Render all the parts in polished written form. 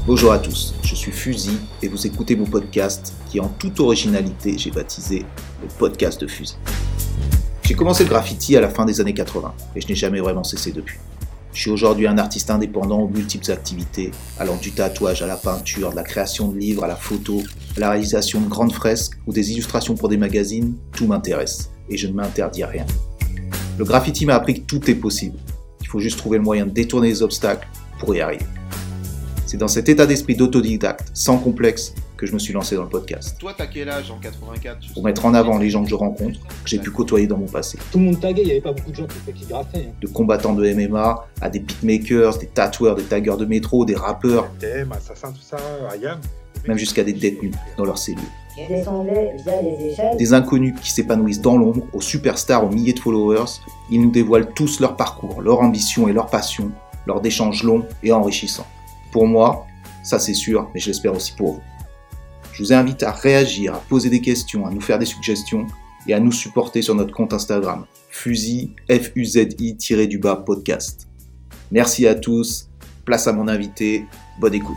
Bonjour à tous, je suis Fusil et vous écoutez mon podcast qui en toute originalité j'ai baptisé le podcast de Fusil. J'ai commencé le graffiti à la fin des années 80 et je n'ai jamais vraiment cessé depuis. Je suis aujourd'hui un artiste indépendant aux multiples activités, allant du tatouage à la peinture, de la création de livres à la photo, à la réalisation de grandes fresques ou des illustrations pour des magazines, tout m'intéresse et je ne m'interdis rien. Le graffiti m'a appris que tout est possible, il faut juste trouver le moyen de détourner les obstacles pour y arriver. C'est dans cet état d'esprit d'autodidacte, sans complexe, que je me suis lancé dans le podcast. Toi, t'as quel âge en 84 Pour mettre en avant les gens que je rencontre, que j'ai pu côtoyer dans mon passé. Tout le monde taguait, il n'y avait pas beaucoup de gens qui graffaient. De combattants de MMA à des beatmakers, des tatoueurs, des taggeurs de métro, des rappeurs, Assassin, tout ça, Ayam. même jusqu'à des détenus dans leurs cellules. Je descendais via les échelles. Des inconnus qui s'épanouissent dans l'ombre, aux superstars, aux milliers de followers, ils nous dévoilent tous leur parcours, leur ambition et leur passion, lors d'échanges longs et enrichissants. Pour moi, ça c'est sûr, mais je l'espère aussi pour vous. Je vous invite à réagir, à poser des questions, à nous faire des suggestions et à nous supporter sur notre compte Instagram, Fuzi, FUZI-podcast. Merci à tous, place à mon invité, bonne écoute.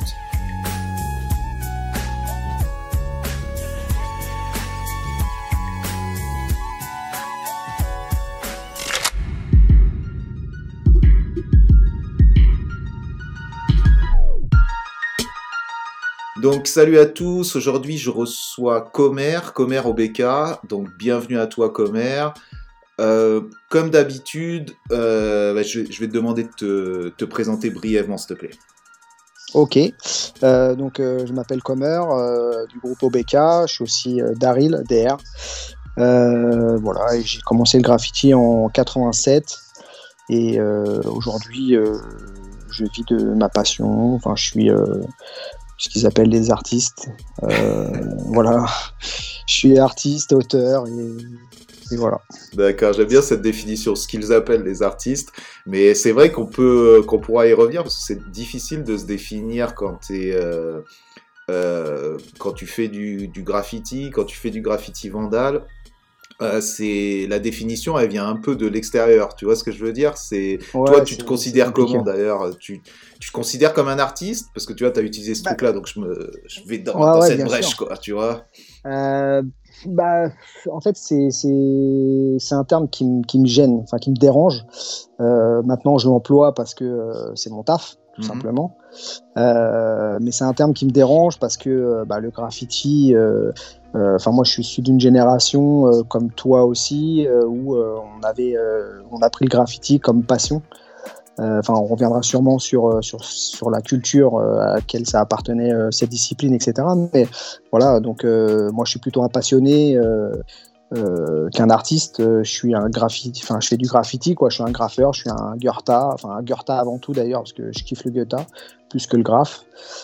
Donc salut à tous, aujourd'hui je reçois Comer OBK, donc bienvenue à toi Comer. Comme d'habitude, je vais te demander de te présenter brièvement s'il te plaît. Ok, je m'appelle Comer du groupe OBK, je suis aussi Daryl, DR. Et j'ai commencé le graffiti en 87 et aujourd'hui je vis de ma passion, je suis... ce qu'ils appellent les artistes. Je suis artiste, auteur, et voilà. D'accord, j'aime bien cette définition, ce qu'ils appellent les artistes, mais c'est vrai qu'on pourra y revenir, parce que c'est difficile de se définir quand tu fais du graffiti, quand tu fais du graffiti vandal. La définition, elle vient un peu de l'extérieur, tu vois ce que je veux dire ? Toi, tu te considères comment d'ailleurs ? Tu te considères comme un artiste ? Parce que tu vois, tu as utilisé ce truc-là, donc je vais dans cette brèche, quoi, tu vois. En fait, c'est un terme qui me gêne, qui me dérange. Maintenant, je l'emploie parce que c'est mon taf, tout simplement. Mais c'est un terme qui me dérange parce que le graffiti... moi, je suis issu d'une génération comme toi aussi où on a pris le graffiti comme passion. On reviendra sûrement sur la culture à laquelle ça appartenait, cette discipline, etc. Mais voilà, donc moi, je suis plutôt un passionné qu'un artiste. Je suis un graffiti, je fais du graffiti, quoi. Je suis un graffeur, je suis un Goethe, un Goethe avant tout d'ailleurs parce que je kiffe le Goethe plus que le graphe.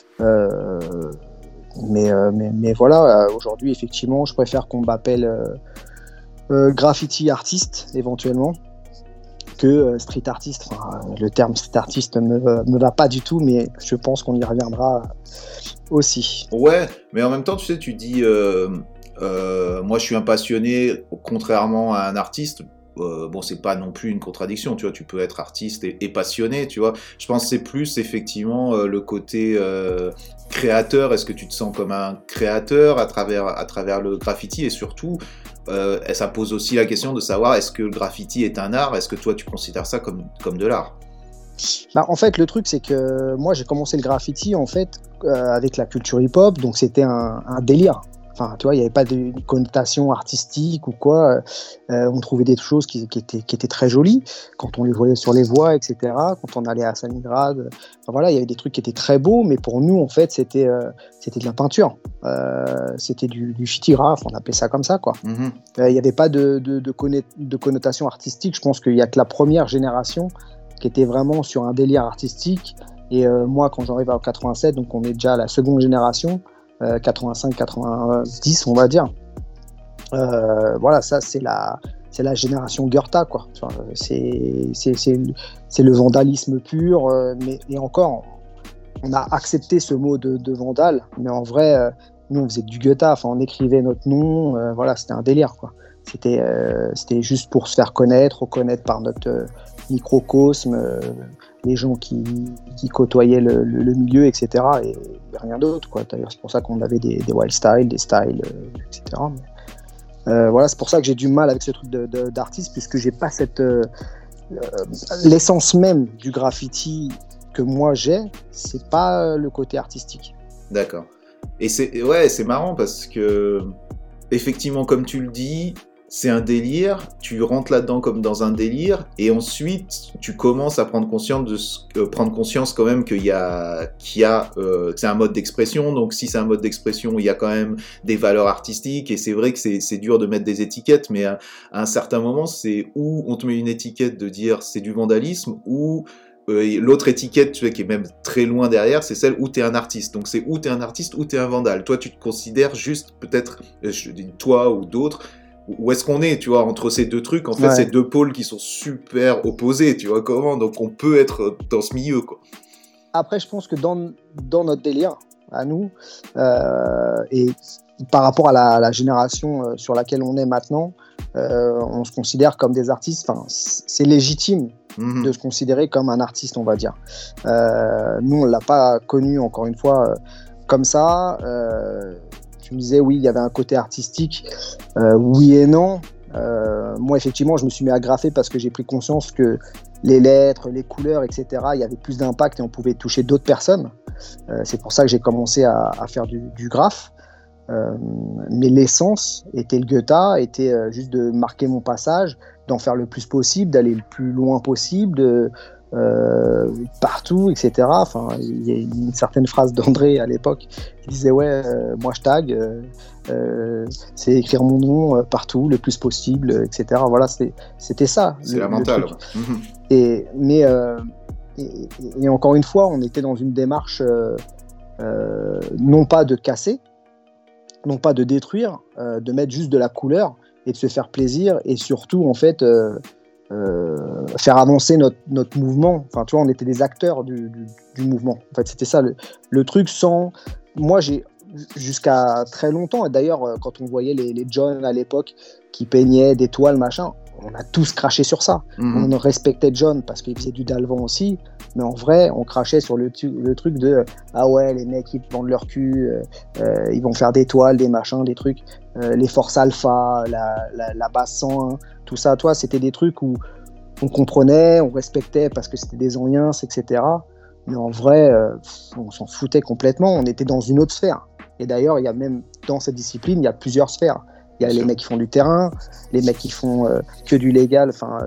Mais voilà, aujourd'hui, effectivement, je préfère qu'on m'appelle graffiti artiste, éventuellement, que street artiste. Le terme street artiste me va pas du tout, mais je pense qu'on y reviendra aussi. Ouais, mais en même temps, tu sais, tu dis, moi, je suis un passionné, contrairement à un artiste. C'est pas non plus une contradiction, tu vois, tu peux être artiste et passionné, tu vois. Je pense que c'est plus effectivement le côté créateur. Est-ce que tu te sens comme un créateur à travers le graffiti, et surtout ça pose aussi la question de savoir est-ce que le graffiti est un art, est-ce que toi tu considères ça comme de l'art? En fait, le truc c'est que moi j'ai commencé le graffiti en fait avec la culture hip-hop, donc c'était un délire. Tu vois, il n'y avait pas de connotation artistique ou quoi. On trouvait des choses qui étaient très jolies quand on les voyait sur les voies, etc. Quand on allait à Stalingrad, il y avait des trucs qui étaient très beaux, mais pour nous, en fait, c'était de la peinture. C'était du phytographe, on appelait ça comme ça, quoi. Il n'y avait pas de connotation artistique. Je pense qu'il n'y a que la première génération qui était vraiment sur un délire artistique. Et moi, quand j'arrive à 87, donc on est déjà à la seconde génération, 85-90 on va dire, ça c'est la génération Goethe, quoi. C'est le vandalisme pur, et encore on a accepté ce mot de vandale, mais en vrai nous on faisait du Goethe, on écrivait notre nom, c'était un délire, quoi. C'était juste pour se faire connaître, reconnaître par notre microcosme, les gens qui côtoyaient le milieu, etc. Et rien d'autre, quoi. D'ailleurs, c'est pour ça qu'on avait des wild styles, des styles, etc. Mais, voilà, c'est pour ça que j'ai du mal avec ce truc d'artiste, puisque j'ai pas cette l'essence même du graffiti que moi j'ai, c'est pas le côté artistique. D'accord. Et c'est marrant parce que effectivement, comme tu le dis, c'est un délire, tu rentres là-dedans comme dans un délire, et ensuite tu commences à prendre conscience quand même que c'est un mode d'expression. Donc si c'est un mode d'expression, il y a quand même des valeurs artistiques, et c'est vrai que c'est dur de mettre des étiquettes, mais à un certain moment, c'est où on te met une étiquette de dire c'est du vandalisme, ou l'autre étiquette, tu sais, qui est même très loin derrière, c'est celle où t'es un artiste. Donc c'est où t'es un artiste, où t'es un vandale. Toi, tu te considères juste, peut-être, je dis toi ou d'autres, où est-ce qu'on est, tu vois, entre ces deux trucs, en fait, ces deux pôles qui sont super opposés, tu vois comment, donc on peut être dans ce milieu, quoi. Après, je pense que dans notre délire, à nous, et par rapport à la génération sur laquelle on est maintenant, on se considère comme des artistes, enfin, c'est légitime de se considérer comme un artiste, on va dire. Nous, on l'a pas connu, encore une fois, comme ça. Tu me disais, oui, il y avait un côté artistique. Oui et non. Moi, effectivement, je me suis mis à graffer parce que j'ai pris conscience que les lettres, les couleurs, etc., il y avait plus d'impact et on pouvait toucher d'autres personnes. C'est pour ça que j'ai commencé à faire du graphe. Mais l'essence était le guetta, était juste de marquer mon passage, d'en faire le plus possible, d'aller le plus loin possible, partout, etc. Enfin, il y a une certaine phrase d'André à l'époque qui disait moi je tag, c'est écrire mon nom partout, le plus possible, etc. Voilà, c'était ça. C'est la mentale. Et encore une fois, on était dans une démarche non pas de casser, non pas de détruire, de mettre juste de la couleur et de se faire plaisir, et surtout en fait faire avancer notre mouvement. Enfin, tu vois, on était des acteurs du mouvement. En fait, c'était ça le truc. Moi, j'ai jusqu'à très longtemps, et d'ailleurs quand on voyait les John à l'époque qui peignaient des toiles, machin, on a tous craché sur ça. On respectait John parce qu'il faisait du Dalvan aussi, mais en vrai, on crachait sur le truc de ah ouais, les mecs ils vendent leur cul, ils vont faire des toiles, des machins, des trucs, les forces alpha, la base 101, tout ça, toi, c'était des trucs où on comprenait, on respectait parce que c'était des anciens, etc. Mais en vrai, on s'en foutait complètement, on était dans une autre sphère. Et d'ailleurs, il y a même dans cette discipline, il y a plusieurs sphères. Il y a les mecs qui font du terrain, les mecs qui font que du légal, enfin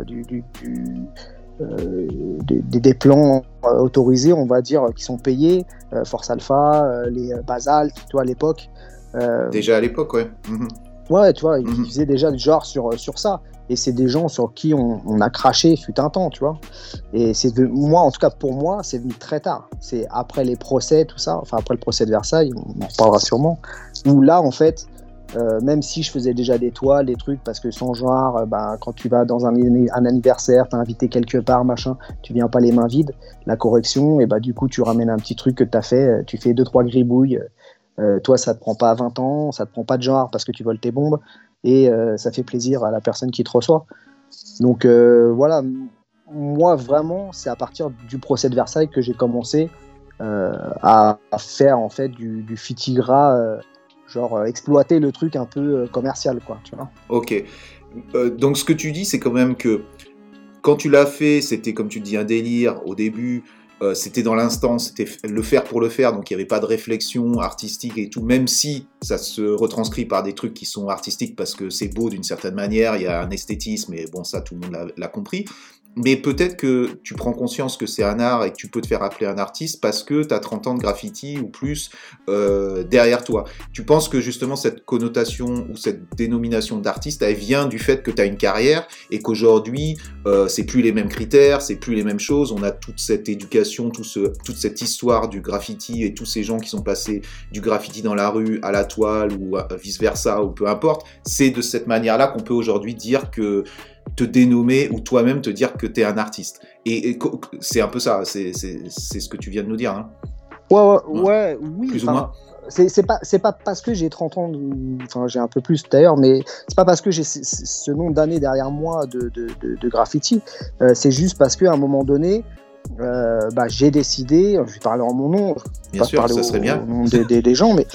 des plans autorisés, on va dire, qui sont payés, Force Alpha, les Basalt, tu vois, à l'époque. Déjà à l'époque, ouais. Ouais, tu vois, ils faisaient déjà du genre sur ça. Et c'est des gens sur qui on a craché fut un temps, tu vois. Et moi, en tout cas pour moi, c'est venu très tard. C'est après les procès, tout ça, enfin après le procès de Versailles, on en reparlera sûrement, où là, en fait, même si je faisais déjà des toiles, des trucs, parce que sans genre, quand tu vas dans un anniversaire, t'es invité quelque part, machin, tu viens pas les mains vides, la correction, et du coup tu ramènes un petit truc que t'as fait, tu fais 2-3 gribouilles, toi ça te prend pas 20 ans, ça te prend pas de genre parce que tu voles tes bombes, et ça fait plaisir à la personne qui te reçoit. Donc voilà, moi vraiment, c'est à partir du procès de Versailles que j'ai commencé à faire en fait du fitigra, genre exploiter le truc un peu commercial, quoi, tu vois. Ok. Donc ce que tu dis, c'est quand même que quand tu l'as fait, c'était comme tu dis un délire au début, c'était dans l'instant, c'était le faire pour le faire, donc il n'y avait pas de réflexion artistique et tout, même si ça se retranscrit par des trucs qui sont artistiques parce que c'est beau d'une certaine manière, il y a un esthétisme, et bon, ça tout le monde l'a compris. Mais peut-être que tu prends conscience que c'est un art et que tu peux te faire appeler un artiste parce que tu as 30 ans de graffiti ou plus derrière toi. Tu penses que justement cette connotation ou cette dénomination d'artiste, elle vient du fait que tu as une carrière et qu'aujourd'hui, c'est plus les mêmes critères, c'est plus les mêmes choses. On a toute cette éducation, toute cette histoire du graffiti et tous ces gens qui sont passés du graffiti dans la rue à la toile ou vice-versa ou peu importe. C'est de cette manière-là qu'on peut aujourd'hui dire que te dénommer ou toi-même te dire que t'es un artiste. Et c'est un peu ça, c'est ce que tu viens de nous dire, hein. Ouais, oui. Plus ou moins. C'est pas parce que j'ai 30 ans, enfin j'ai un peu plus d'ailleurs, mais c'est pas parce que j'ai ce nombre d'années derrière moi de graffiti, c'est juste parce qu'à un moment donné, j'ai décidé, je vais parler en mon nom, bien sûr, parler ça serait bien. au nom des gens, mais,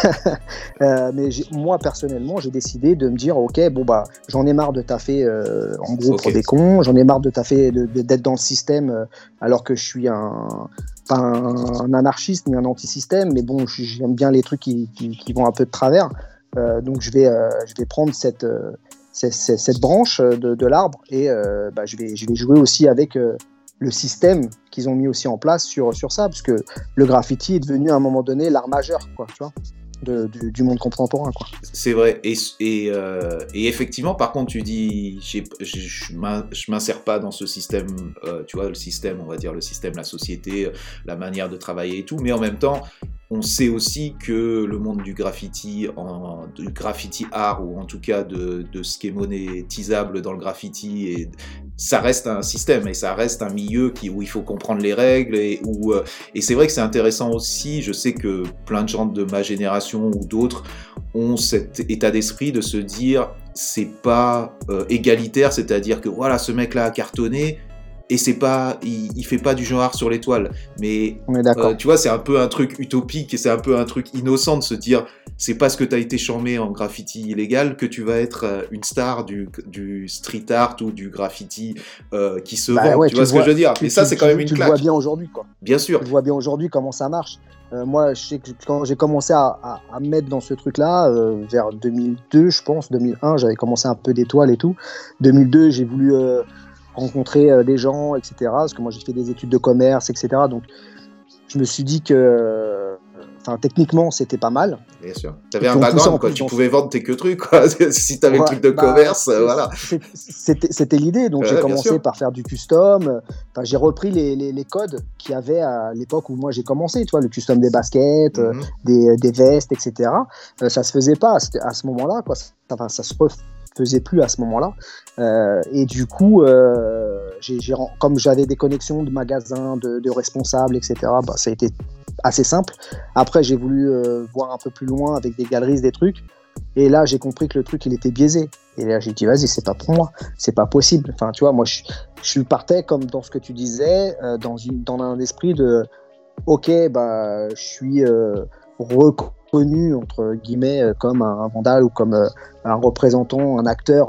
moi personnellement, j'ai décidé de me dire, ok, j'en ai marre de taffer en gros pour des cons, j'en ai marre de taffer, d'être dans le système alors que je suis pas un anarchiste ni un anti-système, mais bon, j'aime bien les trucs qui vont un peu de travers, donc je vais prendre cette branche de l'arbre et je vais jouer aussi avec le système qu'ils ont mis aussi en place sur ça, parce que le graffiti est devenu à un moment donné l'art majeur, quoi, tu vois, du monde contemporain, quoi. C'est vrai, et effectivement, par contre, tu dis, je m'insère pas dans ce système, tu vois, le système, on va dire le système, la société, la manière de travailler et tout, mais en même temps, on sait aussi que le monde du graffiti art, ou en tout cas de ce qui est monétisable dans le graffiti, et ça reste un système et ça reste un milieu où il faut comprendre les règles, et c'est vrai que c'est intéressant aussi. Je sais que plein de gens de ma génération ou d'autres ont cet état d'esprit de se dire c'est pas égalitaire, c'est-à-dire que voilà, ce mec-là a cartonné, et c'est pas, il fait pas du genre art sur l'étoile, mais tu vois, c'est un peu un truc utopique et c'est un peu un truc innocent de se dire c'est parce que t'as été charmé en graffiti illégal que tu vas être une star du street art ou du graffiti qui se vend, ouais, tu vois ce que je veux dire, mais ça c'est quand même une claque. Tu le vois bien aujourd'hui, quoi. Bien sûr. Tu le vois bien aujourd'hui comment ça marche. Moi, je sais que quand j'ai commencé à me mettre dans ce truc-là, vers 2002, je pense, 2001, j'avais commencé un peu d'étoiles et tout. 2002, j'ai voulu rencontrer des gens, etc. Parce que moi, j'ai fait des études de commerce, etc. Donc, je me suis dit que, techniquement, c'était pas mal. Bien sûr. T'avais un background, quoi. Tu pouvais vendre tes que trucs, quoi. Si t'avais le truc de commerce, voilà. C'était l'idée. Donc, j'ai commencé par faire du custom. J'ai repris les codes qu'il y avait à l'époque où moi j'ai commencé. Tu vois, le custom des baskets, des vestes, etc. Ça se faisait pas à ce moment-là, quoi. Ça se faisait plus à ce moment-là, et du coup comme j'avais des connexions de magasins, de responsables, etc., ça a été assez simple. Après, j'ai voulu voir un peu plus loin avec des galeries, des trucs, et là j'ai compris que le truc il était biaisé, et là j'ai dit vas-y, c'est pas pour moi, c'est pas possible. Enfin, tu vois, moi je partais comme dans ce que tu disais, dans un esprit de ok, je suis reconnu entre guillemets comme un vandale ou comme un représentant, un acteur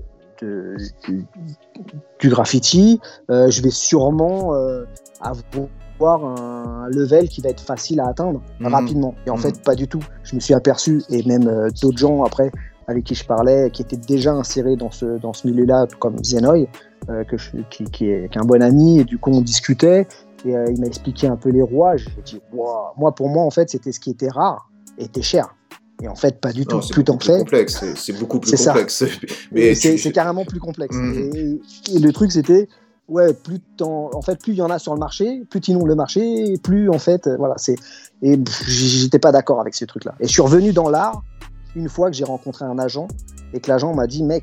du graffiti. Je vais sûrement avoir un level qui va être facile à atteindre rapidement. Et en fait, pas du tout. Je me suis aperçu, et même d'autres gens après avec qui je parlais, qui étaient déjà insérés dans ce milieu-là, comme Zenoy, qui est un bon ami, et du coup on discutait. Et il m'a expliqué un peu les rouages. J'ai dit, wow. Pour moi, en fait, c'était ce qui était rare, était cher. Et en fait, pas du tout. Plus t'en fais. C'est beaucoup plus complexe. Mais c'est carrément plus complexe. Et le truc, c'était, plus il y en a sur le marché, plus t'inondes le marché, plus en fait, voilà. Et j'étais pas d'accord avec ce truc-là. Et je suis revenu dans l'art une fois que j'ai rencontré un agent et que l'agent m'a dit, mec,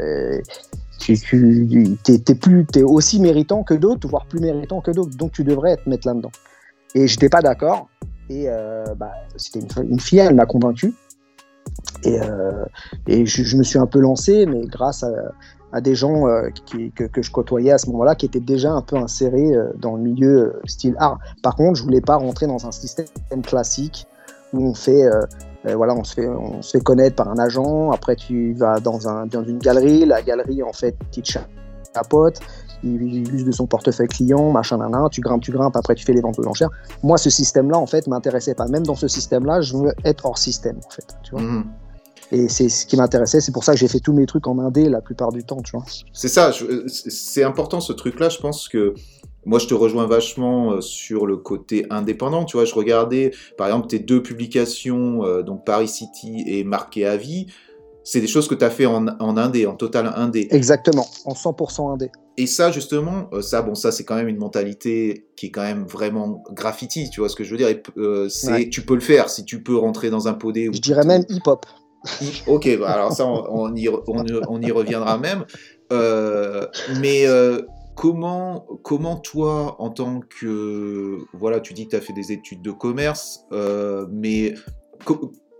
t'es aussi méritant que d'autres, voire plus méritant que d'autres, donc tu devrais te mettre là-dedans. Et j'étais pas d'accord, et c'était une fille, elle m'a convaincu, et je me suis un peu lancé, mais grâce à des gens que je côtoyais à ce moment-là, qui étaient déjà un peu insérés dans le milieu style art. Par contre, je voulais pas rentrer dans un système classique où on fait on se fait connaître par un agent, après tu vas dans une galerie, la galerie en fait il te chapote, il use de son portefeuille client, machin, tu grimpes, après tu fais les ventes aux enchères. Moi, ce système-là en fait m'intéressait pas. Même dans ce système-là, je veux être hors système en fait, tu vois. Et c'est ce qui m'intéressait, c'est pour ça que j'ai fait tous mes trucs en indé la plupart du temps, tu vois. C'est ça, c'est important ce truc-là, je pense que moi, je te rejoins vachement sur le côté indépendant. Tu vois, je regardais, par exemple, tes 2 publications, donc Paris City et Marqué à vie. C'est des choses que tu as fait en indé, en total indé. Exactement, en 100% indé. Et ça, justement, ça, c'est quand même une mentalité qui est quand même vraiment graffiti. Tu vois ce que je veux dire ? Tu peux le faire si tu peux rentrer dans un podé. Je dirais même hip-hop. Ok, alors ça, on y reviendra même. Mais comment toi, en tant que... Voilà, tu dis que tu as fait des études de commerce, mais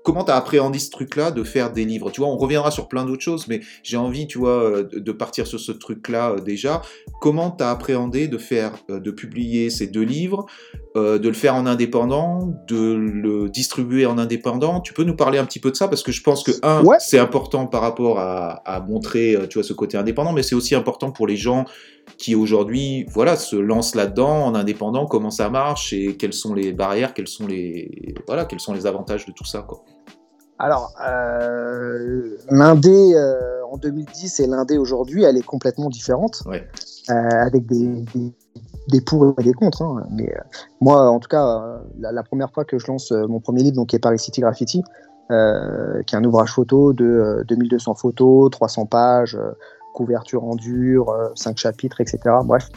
comment tu as appréhendé ce truc-là de faire des livres? Tu vois, on reviendra sur plein d'autres choses, mais j'ai envie, tu vois, de partir sur ce truc-là déjà. Comment tu as appréhendé de publier ces 2 livres, de le faire en indépendant, de le distribuer en indépendant? Tu peux nous parler un petit peu de ça? Parce que je pense que, c'est important par rapport à montrer, tu vois, ce côté indépendant, mais c'est aussi important pour les gens qui aujourd'hui, voilà, se lancent là-dedans en indépendant, comment ça marche et quelles sont les barrières, quels sont les avantages de tout ça, quoi. Alors, l'indé en 2010 et l'indé aujourd'hui, elle est complètement différente, avec des pour et des contre. Hein. Mais moi, en tout cas, la première fois que je lance mon premier livre, donc, qui est Paris City Graffiti, qui est un ouvrage photo de 2200 photos, 300 pages, couverture en dur, 5 chapitres, etc. Bref,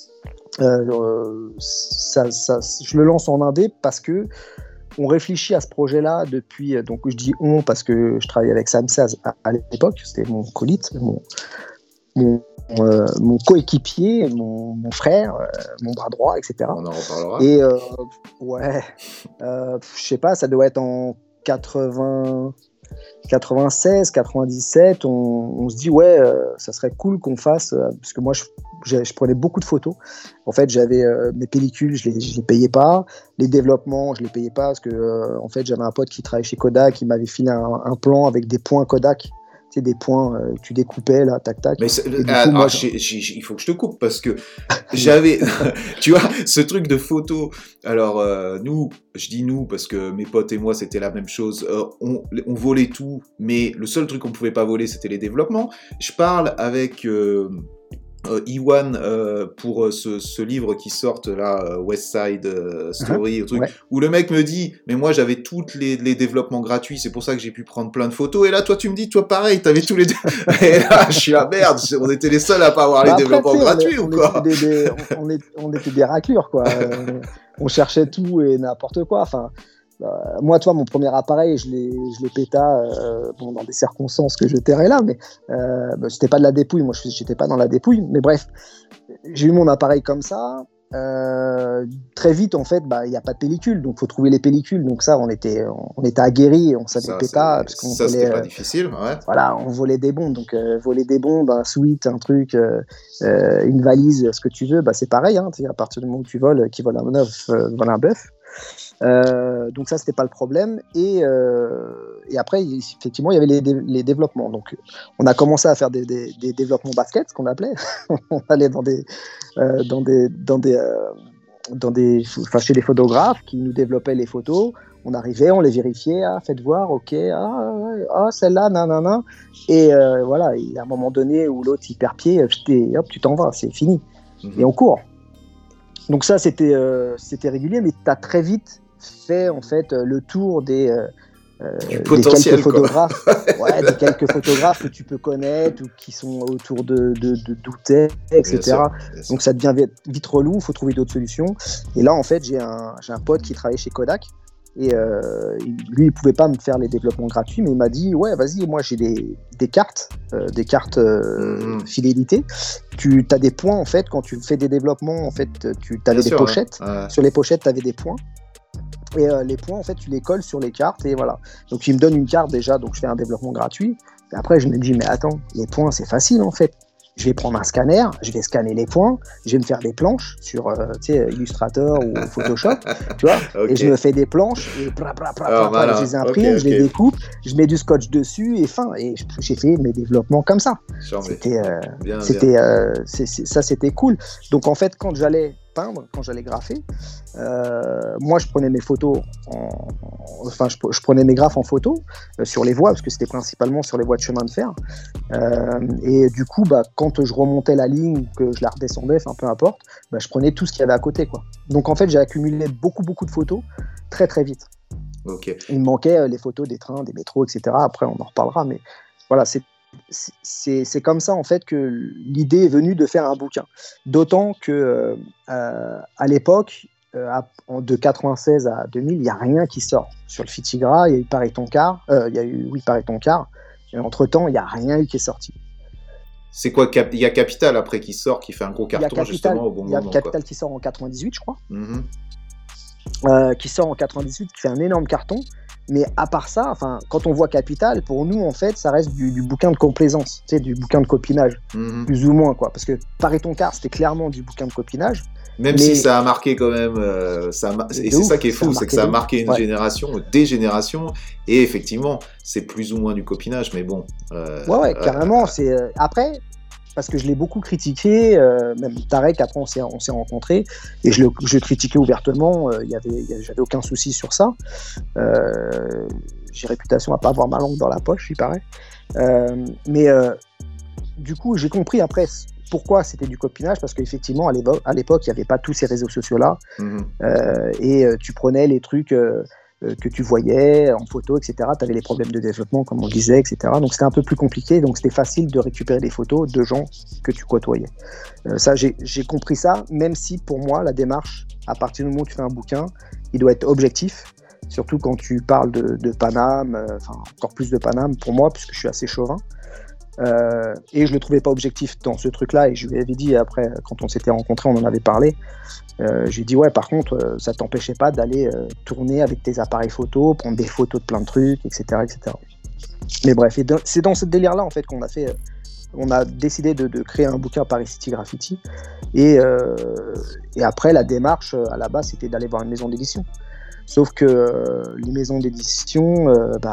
je le lance en indé parce que on réfléchit à ce projet-là depuis, donc je dis on parce que je travaillais avec Sam Saz à l'époque, c'était mon acolyte, mon coéquipier, mon frère, mon bras droit, etc. On en reparlera. Et je sais pas, ça doit être en 96, 97, on se dit ça serait cool qu'on fasse, parce que moi je prenais beaucoup de photos. En fait, j'avais mes pellicules, je les payais pas, les développements, je les payais pas parce que en fait, j'avais un pote qui travaillait chez Kodak, qui m'avait filé un plan avec des points Kodak. Tu sais, des poinns que tu découpais là, tac tac. Mais il faut que je te coupe parce que j'avais, tu vois, ce truc de photo. Alors je dis nous parce que mes potes et moi c'était la même chose. On volait tout, mais le seul truc qu'on pouvait pas voler c'était les développements. Je parle avec Iwan pour ce livre qui sort là, West Side Story, truc, où le mec me dit mais moi j'avais tous les développements gratuits, c'est pour ça que j'ai pu prendre plein de photos, et là toi tu me dis toi pareil t'avais tous les et là je suis merde, on était les seuls à pas avoir les développements gratuits ou quoi. On était des raclures quoi. On cherchait tout et n'importe quoi, enfin. Moi, toi, mon premier appareil, je l'ai péta dans des circonstances que je tairai là, mais c'était pas de la dépouille. Moi, j'étais pas dans la dépouille. Mais bref, j'ai eu mon appareil comme ça. Très vite, en fait, il n'y a pas de pellicule, donc faut trouver les pellicules. Donc ça, on était aguerris, on savait péta. Parce qu'on c'était pas difficile, ouais. Voilà, on volait des bombes. Donc voler des bombes, un suite, un truc, une valise, ce que tu veux, c'est pareil. Hein, à partir du moment où tu voles, qui vole un œuf, vole un bœuf. Donc ça c'était pas le problème, et après effectivement il y avait les développements, donc on a commencé à faire des développements basket, ce qu'on appelait. On allait chez des photographes qui nous développaient les photos, on arrivait, on les vérifiait, faites voir, ok, celle-là, nanana, et voilà, et à un moment donné où l'autre il perd pied, hop tu t'en vas, c'est fini, et on court. Donc ça c'était régulier, mais t'as très vite fait en fait le tour des quelques photographes, des quelques photographes que tu peux connaître ou qui sont autour de Doutet, etc. Bien sûr. Donc ça devient vite relou, il faut trouver d'autres solutions. Et là en fait j'ai un pote qui travaillait chez Kodak, et lui il pouvait pas me faire les développements gratuits, mais il m'a dit vas-y, moi j'ai des cartes fidélité. Tu as des points en fait quand tu fais des développements, en fait tu avais des pochettes, sur les pochettes tu avais des points, et les points en fait tu les colles sur les cartes, et voilà. Donc il me donne une carte déjà, donc je fais un développement gratuit, et après je me dis mais attends, les points c'est facile en fait. Je vais prendre un scanner, je vais scanner les points, je vais me faire des planches sur Illustrator ou Photoshop, tu vois, et je me fais des planches, et je les imprime, je les découpe, je mets du scotch dessus, et fin, et j'ai fait mes développements comme ça. C'était cool. Donc en fait, quand j'allais peindre, quand j'allais graffer, moi je prenais mes photos je prenais mes graphes en photo sur les voies, parce que c'était principalement sur les voies de chemin de fer, et du coup quand je remontais la ligne, que je la redescendais, peu importe, je prenais tout ce qu'il y avait à côté, quoi. Donc en fait j'ai accumulé beaucoup de photos très très vite. Il me manquait les photos des trains, des métros, etc. Après on en reparlera, mais voilà, c'est comme ça en fait que l'idée est venue de faire un bouquin. D'autant que à l'époque, de 96 à 2000, il n'y a rien qui sort sur le Fitigra. Il y a eu Paris Toncar, et entre-temps, il n'y a rien eu qui est sorti. C'est quoi, il y a Capital après qui sort, qui fait un gros carton justement au bon moment. Il y a Capital qui sort en 98, je crois. Qui sort en 98, qui fait un énorme carton. Mais à part ça, enfin, quand on voit Capital, pour nous, en fait, ça reste du bouquin de complaisance, tu sais, du bouquin de copinage, plus ou moins, quoi. Parce que Paris ton quart, c'était clairement du bouquin de copinage. Même si ça a marqué quand même, et c'est ça qui est fou, c'est que ça a marqué une génération, des générations, et effectivement, c'est plus ou moins du copinage, mais bon. Ouais, carrément. Après, parce que je l'ai beaucoup critiqué, même Tarek, après on s'est rencontrés, et je critiquais ouvertement, j'avais aucun souci sur ça. J'ai réputation à pas avoir ma langue dans la poche, il paraît. Mais du coup, j'ai compris après pourquoi c'était du copinage, parce qu'effectivement, à l'époque, il n'y avait pas tous ces réseaux sociaux-là, et tu prenais les trucs que tu voyais en photo, etc. Tu avais les problèmes de développement, comme on disait, etc. Donc c'était un peu plus compliqué, donc c'était facile de récupérer des photos de gens que tu côtoyais. Ça, j'ai compris ça, même si pour moi, la démarche, à partir du moment où tu fais un bouquin, il doit être objectif, surtout quand tu parles de Paname, encore plus de Paname pour moi, puisque je suis assez chauvin. Et je le trouvais pas objectif dans ce truc-là, et je lui avais dit après, quand on s'était rencontrés, on en avait parlé. Je lui ai dit ouais, par contre, ça t'empêchait pas d'aller tourner avec tes appareils photo, prendre des photos de plein de trucs, etc., etc. Mais bref, c'est dans ce délire-là en fait qu'on a fait. On a décidé de créer un bouquin Paris City Graffiti, et après la démarche à la base c'était d'aller voir une maison d'édition. Sauf que les maisons d'édition,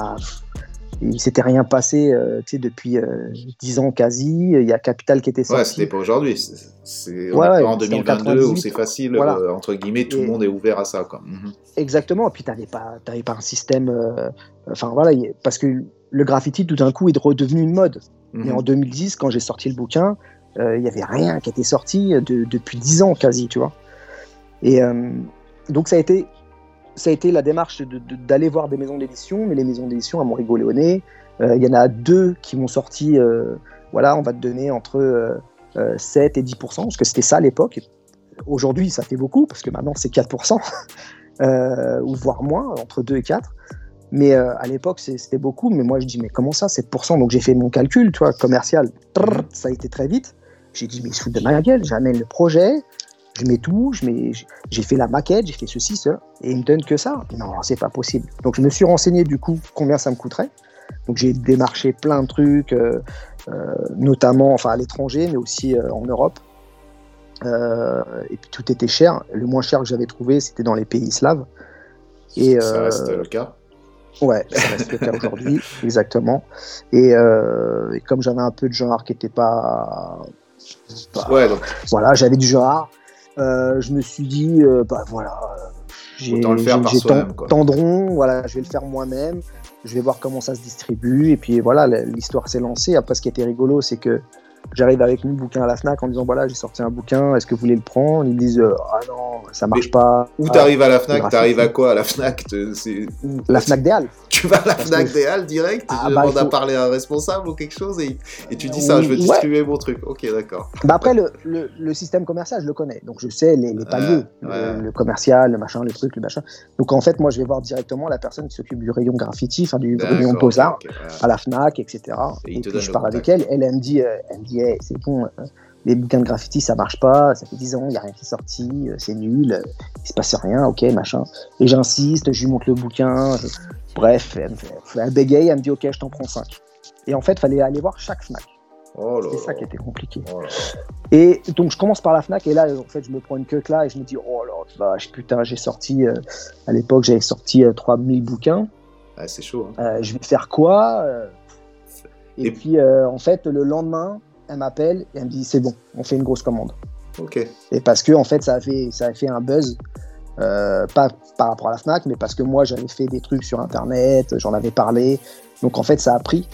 il s'était rien passé depuis 10 ans quasi. Il y a Capital qui était sorti. Ouais, c'était pas aujourd'hui. On est en 2022 où c'est facile, voilà. Entre guillemets, tout le monde est ouvert à ça, quoi. Exactement. Et puis t'avais pas un système. Parce que le graffiti tout d'un coup est redevenu une mode. Et en 2010, quand j'ai sorti le bouquin, il y avait rien qui était sorti depuis 10 ans quasi, tu vois. Et donc ça a été la démarche d'aller voir des maisons d'édition, mais les maisons d'édition, elles m'ont rigolé au nez. Il y en a 2 qui m'ont sorti, on va te donner entre 7 et 10%, parce que c'était ça à l'époque. Aujourd'hui, ça fait beaucoup, parce que maintenant, c'est 4%, ou voire moins, entre 2 et 4. Mais à l'époque, c'était beaucoup. Mais moi, je dis, mais comment ça, 7%? Donc, j'ai fait mon calcul, tu vois, commercial. Ça a été très vite. J'ai dit, mais ils se foutent de ma gueule, j'amène le projet. Je mets tout, j'ai fait la maquette, j'ai fait ceci, cela, et ils me donnent que ça. Non, c'est pas possible. Donc je me suis renseigné du coup combien ça me coûterait. Donc j'ai démarché plein de trucs, notamment à l'étranger, mais aussi en Europe. Et puis tout était cher. Le moins cher que j'avais trouvé, c'était dans les pays slaves. Et, ça reste le cas. Ouais, ça reste le cas aujourd'hui, exactement. Et comme j'avais un peu de genre qui n'était pas... donc... Voilà, j'avais du genre. Je me suis dit, j'ai Tendron, voilà, je vais le faire moi-même, je vais voir comment ça se distribue, et puis voilà, l'histoire s'est lancée. Après, ce qui était rigolo, c'est que j'arrive avec mon bouquin à la Fnac en disant, voilà, j'ai sorti un bouquin, est-ce que vous voulez le prendre? Ils me disent, ah non, ça marche pas. Où t'arrives à la Fnac? T'arrives à quoi à la Fnac? La Fnac des Halles. Tu vas à la Fnac des Halles direct, tu demandes à parler à un responsable ou quelque chose, et tu dis ça, je veux distribuer mon truc. Ok, d'accord. Après, le système commercial, je le connais, donc je sais les paliers, le commercial, le machin, le truc, le machin. Donc en fait, moi, je vais voir directement la personne qui s'occupe du rayon graffiti, du rayon Beaux-Arts, à la Fnac, etc. Et puis je parle avec elle me dit, hey, c'est bon, les bouquins de graffiti, ça marche pas, ça fait 10 ans, il n'y a rien qui est sorti, c'est nul, il se passe rien, ok, machin. Et j'insiste, je lui montre le bouquin, bref, elle bégaye, elle me dit, ok, je t'en prends 5. Et en fait, il fallait aller voir chaque Fnac. C'est ça qui était compliqué. Et donc, je commence par la Fnac, et là, en fait, je me prends une queue là, et je me dis, oh là, vache, putain, j'ai sorti, à l'époque, j'avais sorti 3000 bouquins. Ah, c'est chaud. Je vais faire quoi Et puis, en fait, le lendemain, elle m'appelle et elle me dit c'est bon, on fait une grosse commande. Ok. Et parce que en fait, ça a fait un buzz, pas par rapport à la Fnac, mais parce que moi, j'avais fait des trucs sur Internet, j'en avais parlé. Donc en fait, ça a pris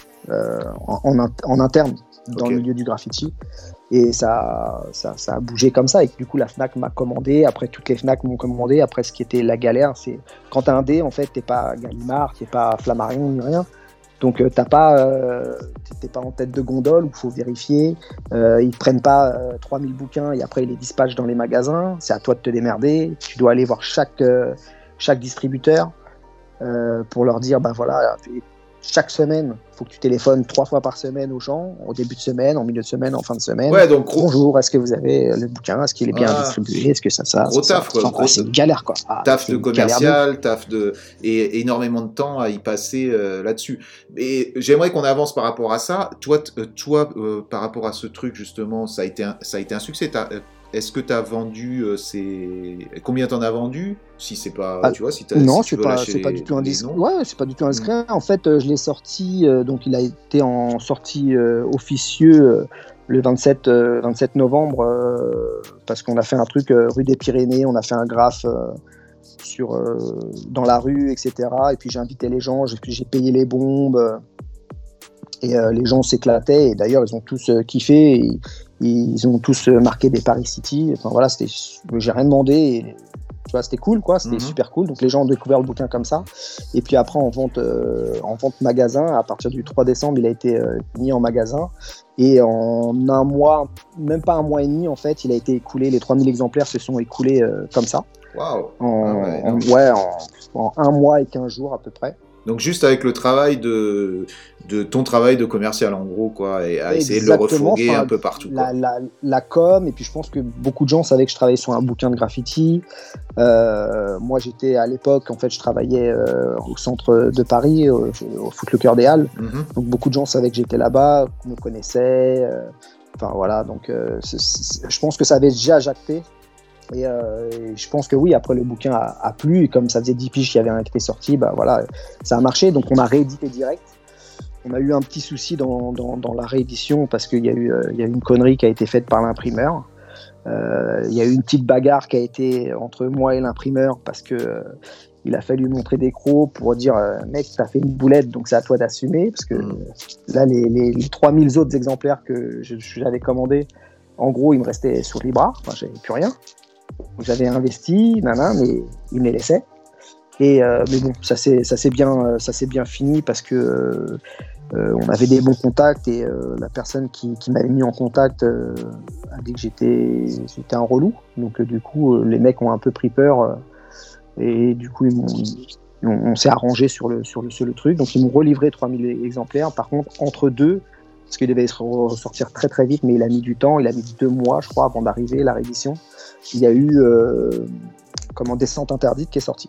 en interne dans le milieu du graffiti. Et ça a bougé comme ça. Et du coup, la Fnac m'a commandé. Après, toutes les Fnac m'ont commandé. Après, ce qui était la galère, c'est quand t'as un dé, en fait, t'es pas Gallimard, t'es pas Flammarion ni rien. Donc, t'es pas en tête de gondole où il faut vérifier. Ils prennent pas 3000 bouquins et après, ils les dispatchent dans les magasins. C'est à toi de te démerder. Tu dois aller voir chaque distributeur pour leur dire, voilà, chaque semaine, il faut que tu téléphones 3 fois par semaine aux gens, au début de semaine, en milieu de semaine, en fin de semaine. Ouais, donc bonjour, est-ce que vous avez le bouquin, est-ce qu'il est bien distribué, est-ce que ça gros taf, quoi. Enfin, c'est une galère, quoi. Taf de commercial, et énormément de temps à y passer là-dessus. Et j'aimerais qu'on avance par rapport à ça. Toi, par rapport à ce truc justement, ça a été un succès. Est-ce que tu as vendu combien t'en as vendu? Si c'est pas, tu vois, si t'as, non, si tu c'est pas du tout indiscret. Ouais, c'est pas du tout indiscret. En fait, je l'ai sorti, donc il a été en sortie officieux le 27 novembre, parce qu'on a fait un truc rue des Pyrénées, on a fait un graphe dans la rue, etc. Et puis j'ai invité les gens, j'ai payé les bombes. Et les gens s'éclataient, et d'ailleurs ils ont tous kiffé, et ils ont tous marqué des Paris City. Enfin voilà, j'ai rien demandé, et, tu vois, c'était cool, quoi, c'était super cool. Donc les gens ont découvert le bouquin comme ça. Et puis après en vente magasin, à partir du 3 décembre, il a été mis en magasin. Et en un mois, même pas un mois et demi en fait, il a été écoulé. Les 3000 exemplaires se sont écoulés comme ça. Waouh. En un mois et 15 jours à peu près. Donc juste avec le travail de ton travail de commercial en gros, quoi, et à essayer de le refourguer un peu partout, quoi. La com, et puis je pense que beaucoup de gens savaient que je travaillais sur un bouquin de graffiti. Moi j'étais à l'époque, en fait je travaillais au centre de Paris, au Foot le Cœur des Halles. Donc beaucoup de gens savaient que j'étais là-bas, me connaissaient. Enfin voilà, donc je pense que ça avait déjà jacté. Et je pense que oui, après le bouquin a plu, et comme ça faisait 10 piges qu'il y avait un qui était sorti, bah voilà, ça a marché. Donc on a réédité direct. On a eu un petit souci dans la réédition parce qu'il y a eu une connerie qui a été faite par l'imprimeur. Il y a eu une petite bagarre qui a été entre moi et l'imprimeur parce que il a fallu montrer des crocs pour dire mec, t'as fait une boulette, donc c'est à toi d'assumer, parce que là les 3000 autres exemplaires que j'avais commandés, en gros il me restait sur les bras, enfin j'avais plus rien. J'avais investi, mais il me les laissait. Et mais bon, ça s'est bien fini parce que on avait des bons contacts, et la personne qui m'avait mis en contact a dit que j'étais un relou. Donc du coup, les mecs ont un peu pris peur, et du coup on s'est arrangé sur le truc. Donc ils m'ont relivré 3000 exemplaires. Par contre, entre deux, parce qu'il devait ressortir très très vite, mais il a mis du temps, il a mis 2 mois je crois avant d'arriver, la réédition. Il y a eu Descente interdite qui est sortie.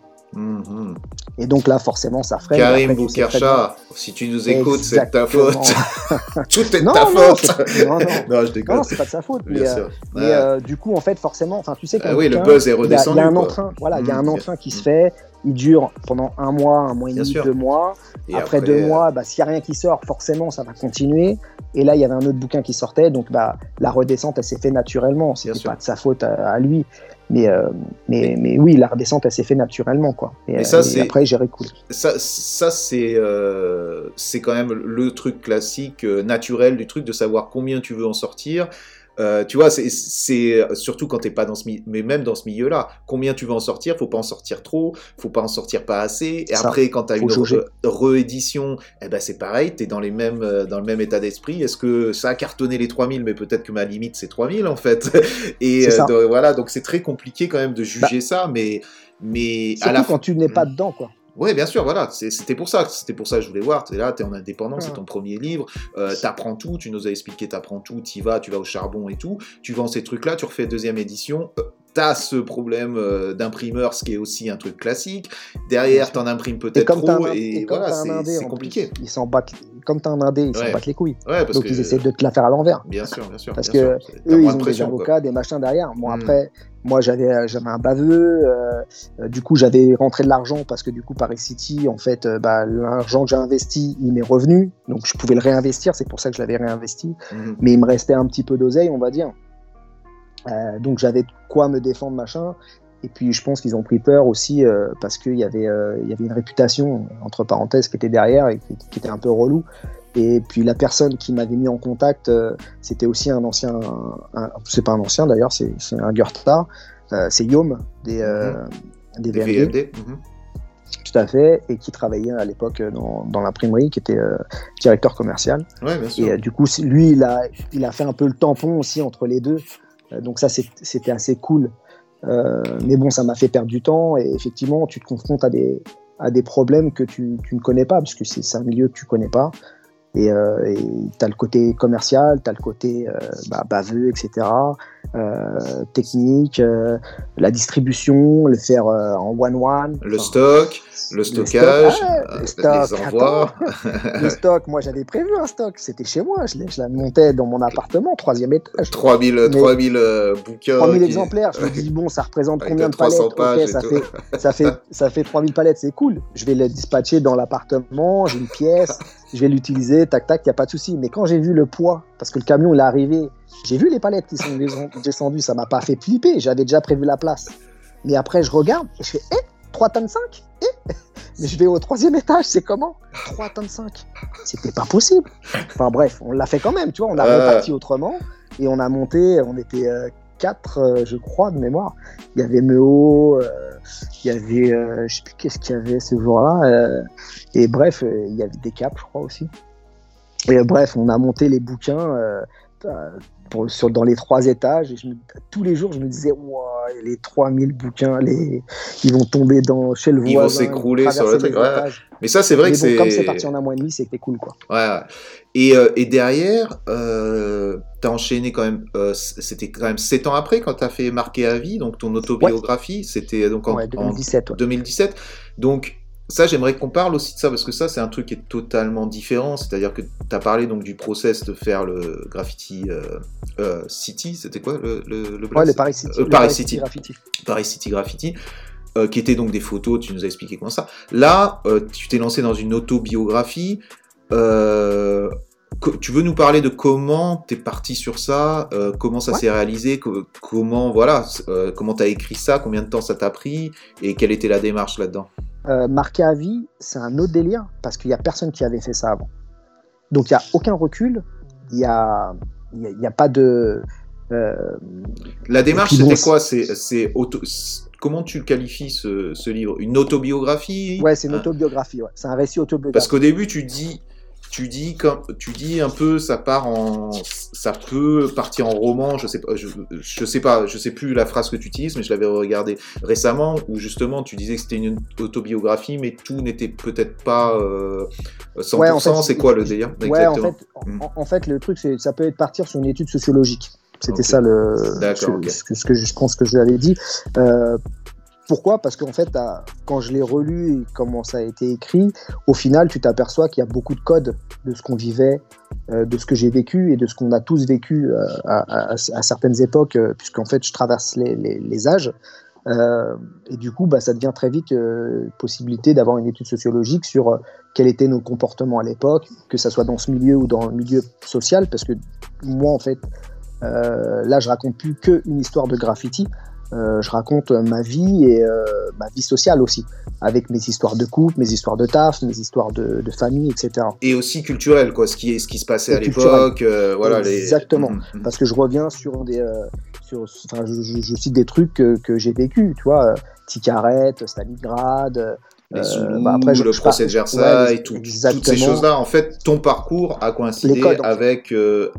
Et donc là forcément ça freine. Karim Boukercha, si tu nous écoutes, c'est de ta faute. Tout est de ta faute. Non, je déconne. Non, c'est pas de sa faute. Mais du coup en fait forcément, enfin tu sais que oui, le buzz est redescendu. Il y a un entrain, voilà, il y a un entrain qui se fait. Il dure pendant un mois et demi, 2 mois. Et après 2 mois, s'il n'y a rien qui sort, forcément, ça va continuer. Et là, il y avait un autre bouquin qui sortait, donc la redescente, elle s'est faite naturellement. C'était pas de sa faute à lui. Mais oui, la redescente, elle s'est faite naturellement, quoi. Et après, j'ai recoulé. Ça c'est quand même le truc classique, naturel du truc, de savoir combien tu veux en sortir. Tu vois, c'est surtout quand t'es pas dans mais même dans ce milieu-là, combien tu veux en sortir, faut pas en sortir trop, faut pas en sortir pas assez. Et ça, après, quand t'as une réédition, c'est pareil, t'es dans le même état d'esprit. Est-ce que ça a cartonné les 3000, mais peut-être que ma limite c'est 3000 en fait. Et voilà, donc c'est très compliqué quand même de juger ça, mais surtout quand tu n'es pas dedans, quoi. Oui, bien sûr, voilà, c'était pour ça que je voulais voir. T'es là, t'es en indépendant, c'est ton premier livre, t'apprends tout, tu nous as expliqué, t'apprends tout, tu vas au charbon et tout, tu vends ces trucs-là, tu refais 2e édition, t'as ce problème d'imprimeur, ce qui est aussi un truc classique, derrière t'en imprimes peut-être trop, et voilà, c'est compliqué. Ils s'en battent, comme t'as un indé, ils s'en battent les couilles, donc ils essaient de te la faire à l'envers. Bien sûr. Parce que eux, ils ont des avocats, des machins derrière. Bon, après, moi j'avais un baveux, du coup j'avais rentré de l'argent, parce que du coup Paris City, en fait, l'argent que j'ai investi, il m'est revenu, donc je pouvais le réinvestir, c'est pour ça que je l'avais réinvesti, mais il me restait un petit peu d'oseille, on va dire. Donc j'avais de quoi me défendre, machin. Et puis je pense qu'ils ont pris peur aussi parce qu'il y avait une réputation, entre parenthèses, qui était derrière et qui était un peu relou. Et puis la personne qui m'avait mis en contact, c'était aussi un ancien, c'est pas un ancien d'ailleurs, c'est un Goethe, c'est Yom des VMD. Tout à fait, et qui travaillait à l'époque dans l'imprimerie, qui était directeur commercial. Ouais, bien sûr. Et du coup, lui, il a fait un peu le tampon aussi entre les deux. Donc ça, c'était assez cool. Mais bon, ça m'a fait perdre du temps, et effectivement, tu te confrontes à des à des problèmes que tu ne connais pas, parce que c'est un milieu que tu connais pas. Et tu as le côté commercial, tu as le côté baveux, etc., technique, la distribution, le faire en one-one. Le stock, le stockage, les envois. Le stock, moi j'avais prévu un stock, c'était chez moi, je la montais dans mon appartement, 3e étage. 3000 bouquins. 3000 exemplaires, je me dis, bon, ça représente combien de palettes? Ok, ça fait 3000 palettes, c'est cool. Je vais les dispatcher dans l'appartement, j'ai une pièce. Je vais l'utiliser, tac, tac, il n'y a pas de souci. Mais quand j'ai vu le poids, parce que le camion il est arrivé, j'ai vu les palettes qui sont descendues, ça ne m'a pas fait flipper, j'avais déjà prévu la place. Mais après, je regarde et je fais 3 tonnes 5 mais je vais au 3e étage, c'est comment 3 tonnes 5 C'était pas possible. Enfin bref, on l'a fait quand même, tu vois, on a reparti autrement et on a monté, on était 4, je crois, de mémoire. Il y avait Meo, il y avait, je sais plus qu'est-ce qu'il y avait ce jour-là, et bref, il y avait des caps, je crois aussi. Et bref, on a monté les bouquins dans les 3 étages, et tous les jours, je me disais, les 3000 bouquins, ils vont tomber chez le voisin. Ils vont s'écrouler sur le truc. Ouais. Mais ça, c'est vrai que comme c'est parti en un mois et demi, c'était cool, quoi. Ouais. Et derrière, t'as enchaîné quand même, c'était quand même 7 ans après quand t'as fait Marqué à vie, donc ton autobiographie, c'était donc en 2017. 2017. Donc ça, j'aimerais qu'on parle aussi de ça, parce que ça, c'est un truc qui est totalement différent, c'est-à-dire que t'as parlé donc du process de faire le Graffiti City, c'était quoi le blog? Le Paris City. Paris City Graffiti. Paris City Graffiti. Qui étaient donc des photos, tu nous as expliqué comment ça. Là, tu t'es lancé dans une autobiographie. Tu veux nous parler de comment t'es parti sur ça, comment ça s'est réalisé, comment t'as écrit ça, combien de temps ça t'a pris et quelle était la démarche là-dedans? Marqué à vie, c'est un autre délire parce qu'il n'y a personne qui avait fait ça avant. Donc il n'y a aucun recul, il n'y a pas de... La démarche, c'était quoi? Comment tu le qualifies ce livre? Une autobiographie? Ouais, c'est une autobiographie, ouais. C'est un récit autobiographique. Parce qu'au début, tu dis un peu, ça peut partir en roman, je sais plus la phrase que tu utilises, mais je l'avais regardé récemment, où justement tu disais que c'était une autobiographie, mais tout n'était peut-être pas 100%, ouais, en fait, c'est quoi le délire? Ouais, en fait, le truc, ça peut être partir sur une étude sociologique. C'était ça ce que je pense que je lui avais dit. Pourquoi ? Parce qu'en fait, quand je l'ai relu et comment ça a été écrit, au final, tu t'aperçois qu'il y a beaucoup de codes de ce qu'on vivait, de ce que j'ai vécu et de ce qu'on a tous vécu à certaines époques, puisqu'en fait, je traverse les âges. Et du coup, ça devient très vite possibilité d'avoir une étude sociologique sur quels étaient nos comportements à l'époque, que ça soit dans ce milieu ou dans le milieu social, parce que moi, en fait, là, je raconte plus qu'une histoire de graffiti. Je raconte ma vie et ma vie sociale aussi, avec mes histoires de couple, mes histoires de taf, mes histoires de famille, etc. Et aussi culturel, quoi, ce qui se passait à l'époque. Voilà, exactement, parce que je reviens sur je cite des trucs que j'ai vécu, tu vois, Tikaret, Stalingrad. Les Zoulous, après, le procès de Versailles, toutes ces choses-là. En fait, ton parcours a coïncidé avec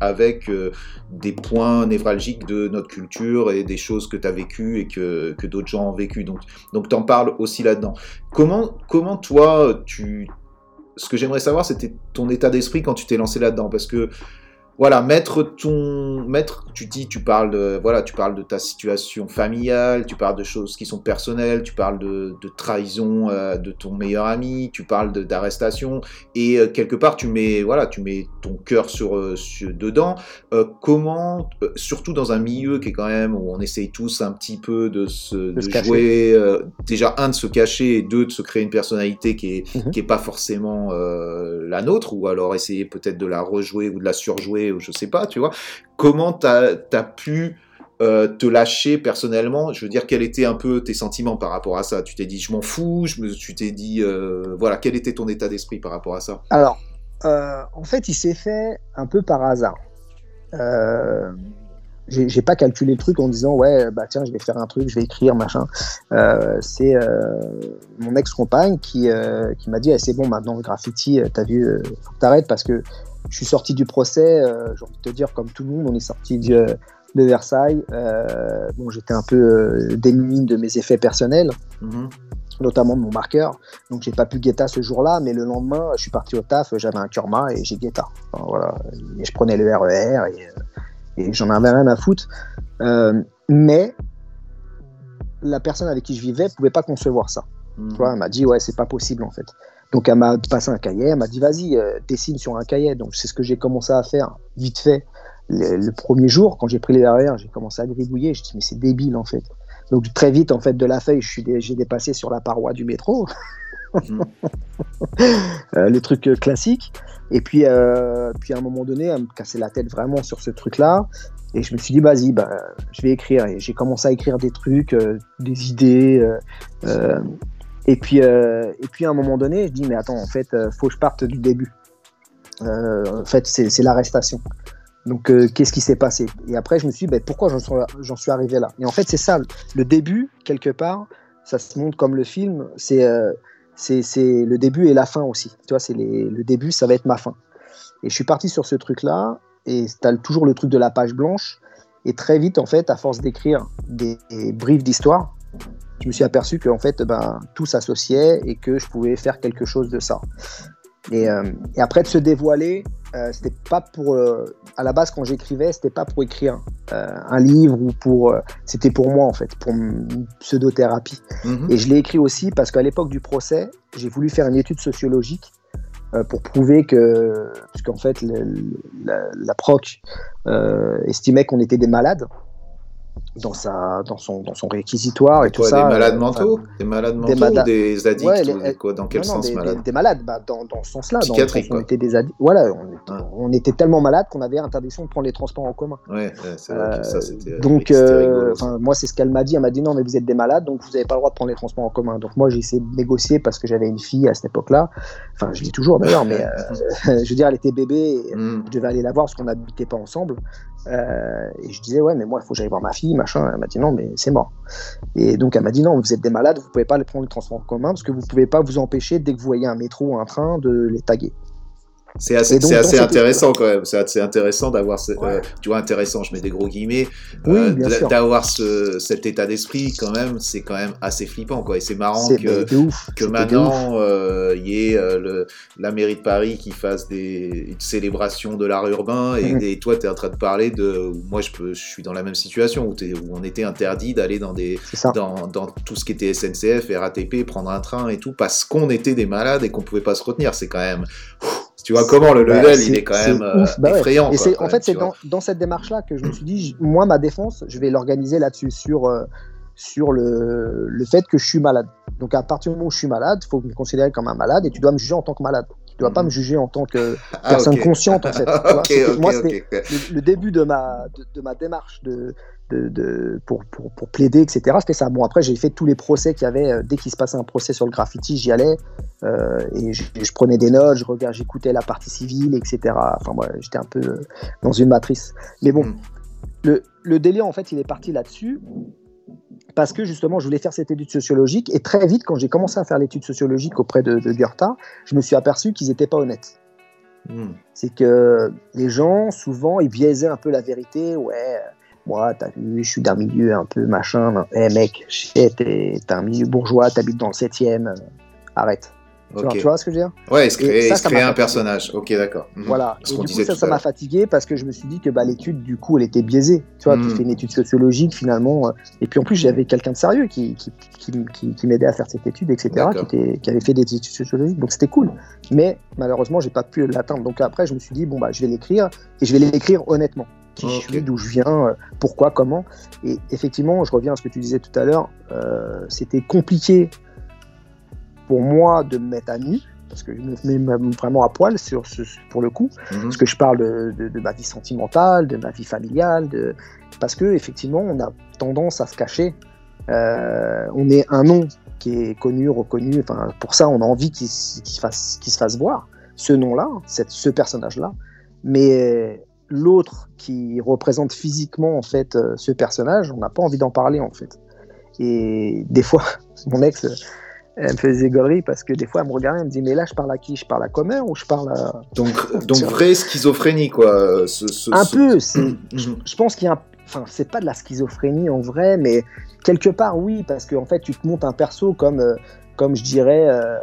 des points névralgiques de notre culture et des choses que tu as vécues et que d'autres gens ont vécues. Donc t'en parles aussi là-dedans. Comment toi, ce que j'aimerais savoir, c'était ton état d'esprit quand tu t'es lancé là-dedans, parce que voilà, tu parles de ta situation familiale, tu parles de choses qui sont personnelles, tu parles de trahison de ton meilleur ami, tu parles d'arrestation, et quelque part tu mets ton cœur dedans. Comment, surtout dans un milieu qui est quand même où on essaye tous un petit peu de jouer, déjà de se cacher, et de se créer une personnalité qui est pas forcément la nôtre, ou alors essayer peut-être de la rejouer ou de la surjouer, ou je sais pas, tu vois. Comment t'as pu te lâcher personnellement? Je veux dire, quels étaient un peu tes sentiments par rapport à ça? Tu t'es dit, je m'en fous, tu t'es dit, quel était ton état d'esprit par rapport à ça? Alors, en fait, il s'est fait un peu par hasard. J'ai pas calculé le truc en disant, tiens, je vais faire un truc, je vais écrire, machin. C'est mon ex-compagne qui m'a dit, c'est bon, maintenant le graffiti, t'as vu, faut que t'arrêtes, parce que je suis sorti du procès, j'ai envie de te dire, comme tout le monde, on est sorti de Versailles. J'étais un peu démuni de mes effets personnels. notamment de mon marqueur. Donc j'ai pas pu guetta ce jour-là, mais le lendemain, je suis parti au taf, j'avais un kurma et j'ai guetta. Enfin, voilà. Et je prenais le RER et j'en avais rien à foutre. Mais la personne avec qui je vivais pouvait pas concevoir ça. Tu vois, elle m'a dit ouais, c'est pas possible en fait. Donc elle m'a passé un cahier, elle m'a dit vas-y, dessine sur un cahier. Donc c'est ce que j'ai commencé à faire vite fait le premier jour quand j'ai pris les RER, j'ai commencé à gribouiller. Je dis mais c'est débile en fait. Donc très vite en fait de la feuille, j'ai dépassé sur la paroi du métro. Le truc classique. Et puis à un moment donné, elle me cassait la tête vraiment sur ce truc-là. Et je me suis dit, vas-y, je vais écrire. Et j'ai commencé à écrire des trucs, des idées. Et puis à un moment donné, je dis, mais attends, en fait, faut que je parte du début. En fait, c'est l'arrestation. Donc, qu'est-ce qui s'est passé? Et après, je me suis dit, pourquoi j'en suis arrivé là? Et en fait, c'est ça, le début, quelque part, ça se montre comme le film, c'est le début et la fin aussi. Tu vois, le début, ça va être ma fin. Et je suis parti sur ce truc-là. Et tu as toujours le truc de la page blanche. Et très vite, en fait, à force d'écrire des briefs d'histoire, je me suis aperçu que en fait, tout s'associait et que je pouvais faire quelque chose de ça. Et après, de se dévoiler, c'était pas pour... à la base, quand j'écrivais, c'était pas pour écrire un livre ou pour... c'était pour moi, en fait, pour une pseudothérapie. Et je l'ai écrit aussi parce qu'à l'époque du procès, j'ai voulu faire une étude sociologique pour prouver que, parce qu'en fait, la proc estimait qu'on était des malades dans son réquisitoire et tout ça. Des malades mentaux, des malades mentaux ou des addicts, quoi, dans quel sens malades? Des malades, dans ce sens-là. Psychiatrique, on était des addicts. Voilà, on était tellement malades qu'on avait interdiction de prendre les transports en commun. Ouais, c'est vrai que ça c'était. Donc, c'était rigolo, moi c'est ce qu'elle m'a dit. Elle m'a dit non, mais vous êtes des malades, donc vous n'avez pas le droit de prendre les transports en commun. Donc moi j'ai essayé de négocier parce que j'avais une fille à cette époque-là. Enfin, je l'ai toujours d'ailleurs, mais je veux dire, elle était bébé. Et je devais aller la voir parce qu'on n'habitait pas ensemble. Et je disais ouais, mais moi il faut que j'aille voir ma fille, machin. Elle m'a dit non, mais c'est mort. Et donc elle m'a dit non, vous êtes des malades, vous pouvez pas les prendre le transport en commun parce que vous pouvez pas vous empêcher dès que vous voyez un métro ou un train de les taguer. C'est assez intéressant quand même. C'est assez intéressant d'avoir, tu vois, intéressant, je mets des gros guillemets, d'avoir cet état d'esprit quand même. C'est quand même assez flippant, quoi. Et c'est marrant que maintenant il y ait la mairie de Paris qui fasse une célébration de l'art urbain et toi, tu es en train de parler de. Moi, je suis dans la même situation où on était interdit d'aller dans tout ce qui était SNCF, RATP, prendre un train et tout parce qu'on était des malades et qu'on pouvait pas se retenir. C'est quand même. Tu vois comment le level, il est quand même effrayant. Et c'est dans cette démarche-là que je me suis dit, moi, ma défense, je vais l'organiser là-dessus, sur le fait que je suis malade. Donc, à partir du moment où je suis malade, il faut me considérer comme un malade et tu dois me juger en tant que malade. Tu ne dois pas me juger en tant que personne consciente, en fait. Moi, c'était le début de ma démarche pour plaider, etc. C'était ça. Bon, après, j'ai fait tous les procès qu'il y avait. Dès qu'il se passait un procès sur le graffiti, j'y allais. Et je prenais des notes, j'écoutais la partie civile, etc. Enfin, moi, j'étais un peu dans une matrice. Mais bon, le délire, en fait, il est parti là-dessus. Parce que justement, je voulais faire cette étude sociologique. Et très vite, quand j'ai commencé à faire l'étude sociologique auprès de Goethe, je me suis aperçu qu'ils n'étaient pas honnêtes. C'est que les gens, souvent, ils biaisaient un peu la vérité. Ouais, moi, t'as vu, je suis d'un milieu un peu machin. Mec, t'es un milieu bourgeois, t'habites dans le 7e. Arrête. Tu vois ce que je veux dire? Ouais, il se crée un personnage. Ok, d'accord. Voilà. Et du coup, ça m'a fatigué parce que je me suis dit que l'étude, du coup, elle était biaisée. Tu vois, tu fais une étude sociologique finalement. Et puis en plus, j'avais quelqu'un de sérieux qui m'aidait à faire cette étude, etc., qui avait fait des études sociologiques. Donc c'était cool. Mais malheureusement, j'ai pas pu l'atteindre. Donc après, je me suis dit, je vais l'écrire et je vais l'écrire honnêtement. Qui je suis, d'où je viens, pourquoi, comment. Et effectivement, je reviens à ce que tu disais tout à l'heure. C'était compliqué pour moi de me mettre à nu, parce que je me mets vraiment à poil pour le coup, parce que je parle de ma vie sentimentale, de ma vie familiale, parce que effectivement on a tendance à se cacher. On est un nom qui est connu, reconnu, enfin pour ça on a envie qu'il se fasse voir, ce nom-là, ce personnage-là, mais l'autre qui représente physiquement en fait ce personnage, on n'a pas envie d'en parler en fait. Et des fois, mon ex, elle me faisait des gauleries parce que des fois, elle me regardait, elle me dit mais là, je parle à qui? Je parle à Comer ou je parle à... Donc vraie schizophrénie, quoi. Peu, je pense qu'il y a Enfin, c'est pas de la schizophrénie en vrai, mais quelque part, oui, parce qu'en fait, tu te montes un perso comme comme je dirais,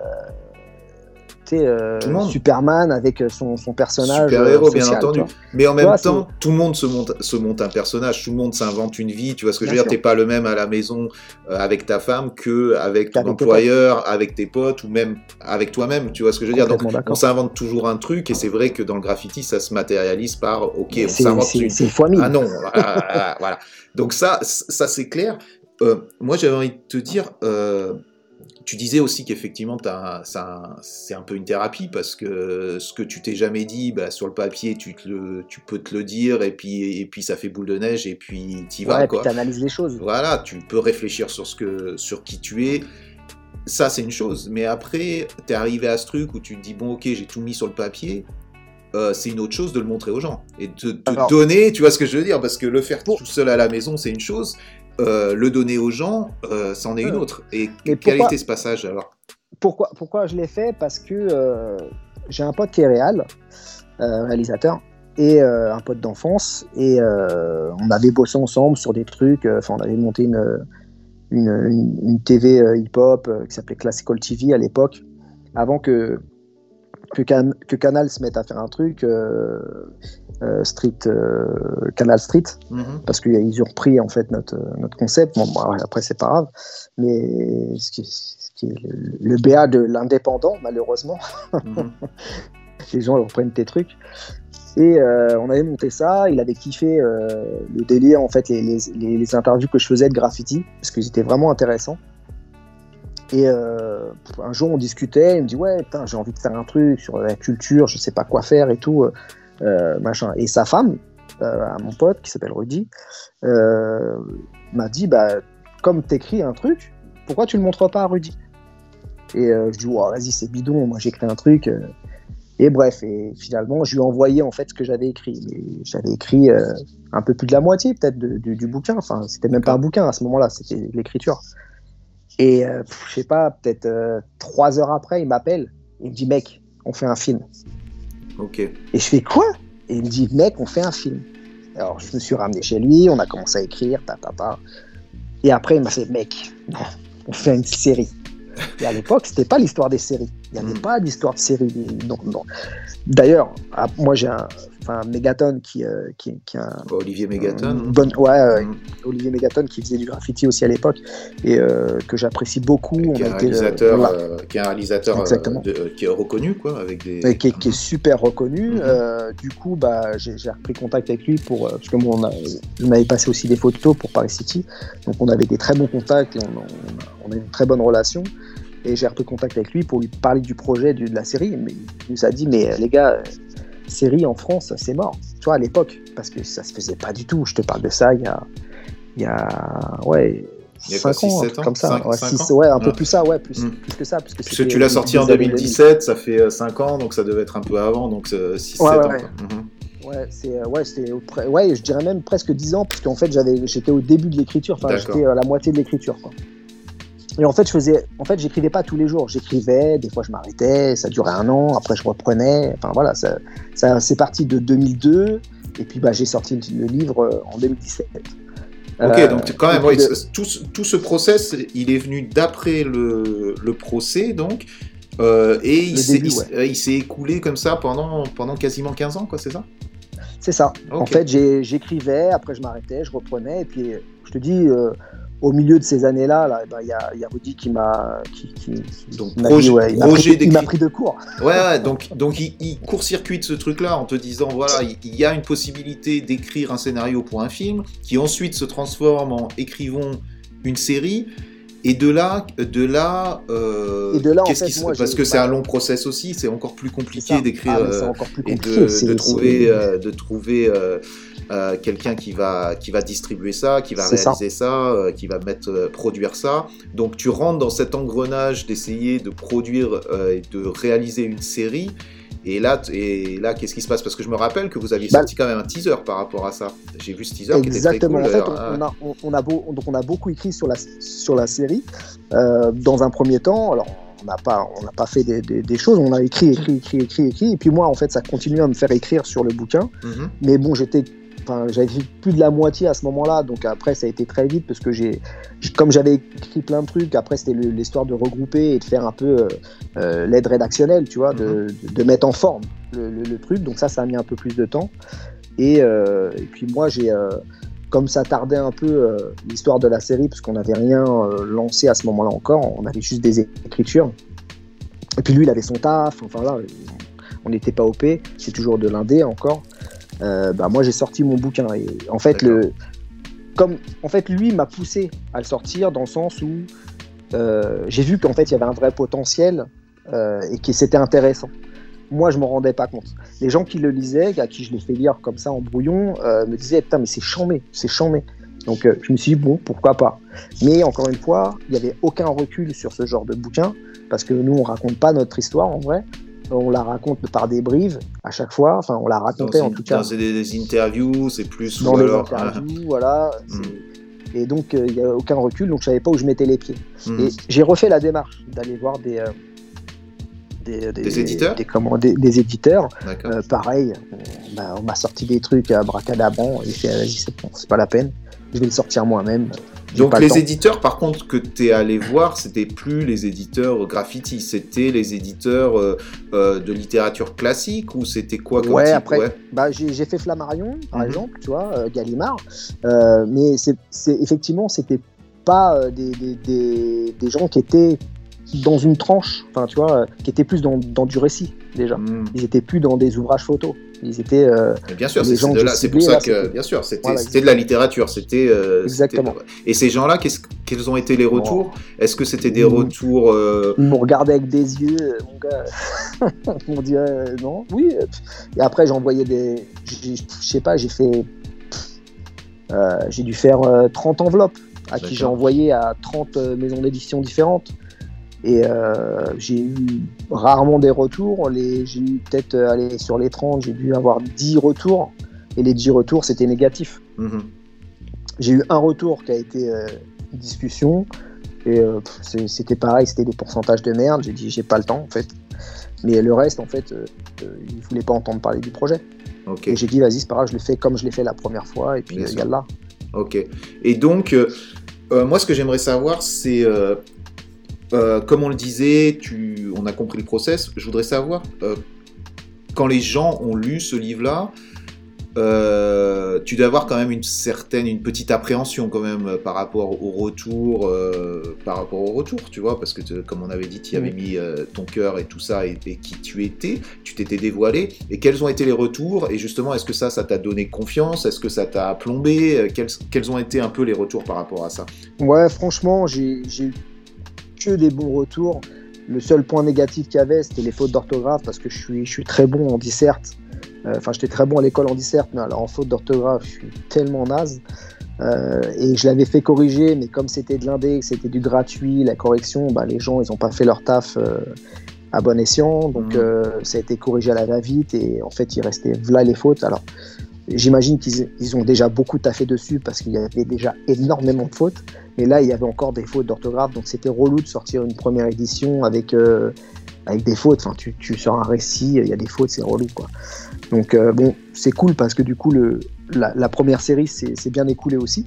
Superman avec son personnage super-héros, social, bien entendu. Tu vois. Mais en même vois, temps, tout le monde se monte un personnage, tout le monde s'invente une vie. Tu vois ce que je veux Bien dire? sûr. T'es pas le même à la maison avec ta femme qu'avec ton Qu'avec tes employeur, avec tes potes ou même avec toi-même. Tu vois ce que je veux dire? Donc, Complètement on d'accord. s'invente toujours un truc et c'est vrai que dans le graffiti, ça se matérialise par OK, on C'est s'invente une. fois 1000. Ah non, voilà. Donc ça c'est clair. Moi, j'avais envie de te dire. Tu disais aussi qu'effectivement, c'est un peu une thérapie parce que ce que tu t'es jamais dit, sur le papier, tu peux te le dire et puis ça fait boule de neige et puis t'y vas, Ouais, quoi. puis t'analyses les choses. Voilà, tu peux réfléchir sur qui tu es. Ça, c'est une chose. Mais après, t'es arrivé à ce truc où tu te dis, bon, ok, j'ai tout mis sur le papier. C'est une autre chose de le montrer aux gens et de te donner, tu vois ce que je veux dire, parce que le faire tout seul à la maison, c'est une chose. Le donner aux gens, c'en est une autre. Et quel était ce passage alors? Pourquoi je l'ai fait? Parce que j'ai un pote qui est réalisateur, et un pote d'enfance, et on avait bossé ensemble sur des trucs. On avait monté une TV hip-hop qui s'appelait Classical TV à l'époque, avant que Canal se mette à faire un truc Canal Street, parce qu'ils ont repris en fait notre concept. Bon, après c'est pas grave, mais ce qui est le BA de l'indépendant, malheureusement. Les gens reprennent tes trucs, et on avait monté ça. Il avait kiffé le délire, en fait, les interviews que je faisais de graffiti, parce qu'ils étaient vraiment intéressants. Et un jour on discutait, il me dit ouais, putain, j'ai envie de faire un truc sur la culture, je sais pas quoi faire et tout, machin. Et sa femme, à mon pote qui s'appelle Rudy, m'a dit comme t'écris un truc, pourquoi tu le montres pas à Rudy? Et je dis oh, vas-y, c'est bidon, moi j'écris un truc. Et bref, et finalement je lui ai envoyé en fait ce que j'avais écrit. Mais j'avais écrit un peu plus de la moitié peut-être du bouquin. Enfin, c'était même pas un bouquin à ce moment-là, c'était l'écriture. Et je sais pas, peut-être 3 heures après, il m'appelle, il me dit mec, on fait un film. Ok. Et je fais quoi? Et il me dit mec, on fait un film. Alors je me suis ramené chez lui, on a commencé à écrire, Et après il m'a fait mec, non, on fait une série. Et à l'époque, c'était pas l'histoire des séries. Il n'y avait pas d'histoire de série. Non. D'ailleurs, moi j'ai un Megaton qui a Olivier Megaton. Olivier Megaton qui faisait du graffiti aussi à l'époque, et que j'apprécie beaucoup. Qui est un réalisateur qui est reconnu, quoi, avec des. Qui est super reconnu. Du coup, j'ai repris contact avec lui parce que moi, on avait passé aussi des photos pour Paris City, donc on avait des très bons contacts et on a une très bonne relation. Et j'ai repris contact avec lui pour lui parler du projet de la série. Mais il nous a dit mais les gars, série en France, c'est mort. Tu vois, à l'époque, parce que ça se faisait pas du tout. Je te parle de ça il y a 5 ans, un truc comme ça. 5 ans. Un peu plus ça, plus que ça. Parce que tu l'as sorti en 2017, ça fait 5 ans, donc ça devait être un peu avant, donc 6-7 ans. Je dirais même presque 10 ans, parce qu'en fait, j'étais au début de l'écriture, j'étais à la moitié de l'écriture, quoi. Et en fait, j'écrivais pas tous les jours. J'écrivais, des fois je m'arrêtais, ça durait 1 an, après je reprenais. Enfin voilà, ça c'est parti de 2002, et puis j'ai sorti le livre en 2017. Ok, donc quand même, tout ce process, il est venu d'après le procès, donc, et il s'est écoulé comme ça pendant quasiment 15 ans, quoi, c'est ça? C'est ça. Okay. En fait, j'écrivais, après je m'arrêtais, je reprenais, et puis je te dis, au milieu de ces années-là, il y a Rudy qui m'a pris de court. Ouais, donc il court-circuite ce truc-là en te disant, voilà, il y a une possibilité d'écrire un scénario pour un film, qui ensuite se transforme en écrivons une série. Et de là, qu'est-ce qui se passe? Parce que c'est un long process aussi, c'est encore plus compliqué d'écrire et de trouver quelqu'un qui va distribuer ça, qui va réaliser ça, qui va produire ça. Donc tu rentres dans cet engrenage d'essayer de produire et de réaliser une série. Et là, qu'est-ce qui se passe? Parce que je me rappelle que vous aviez sorti quand même un teaser par rapport à ça. J'ai vu ce teaser qui était très cool. Exactement. En fait, on a beaucoup écrit sur la série. Dans un premier temps, alors on n'a pas fait des choses. On a écrit. Et puis moi, en fait, ça continuait à me faire écrire sur le bouquin. Mais bon, j'étais j'avais fait plus de la moitié à ce moment-là, donc après ça a été très vite parce que comme j'avais écrit plein de trucs, après c'était l'histoire de regrouper et de faire un peu l'aide rédactionnelle, tu vois, de mettre en forme le truc, donc ça a mis un peu plus de temps. Et puis moi comme ça tardait un peu l'histoire de la série, parce qu'on n'avait rien lancé à ce moment-là encore, on avait juste des écritures. Et puis lui, il avait son taf, enfin là, on n'était pas OP, c'est toujours de l'indé encore. Moi, j'ai sorti mon bouquin. Et en fait, lui m'a poussé à le sortir dans le sens où j'ai vu qu'en fait, il y avait un vrai potentiel et que c'était intéressant. Moi, je m'en rendais pas compte. Les gens qui le lisaient, à qui je l'ai fait lire comme ça en brouillon, me disaient putain, mais c'est chambé. Donc, je me suis dit bon, pourquoi pas. Mais encore une fois, il n'y avait aucun recul sur ce genre de bouquin parce que nous, on raconte pas notre histoire en vrai. On la raconte par des brives à chaque fois. Enfin, on la racontait en tout cas. C'est des interviews, c'est plus. Dans les interviews, voilà. Et donc, il n'y a aucun recul, donc je savais pas où je mettais les pieds. Et j'ai refait la démarche d'aller voir des éditeurs des éditeurs. Pareil, on m'a sorti des trucs à bracadaban. Et j'ai fait, vas-y, c'est pas la peine. Je vais le sortir moi-même. Donc les éditeurs, par contre, que tu es allé voir, c'était plus les éditeurs graffiti, c'était les éditeurs de littérature classique, ou c'était quoi comme type? Après, j'ai fait Flammarion, par exemple, tu vois, Gallimard, mais effectivement, c'était pas des gens qui étaient dans une tranche, enfin, tu vois, qui étaient plus dans du récit, déjà. Ils étaient plus dans des ouvrages photos. Ils étaient. Bien sûr, c'est pour ça que, bien sûr, c'était de la littérature. Exactement. Et ces gens-là, quels ont été les retours? Est-ce que c'était des retours Ils m'ont regardé avec des yeux, mon gars. Ils m'ont dit non, oui. Et après, j'envoyais je sais pas, j'ai dû faire 30 enveloppes à qui j'ai envoyé à 30 maisons d'édition différentes. Et j'ai eu rarement des retours. J'ai eu peut-être, sur les 30, j'ai dû avoir 10 retours. Et les 10 retours, c'était négatif. J'ai eu un retour qui a été une discussion. Et c'était pareil, c'était des pourcentages de merde. J'ai dit, j'ai pas le temps, en fait. Mais le reste, en fait, ils voulaient pas entendre parler du projet. Okay. Et j'ai dit, vas-y, c'est pas grave, je le fais comme je l'ai fait la première fois. Et puis, yallah. Ok. Et donc, moi, ce que j'aimerais savoir, c'est... comme on le disait, on a compris le process. Je voudrais savoir, quand les gens ont lu ce livre-là, tu dois avoir quand même une petite appréhension quand même par rapport au retour, tu vois, parce que comme on avait dit, tu y avais mis ton cœur et tout ça, et qui tu t'étais dévoilé. Et quels ont été les retours? Et justement, est-ce que ça t'a donné confiance? Est-ce que ça t'a plombé? Quels ont été un peu les retours par rapport à ça? Ouais, franchement, j'ai eu que des bons retours. Le seul point négatif qu'il y avait, c'était les fautes d'orthographe, parce que je suis très bon en disserte. J'étais très bon à l'école en disserte, mais alors en faute d'orthographe, je suis tellement naze. Et je l'avais fait corriger, mais comme c'était de l'indé, c'était du gratuit, la correction, les gens, ils n'ont pas fait leur taf à bon escient. Donc ça a été corrigé à la va-vite, et en fait, il restait voilà les fautes. Alors, j'imagine qu'ils ont déjà beaucoup taffé dessus, parce qu'il y avait déjà énormément de fautes. Mais là, il y avait encore des fautes d'orthographe, donc c'était relou de sortir une première édition avec des fautes. Enfin, tu sors un récit, il y a des fautes, c'est relou, quoi. Donc c'est cool parce que du coup la première série s'est bien écoulée aussi.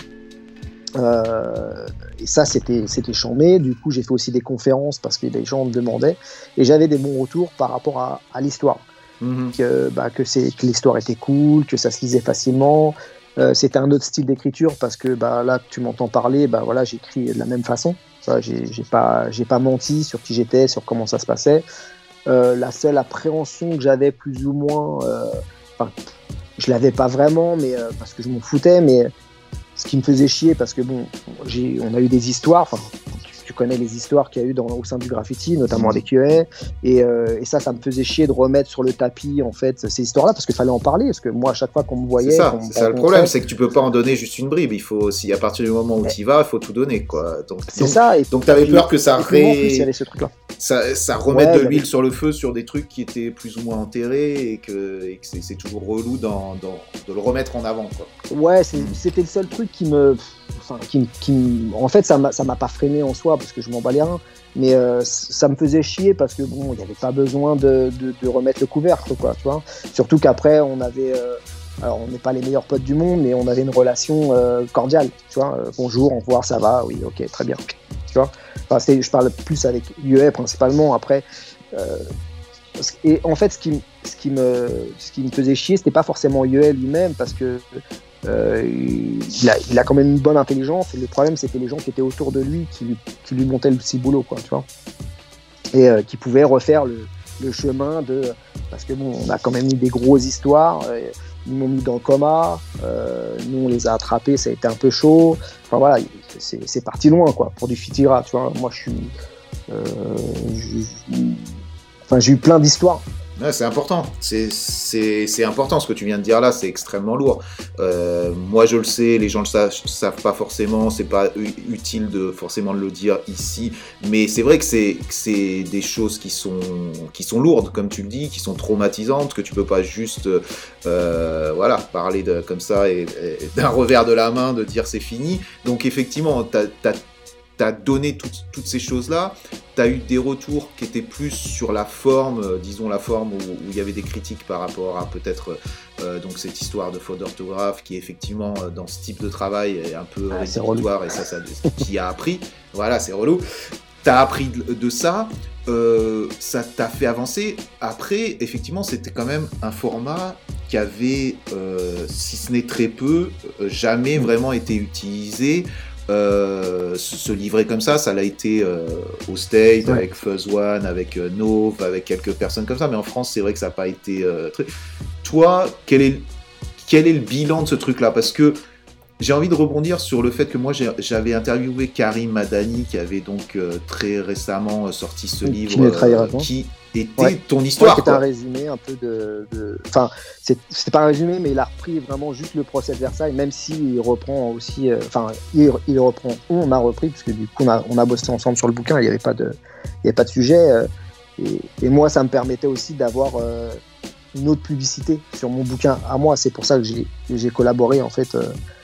Et ça c'était chambé. Du coup j'ai fait aussi des conférences parce que les gens me demandaient, et j'avais des bons retours par rapport à l'histoire. Que l'histoire était cool, que ça se lisait facilement. C'était un autre style d'écriture parce que là tu m'entends parler, j'écris de la même façon. J'ai pas menti sur qui j'étais, sur comment ça se passait. La seule appréhension que j'avais plus ou moins, je l'avais pas vraiment, mais parce que je m'en foutais, mais ce qui me faisait chier, parce que on a eu des histoires, tu connais les histoires qu'il y a eu au sein du graffiti, notamment avec UA, et ça me faisait chier de remettre sur le tapis en fait ces histoires-là, parce qu'il fallait en parler, parce que moi à chaque fois qu'on me voyait, c'est ça le problème, c'est que tu peux pas en donner juste une bribe, il faut aussi, à partir du moment où tu y vas, il faut tout donner, quoi. Donc t'avais peur que ça ça remette de l'huile sur le feu sur des trucs qui étaient plus ou moins enterrés, et que c'est toujours relou de le remettre en avant, quoi. Ouais, c'était le seul truc qui en fait ça m'a pas freiné en soi, parce que je m'en bats les reins, mais ça me faisait chier parce que il y avait pas besoin de remettre le couvercle, quoi, tu vois. Surtout qu'après on avait Alors, on n'est pas les meilleurs potes du monde, mais on avait une relation cordiale, tu vois. Bonjour, au revoir, ça va, oui, ok, très bien, tu vois. Enfin, je parle plus avec Yue principalement. Après, et en fait, ce qui me faisait chier, c'était pas forcément Yue lui-même, parce que il a quand même une bonne intelligence. Et le problème, c'était les gens qui étaient autour de lui qui lui montaient le petit boulot, quoi, tu vois. Et qui pouvaient refaire le chemin parce que bon, on a quand même eu des grosses histoires. Ils m'ont mis dans le coma, nous on les a attrapés, ça a été un peu chaud. Enfin voilà, c'est parti loin, quoi, pour du Fitira, tu vois. Moi j'ai eu plein d'histoires. Ouais, c'est important, c'est important ce que tu viens de dire là, c'est extrêmement lourd. Moi je le sais, les gens le savent pas forcément, c'est pas utile forcément de le dire ici, mais c'est vrai que c'est des choses qui sont lourdes, comme tu le dis, qui sont traumatisantes, que tu peux pas juste parler comme ça et d'un revers de la main de dire c'est fini. Donc effectivement, t'as donné toutes ces choses-là, t'as eu des retours qui étaient plus sur la forme, disons la forme où il y avait des critiques par rapport à peut-être donc cette histoire de faute d'orthographe qui effectivement dans ce type de travail est un peu rédhibitoire et ça qui a appris, voilà, c'est relou. T'as appris de ça, ça t'a fait avancer. Après, effectivement, c'était quand même un format qui avait, si ce n'est très peu, jamais vraiment été utilisé. Se livrer comme ça l'a été au State, avec Fuzz One, avec Nove, avec quelques personnes comme ça, mais en France c'est vrai que ça n'a pas été très... Toi, quel est le bilan de ce truc là? Parce que j'ai envie de rebondir sur le fait que moi j'avais interviewé Karim Madani qui avait donc très récemment sorti ce livre qui était ton histoire. C'était un résumé un peu Enfin, c'était pas un résumé, mais il a repris vraiment juste le procès de Versailles, même s'il reprend aussi... il reprend... On a repris, parce que du coup, on a bossé ensemble sur le bouquin, il n'y avait pas de sujet. Et moi, ça me permettait aussi d'avoir une autre publicité sur mon bouquin à moi. C'est pour ça que j'ai collaboré, en fait,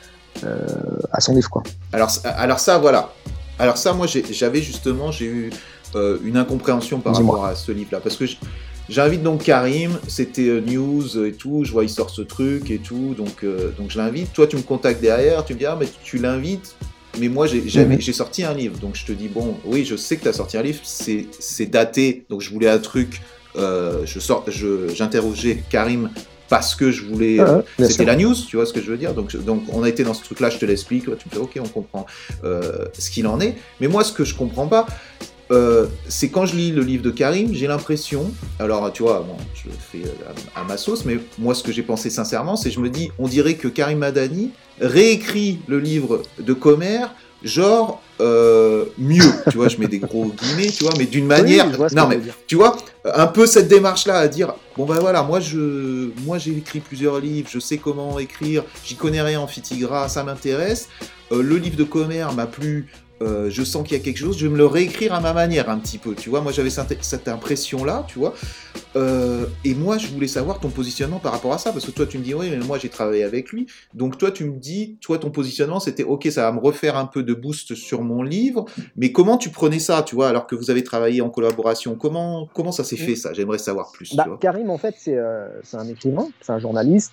à son livre, quoi. Alors ça, voilà. Alors ça, moi, j'ai eu une incompréhension par rapport à ce livre-là, parce que j'invite donc Karim, c'était news et tout, je vois il sort ce truc et tout, donc je l'invite. Toi, tu me contactes derrière, tu me dis mais tu l'invites, mais moi j'ai sorti un livre, donc je te dis bon, oui, je sais que tu as sorti un livre, c'est daté, donc je voulais un truc, j'interrogeais Karim parce que je voulais, c'était la news, tu vois ce que je veux dire, donc on a été dans ce truc-là, je te l'explique, tu me fais ok, on comprend ce qu'il en est, mais moi ce que je comprends pas, c'est quand je lis le livre de Karim, j'ai l'impression, alors tu vois, bon, je le fais à ma sauce, mais moi ce que j'ai pensé sincèrement, c'est je me dis, on dirait que Karim Madani réécrit le livre de Comer, genre mieux, tu vois, je mets des gros guillemets, tu vois, mais d'une manière, tu vois, un peu cette démarche-là à dire, bon ben voilà, moi j'ai écrit plusieurs livres, je sais comment écrire, j'y connais rien en Fitigra, ça m'intéresse, le livre de Comer m'a plu. Je sens qu'il y a quelque chose, je vais me le réécrire à ma manière un petit peu, tu vois, moi j'avais cette impression-là, tu vois, et moi je voulais savoir ton positionnement par rapport à ça, parce que toi tu me dis, oui, mais moi j'ai travaillé avec lui, donc toi tu me dis, toi ton positionnement c'était, ok, ça va me refaire un peu de boost sur mon livre, mais comment tu prenais ça, tu vois, alors que vous avez travaillé en collaboration, comment ça s'est fait ça, j'aimerais savoir plus, tu vois. Karim en fait c'est un écrivain, c'est un journaliste,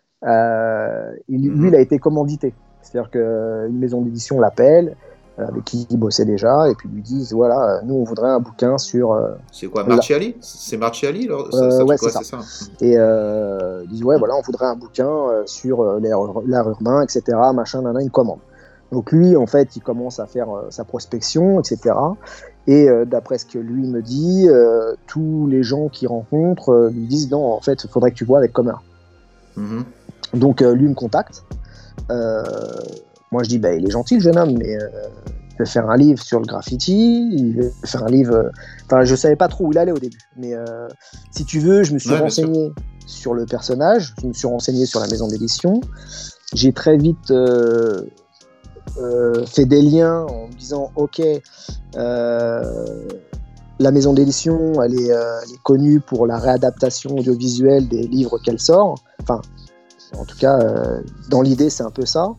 lui il a été commandité, c'est-à-dire qu'une maison d'édition l'appelle, avec qui il bossait déjà, et puis lui disent voilà, nous on voudrait un bouquin sur. C'est quoi, Marchiali ? C'est Marchiali, ouais, c'est ça. Et ils disent ouais, voilà, on voudrait un bouquin sur l'art urbain, etc. Machin, une commande. Donc lui, en fait, il commence à faire sa prospection, etc. Et d'après ce que lui me dit, tous les gens qu'il rencontre lui disent non, en fait, il faudrait que tu vois avec Comer. Mm-hmm. Donc lui me contacte. Moi, je dis, il est gentil, le jeune homme, mais il veut faire un livre sur le graffiti, il veut faire un livre... Enfin, je savais pas trop où il allait au début, mais si tu veux, je me suis renseigné sur le personnage, je me suis renseigné sur la maison d'édition, j'ai très vite fait des liens en me disant, ok, la maison d'édition, elle est connue pour la réadaptation audiovisuelle des livres qu'elle sort, enfin, en tout cas, dans l'idée, c'est un peu ça.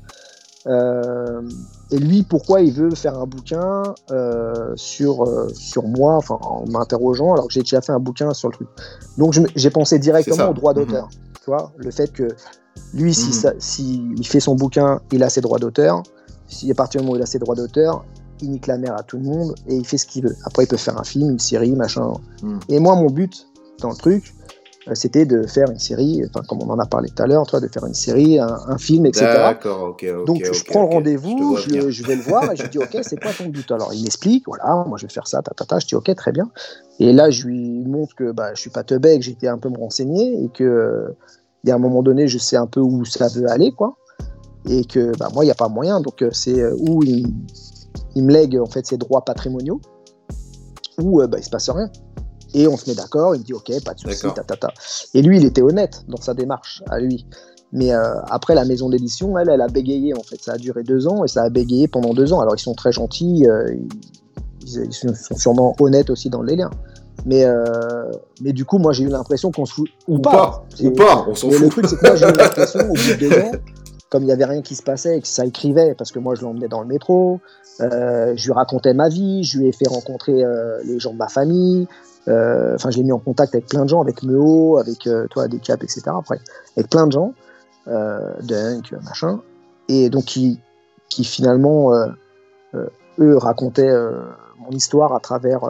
Et lui, pourquoi il veut faire un bouquin sur moi, enfin en m'interrogeant, alors que j'ai déjà fait un bouquin sur le truc. Donc j'ai pensé directement au droit d'auteur. Tu vois, le fait que Lui, s'il fait son bouquin, il a ses droits d'auteur. Si à partir du moment où il a ses droits d'auteur, il nique la mère à tout le monde et il fait ce qu'il veut. Après, il peut faire un film, une série, machin. Et moi, mon but dans le truc, c'était de faire une série, enfin, comme on en a parlé tout à l'heure, toi, de faire une série, un film, etc. D'accord, ok. Donc, je prends le rendez-vous, je vais le voir et je lui dis, ok, c'est quoi ton but? Alors, il m'explique, voilà, moi, je vais faire ça, je dis, ok, très bien. Et là, je lui montre que je suis pas teubé, que j'ai été un peu me renseigner et que, il y a un moment donné, je sais un peu où ça veut aller, quoi. Et que, moi, il n'y a pas moyen. Donc, c'est où il me lègue, en fait, ses droits patrimoniaux, où il se passe rien. Et on se met d'accord, il me dit ok, pas de souci, Et lui, il était honnête dans sa démarche, à lui. Mais après, la maison d'édition, elle a bégayé, en fait. Ça a duré 2 ans et ça a bégayé pendant 2 ans. Alors, ils sont très gentils, ils sont sûrement honnêtes aussi dans les liens. Mais du coup, moi, j'ai eu l'impression qu'on se fout. Ou pas, on s'en fout. Le truc, c'est que moi, j'ai eu l'impression, au bout de 2 ans, comme il n'y avait rien qui se passait et que ça écrivait, parce que moi, je l'emmenais dans le métro, je lui racontais ma vie, je lui ai fait rencontrer les gens de ma famille. Je l'ai mis en contact avec plein de gens, avec Meo, avec toi, des Cap, etc. Après, avec plein de gens, Dunk, machin, et donc qui finalement, eux racontaient mon histoire à travers.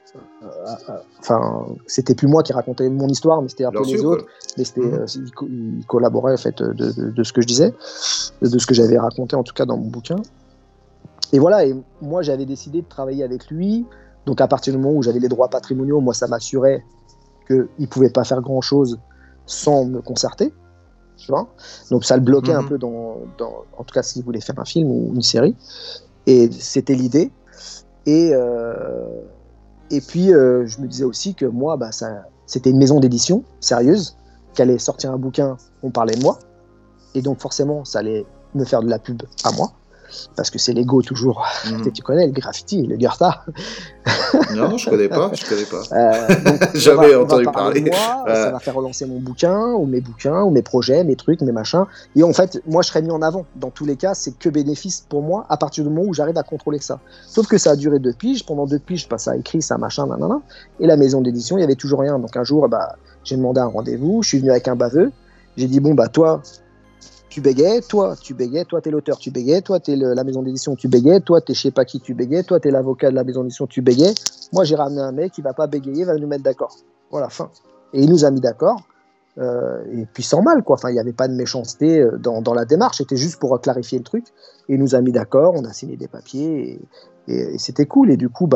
C'était plus moi qui racontais mon histoire, mais c'était un peu les autres. Mais c'était, ils collaboraient en fait de ce que je disais, de ce que j'avais raconté en tout cas dans mon bouquin. Et voilà. Et moi, j'avais décidé de travailler avec lui. Donc, à partir du moment où j'avais les droits patrimoniaux, moi, ça m'assurait qu'il ne pouvait pas faire grand-chose sans me concerter. Tu vois, donc, ça le bloquait un peu, en tout cas, s'il voulait faire un film ou une série. Et c'était l'idée. Et puis, je me disais aussi que moi, c'était une maison d'édition sérieuse, qui allait sortir un bouquin, on parlait de moi. Et donc, forcément, ça allait me faire de la pub à moi. Parce que c'est l'ego toujours. Tu connais le graffiti, le Goethe. Non, je connais pas. Jamais entendu parler. Moi, ça va faire relancer mon bouquin, ou mes projets, mes trucs, mes machins. Et en fait, moi, je serais mis en avant. Dans tous les cas, c'est que bénéfice pour moi à partir du moment où j'arrive à contrôler ça. Sauf que ça a duré 2 piges. Pendant 2 piges, ça a écrit, ça machin, nanana. Et la maison d'édition, il y avait toujours rien. Donc un jour, j'ai demandé un rendez-vous. Je suis venu avec un baveux. J'ai dit toi. Tu bégayes, toi t'es l'auteur, tu bégayes, toi t'es la maison d'édition, tu bégayes, toi t'es je sais pas qui, tu bégayes, toi t'es l'avocat de la maison d'édition, tu bégayes. Moi j'ai ramené un mec qui va pas bégayer, va nous mettre d'accord. Voilà, fin. Et il nous a mis d'accord, et puis sans mal, quoi. Enfin, il n'y avait pas de méchanceté dans la démarche, c'était juste pour clarifier le truc. Et il nous a mis d'accord, on a signé des papiers, et c'était cool. Et du coup,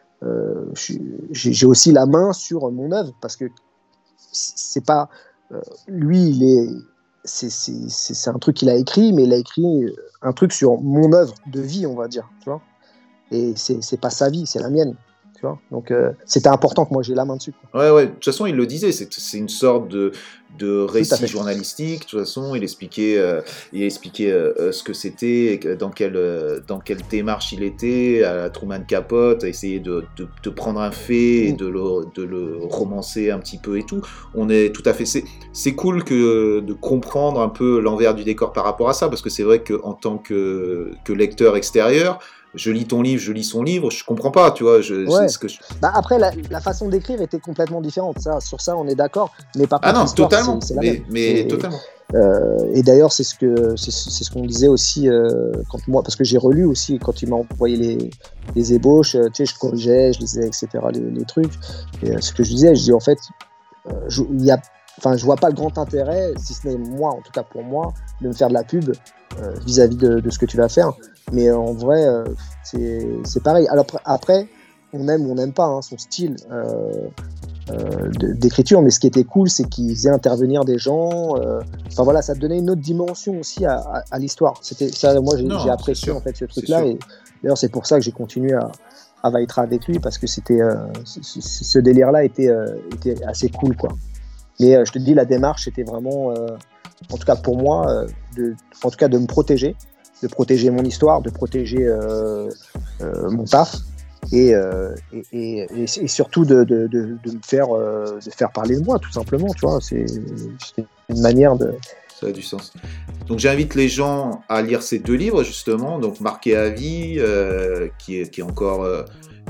j'ai aussi la main sur mon œuvre, parce que c'est pas. Lui, c'est un truc qu'il a écrit, mais il a écrit un truc sur mon œuvre de vie, on va dire, tu vois. Et c'est pas sa vie, c'est la mienne, tu vois. Donc c'était important que moi j'ai la main dessus, quoi. Ouais. De toute façon, il le disait, c'est une sorte de récit journalistique. De toute façon, il expliquait ce que c'était, dans quelle démarche il était, à la Truman Capote, à essayer de prendre un fait et de le romancer un petit peu et tout. On est tout à fait. C'est cool de comprendre un peu l'envers du décor par rapport à ça, parce que c'est vrai qu'en tant que lecteur extérieur, je lis ton livre, je lis son livre, je comprends pas, tu vois. C'est ce que après, la façon d'écrire était complètement différente. Sur ça, on est d'accord. Mais par contre, non, totalement. C'est la même. Mais totalement. Et d'ailleurs, c'est ce qu'on disait aussi parce que j'ai relu aussi quand il m'a envoyé les ébauches. Tu sais, je corrigeais, je lisais, etc. Les trucs. Et ce que je disais, en fait, je vois pas le grand intérêt, si ce n'est moi, en tout cas pour moi, de me faire de la pub vis-à-vis de ce que tu vas faire. Mais en vrai, c'est pareil. Alors après, on aime ou on n'aime pas son style d'écriture, mais ce qui était cool, c'est qu'il faisait intervenir des gens. Ça te donnait une autre dimension aussi à l'histoire. C'était ça, moi j'ai apprécié en fait ce truc-là. Et d'ailleurs, c'est pour ça que j'ai continué à Vaitra avec lui, parce que c'était ce délire-là était assez cool, quoi. Mais je te dis, la démarche était vraiment, en tout cas pour moi, de me protéger. De protéger mon histoire, de protéger mon taf et surtout de me faire parler de moi, tout simplement, tu vois. C'est une manière de... Ça a du sens. Donc j'invite les gens à lire ces 2 livres, justement, donc Marqué à vie, qui est encore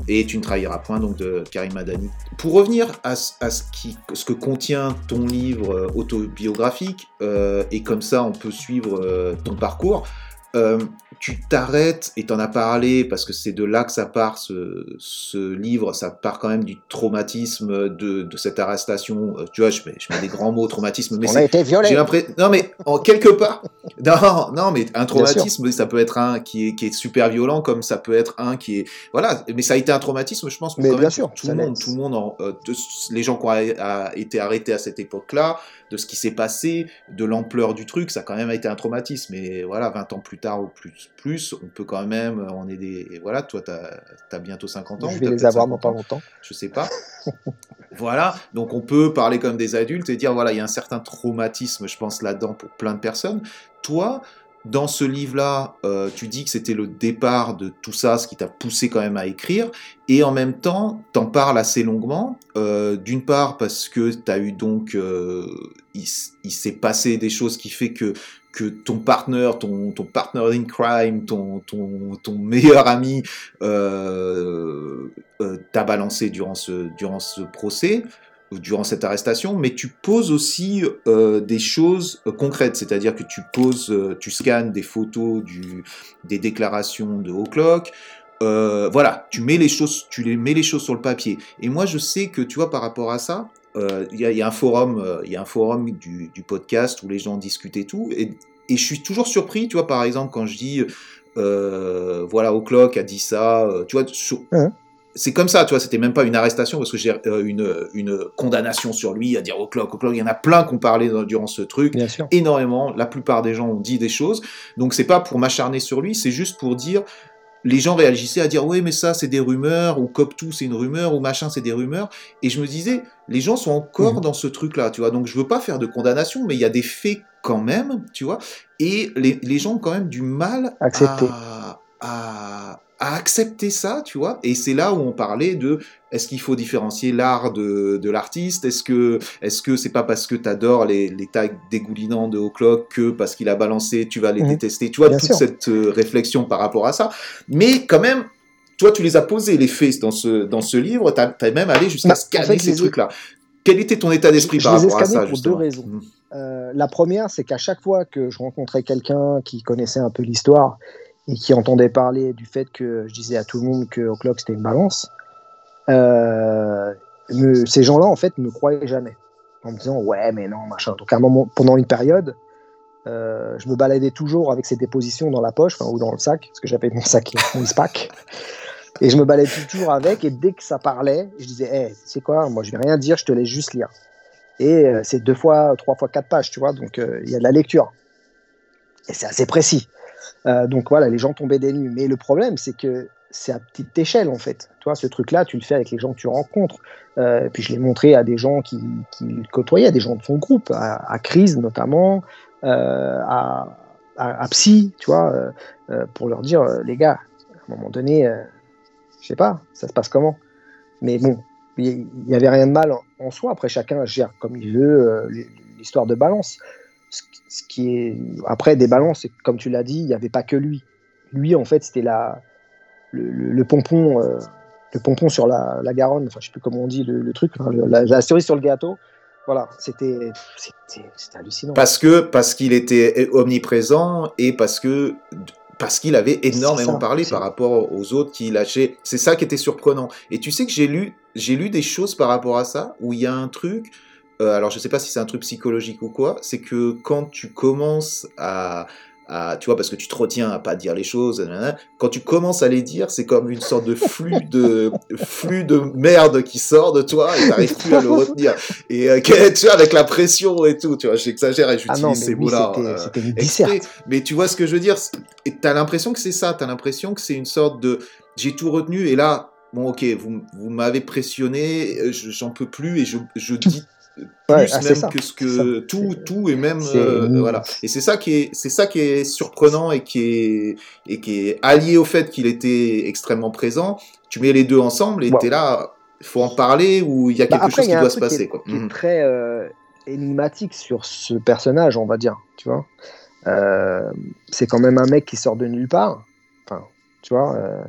Et tu ne trahiras point, donc de Karim Madani. Pour revenir à ce que contient ton livre autobiographique, et comme ça on peut suivre ton parcours, tu t'arrêtes, et t'en as parlé, parce que c'est de là que ça part, ce livre, ça part quand même du traumatisme de cette arrestation. Tu vois, je mets des grands mots, traumatisme, mais on a été violés. J'ai l'impression, non mais en quelque part, non mais un traumatisme, ça peut être un qui est super violent, comme ça peut être un qui est, voilà, mais ça a été un traumatisme, je pense, pour, mais quand bien même, sûr, pour tout le monde, les gens qui ont été arrêtés à cette époque-là, de ce qui s'est passé, de l'ampleur du truc, ça a quand même été un traumatisme. Et voilà, 20 ans plus tard ou plus, on peut quand même, on est des, et voilà, toi t'as bientôt 50 ans. Je vais les avoir dans pas longtemps. Je sais pas. Voilà, donc on peut parler comme des adultes et dire, voilà, il y a un certain traumatisme, je pense, là-dedans pour plein de personnes. Toi, dans ce livre-là, tu dis que c'était le départ de tout ça, ce qui t'a poussé quand même à écrire, et en même temps, t'en parles assez longuement, d'une part parce que t'as eu donc, il s'est passé des choses qui fait que ton partner in crime, ton meilleur ami, t'a balancé durant ce procès, durant cette arrestation, mais tu poses aussi des choses concrètes, c'est-à-dire que tu scannes des photos des déclarations de O'Clock, voilà, tu mets les choses sur le papier. Et moi, je sais que, tu vois, par rapport à ça, il y a un forum du podcast où les gens discutent et tout, et je suis toujours surpris, tu vois, par exemple, quand je dis, voilà, O'Clock a dit ça, tu vois, c'est comme ça, tu vois, c'était même pas une arrestation, parce que j'ai une condamnation sur lui, à dire O'Clock, il y en a plein qui ont parlé durant ce truc, bien sûr. Énormément, la plupart des gens ont dit des choses, donc c'est pas pour m'acharner sur lui, c'est juste pour dire, les gens réagissaient à dire, oui, mais ça, c'est des rumeurs, ou Cop2, c'est une rumeur, ou machin, c'est des rumeurs, et je me disais, les gens sont encore dans ce truc-là, tu vois, donc je veux pas faire de condamnation, mais il y a des faits quand même, tu vois, et les gens ont quand même du mal à accepter ça, tu vois, et c'est là où on parlait de, est-ce qu'il faut différencier l'art de l'artiste, est-ce que c'est pas parce que t'adores les tags dégoulinants de O'Clock que parce qu'il a balancé, tu vas les détester, tu vois, bien toute sûr. Cette réflexion par rapport à ça, mais quand même, toi tu les as posés, les faits, dans ce livre, t'as même allé jusqu'à scanner ces trucs-là. Quel était ton état d'esprit par rapport à ça, justement ? Pour deux raisons. La première, c'est qu'à chaque fois que je rencontrais quelqu'un qui connaissait un peu l'histoire et qui entendait parler du fait que je disais à tout le monde que O'Clock c'était une balance, ces gens-là en fait me croyaient jamais, en me disant ouais mais non machin. Donc à un moment, pendant une période, je me baladais toujours avec ces dépositions dans la poche, ou dans le sac, parce que j'appelle mon sac mon ispac, et je me baladais toujours avec, et dès que ça parlait, je disais hey, tu sais quoi, moi je vais rien dire, je te laisse juste lire. Et c'est 2 fois, 3 fois 4 pages, tu vois, donc il y a de la lecture. Et c'est assez précis. Donc voilà, les gens tombaient des nues. Mais le problème, c'est que c'est à petite échelle, en fait. Tu vois, ce truc-là, tu le fais avec les gens que tu rencontres. Puis je l'ai montré à des gens qui le côtoyaient, à des gens de son groupe, à Chris notamment, à Psy, tu vois, pour leur dire, les gars, à un moment donné, je sais pas, ça se passe comment. Mais bon, il n'y avait rien de mal en soi. Après, chacun gère comme il veut l'histoire de balance. Ce qui est après des balances, c'est comme tu l'as dit, il n'y avait pas que lui. Lui, en fait, c'était le pompon sur la Garonne. Enfin, je sais plus comment on dit le truc, la cerise sur le gâteau. Voilà, c'était hallucinant. Parce qu'il était omniprésent et parce qu'il avait énormément parlé par rapport aux autres qui lâchaient. C'est ça qui était surprenant. Et tu sais que j'ai lu des choses par rapport à ça, où il y a un truc, alors je sais pas si c'est un truc psychologique ou quoi, c'est que quand tu commences à tu vois, parce que tu te retiens à pas dire les choses, quand tu commences à les dire, c'est comme une sorte de flux de merde qui sort de toi et t'arrives plus à le retenir. Et tu vois, avec la pression et tout, tu vois, j'exagère et j'utilise ces mots-là. C'était une disserte. Mais tu vois ce que je veux dire, et t'as l'impression que c'est ça, t'as l'impression que c'est une sorte de, j'ai tout retenu et là, bon ok, vous m'avez pressionné, j'en peux plus et je dis plus même que ce que tout et même voilà, et c'est ça qui est surprenant et qui est allié au fait qu'il était extrêmement présent. Tu mets les deux ensemble et t'es là, il faut en parler, ou il y a quelque chose qui doit se passer, quoi. Qui est très énigmatique sur ce personnage, on va dire, tu vois. C'est quand même un mec qui sort de nulle part, enfin, tu vois,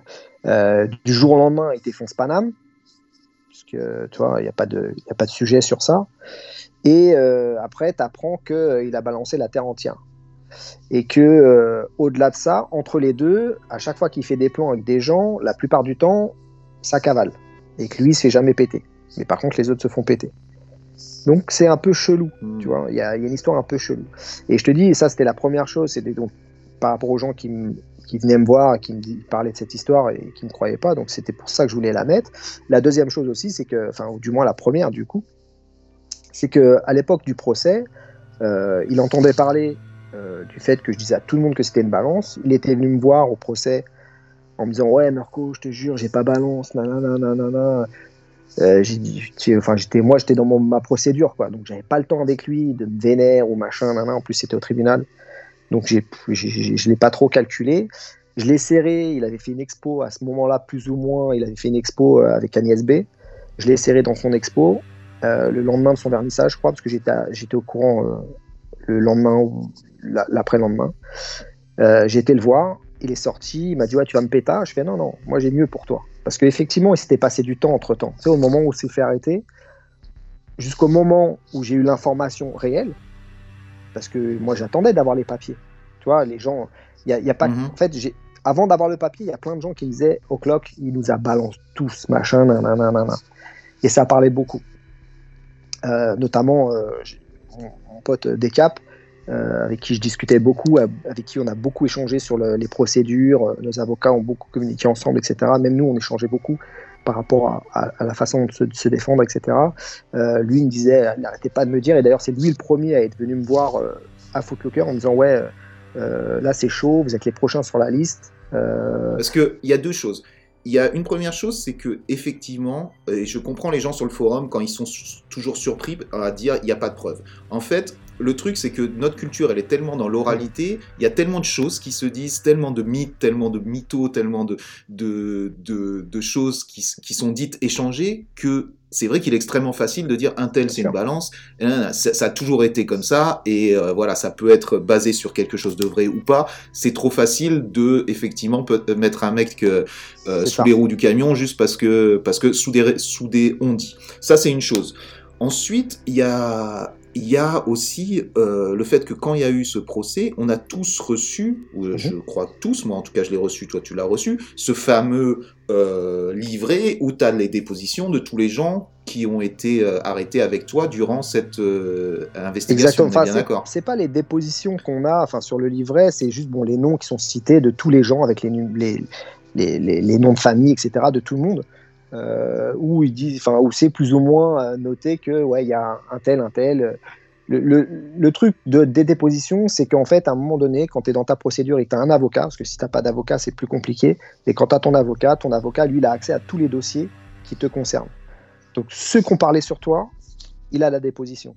Du jour au lendemain, il défonce Paname, parce que tu vois, il n'y a pas de sujet sur ça. Et après, tu apprends qu'il a balancé la terre entière. Et que au-delà de ça, entre les deux, à chaque fois qu'il fait des plans avec des gens, la plupart du temps, ça cavale. Et que lui, il se fait jamais péter. Mais par contre, les autres se font péter. Donc c'est un peu chelou, tu vois. Il y a une histoire un peu chelou. Et je te dis, ça c'était la première chose, c'était donc par rapport aux gens qui venaient me voir, qui me parlaient de cette histoire et qui ne me croyaient pas. Donc c'était pour ça que je voulais la mettre. La deuxième chose aussi, c'est que, enfin, ou du moins la première du coup, c'est que à l'époque du procès, il entendait parler du fait que je disais à tout le monde que c'était une balance. Il était venu me voir au procès en me disant ouais Mirko, je te jure, j'ai pas balance, nanana. J'étais dans ma procédure, quoi. Donc j'avais pas le temps avec lui de me vénère ou machin, en plus c'était au tribunal, donc je l'ai pas trop calculé. Je l'ai serré, il avait fait une expo à ce moment-là, plus ou moins, il avait fait une expo avec Agnès B. Je l'ai serré dans son expo le lendemain de son vernissage, je crois, parce que j'étais au courant le lendemain ou l'après-lendemain. J'ai été le voir, il est sorti, il m'a dit ouais, tu vas me péter. Je fais non, moi j'ai mieux pour toi. Parce qu'effectivement, il s'était passé du temps entre-temps. Tu sais, au moment où il s'est fait arrêter, jusqu'au moment où j'ai eu l'information réelle, parce que moi j'attendais d'avoir les papiers. Tu vois, les gens, y a pas. En fait, avant d'avoir le papier, il y a plein de gens qui disaient O'Clock, il nous a balancé tous, machin, nanana. Et ça parlait beaucoup. Notamment, mon pote Decap, avec qui je discutais beaucoup, avec qui on a beaucoup échangé sur les procédures, nos avocats ont beaucoup communiqué ensemble, etc. Même nous, on échangeait beaucoup par rapport à la façon de se défendre, etc. Lui, il me disait, il n'arrêtait pas de me dire, et d'ailleurs, c'est lui le premier à être venu me voir à Footlocker en me disant, ouais, là, c'est chaud, vous êtes les prochains sur la liste. Parce qu'il y a deux choses. Il y a une première chose, c'est que effectivement, et je comprends les gens sur le forum quand ils sont toujours surpris à dire il n'y a pas de preuves. En fait, le truc, c'est que notre culture, elle est tellement dans l'oralité, il y a tellement de choses qui se disent, tellement de mythes, tellement de mythos, tellement de choses qui sont dites, échangées, que c'est vrai qu'il est extrêmement facile de dire un tel c'est une balance. Ça a toujours été comme ça, et voilà, ça peut être basé sur quelque chose de vrai ou pas. C'est trop facile de effectivement mettre un mec sous les roues du camion juste parce que sous des on-dit. Ça, c'est une chose. Ensuite, il y a aussi le fait que quand il y a eu ce procès, on a tous reçu, je crois tous, moi en tout cas je l'ai reçu, toi tu l'as reçu, ce fameux livret où tu as les dépositions de tous les gens qui ont été arrêtés avec toi durant cette investigation. Exactement. Enfin, d'accord. C'est pas les dépositions qu'on a sur le livret, c'est juste les noms qui sont cités de tous les gens avec les noms de famille, etc., de tout le monde. Où ils disent, où c'est plus ou moins noté que ouais, il y a un tel. Le truc des dépositions, c'est qu'en fait, à un moment donné, quand tu es dans ta procédure et que tu as un avocat, parce que si tu n'as pas d'avocat, c'est plus compliqué, et quand tu as ton avocat, lui, il a accès à tous les dossiers qui te concernent. Donc, ceux qui ont parlé sur toi, il a la déposition.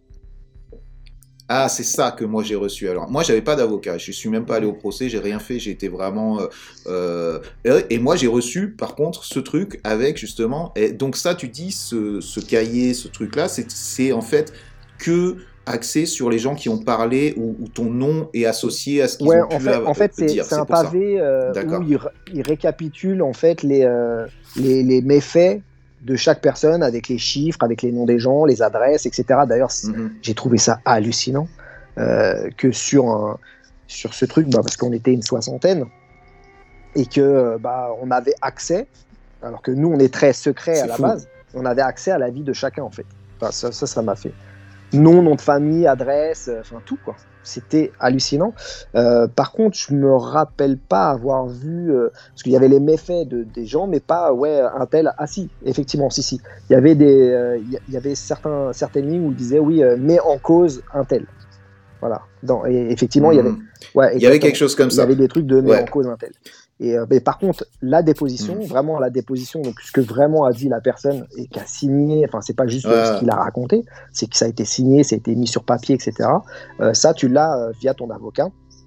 Ah, c'est ça que moi j'ai reçu. Alors, moi, j'avais pas d'avocat. Je suis même pas allé au procès. J'ai rien fait. J'ai été vraiment. Et moi, j'ai reçu, par contre, ce truc avec justement. Et donc ça, tu dis ce cahier, ce truc-là, c'est en fait que axé sur les gens qui ont parlé ou ton nom est associé à ce qu'ils ont pu dire. En fait, c'est un pavé où il récapitule en fait les méfaits de chaque personne avec les chiffres, avec les noms des gens, les adresses, etc. D'ailleurs, j'ai trouvé ça hallucinant que sur ce truc, parce qu'on était une soixantaine et que on avait accès, alors que nous on est très secret à la base, on avait accès à la vie de chacun en fait. Ça m'a fait nom de famille, adresse, tout quoi. C'était hallucinant. Par contre, je me rappelle pas avoir vu parce qu'il y avait les méfaits des gens, mais pas un tel. Ah si, effectivement, si. Il y avait il y avait certaines lignes où il disait oui, met en cause un tel. Voilà. Et effectivement, il y avait. Ouais, il y avait quelque chose comme ça. Il y avait des trucs de met en cause un tel. Mais par contre, la déposition, vraiment la déposition, donc ce que vraiment a dit la personne et qui a signé, c'est pas juste ce qu'il a raconté, c'est que ça a été signé, ça a été mis sur papier, etc. Ça, tu l'as via ton avocat.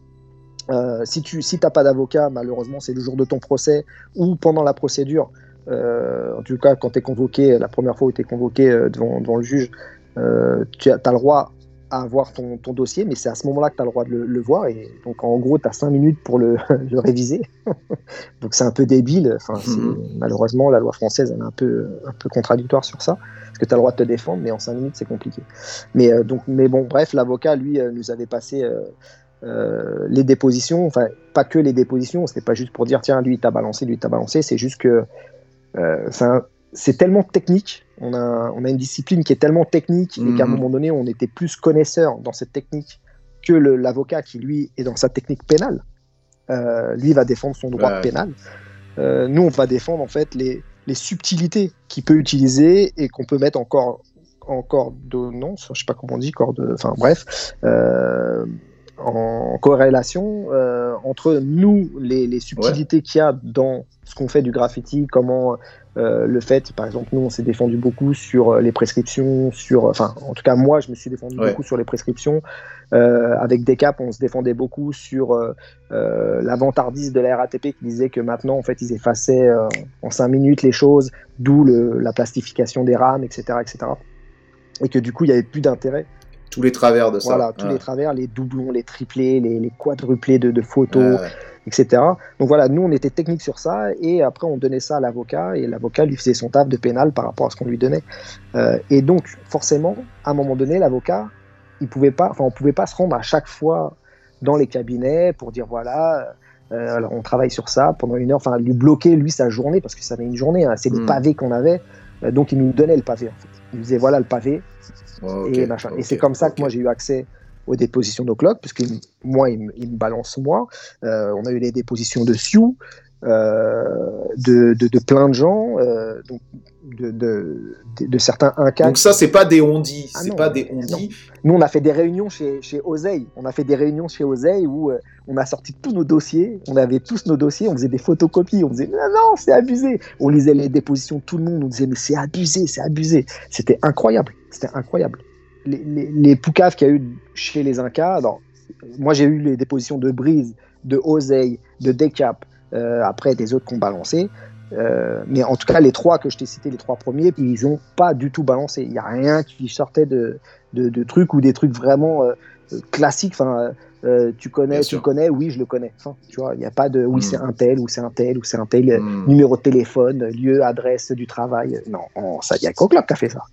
Si t'as pas d'avocat, malheureusement, c'est le jour de ton procès ou pendant la procédure. En tout cas, quand tu es convoqué, la première fois où tu es convoqué devant le juge, tu as le droit à voir ton dossier, mais c'est à ce moment-là que tu as le droit de le voir. Et donc, en gros, tu as 5 minutes pour le réviser. Donc, c'est un peu débile. Enfin, malheureusement, la loi française, elle est un peu contradictoire sur ça. Parce que tu as le droit de te défendre, mais en 5 minutes, c'est compliqué. Mais bon, bref, l'avocat, lui, nous avait passé les dépositions. Enfin, pas que les dépositions. C'était pas juste pour dire, tiens, lui, il t'a balancé, lui, il t'a balancé. C'est juste que c'est tellement technique. On a une discipline qui est tellement technique et qu'à un moment donné, on était plus connaisseur dans cette technique que l'avocat qui, lui, est dans sa technique pénale. Lui va défendre son droit pénal. Nous, on va défendre en fait les subtilités qu'il peut utiliser et qu'on peut mettre en coordonnance, je sais pas comment on dit, enfin bref, en corrélation entre nous, les subtilités qu'il y a dans ce qu'on fait du graffiti, comment le fait, par exemple, nous on s'est défendu beaucoup sur les prescriptions, enfin en tout cas moi je me suis défendu beaucoup sur les prescriptions, avec Decap on se défendait beaucoup sur la vantardise de la RATP qui disait que maintenant en fait ils effaçaient en 5 minutes les choses, d'où la plastification des rames, etc., et que du coup il n'y avait plus d'intérêt. Tous les travers de ça. Voilà, tous les travers, les doublons, les triplés, les quadruplés de photos, etc. Donc voilà, nous on était technique sur ça et après on donnait ça à l'avocat et l'avocat lui faisait son taf de pénal par rapport à ce qu'on lui donnait. Et donc forcément, à un moment donné, l'avocat, on pouvait pas se rendre à chaque fois dans les cabinets pour dire voilà, alors on travaille sur ça pendant 1 heure, enfin lui bloquer lui sa journée parce que ça avait une journée, hein, c'est des pavés qu'on avait, donc il nous donnait le pavé en fait. Il nous disait voilà le pavé. Et c'est comme ça que moi j'ai eu accès aux dépositions d'Oclock, puisque moi il me balance moi. On a eu les dépositions de Sioux, de plein de gens, donc de certains Incas. Donc ça c'est pas des ondis, pas des ondis. Nous on a fait des réunions chez Oseille. On a fait des réunions chez Oseille où on a sorti tous nos dossiers. On avait tous nos dossiers. On faisait des photocopies. On disait non c'est abusé. On lisait les dépositions de tout le monde. On disait mais c'est abusé, c'est abusé. C'était incroyable. Les poucaves qu'il y a eu chez les Incas. Alors, moi j'ai eu les dépositions de Brise, de Oseille, de Decap. Après des autres qui ont balancé, mais en tout cas les 3 que je t'ai cités, les 3 premiers, ils n'ont pas du tout balancé. Il n'y a rien qui sortait de trucs ou des trucs vraiment classiques. Enfin, tu le connais, oui je le connais. Enfin, tu vois, il n'y a pas de oui c'est un tel ou c'est un tel ou c'est un tel, numéro de téléphone, lieu, adresse du travail. Non, ça il y a qu'Oclock qui a fait ça.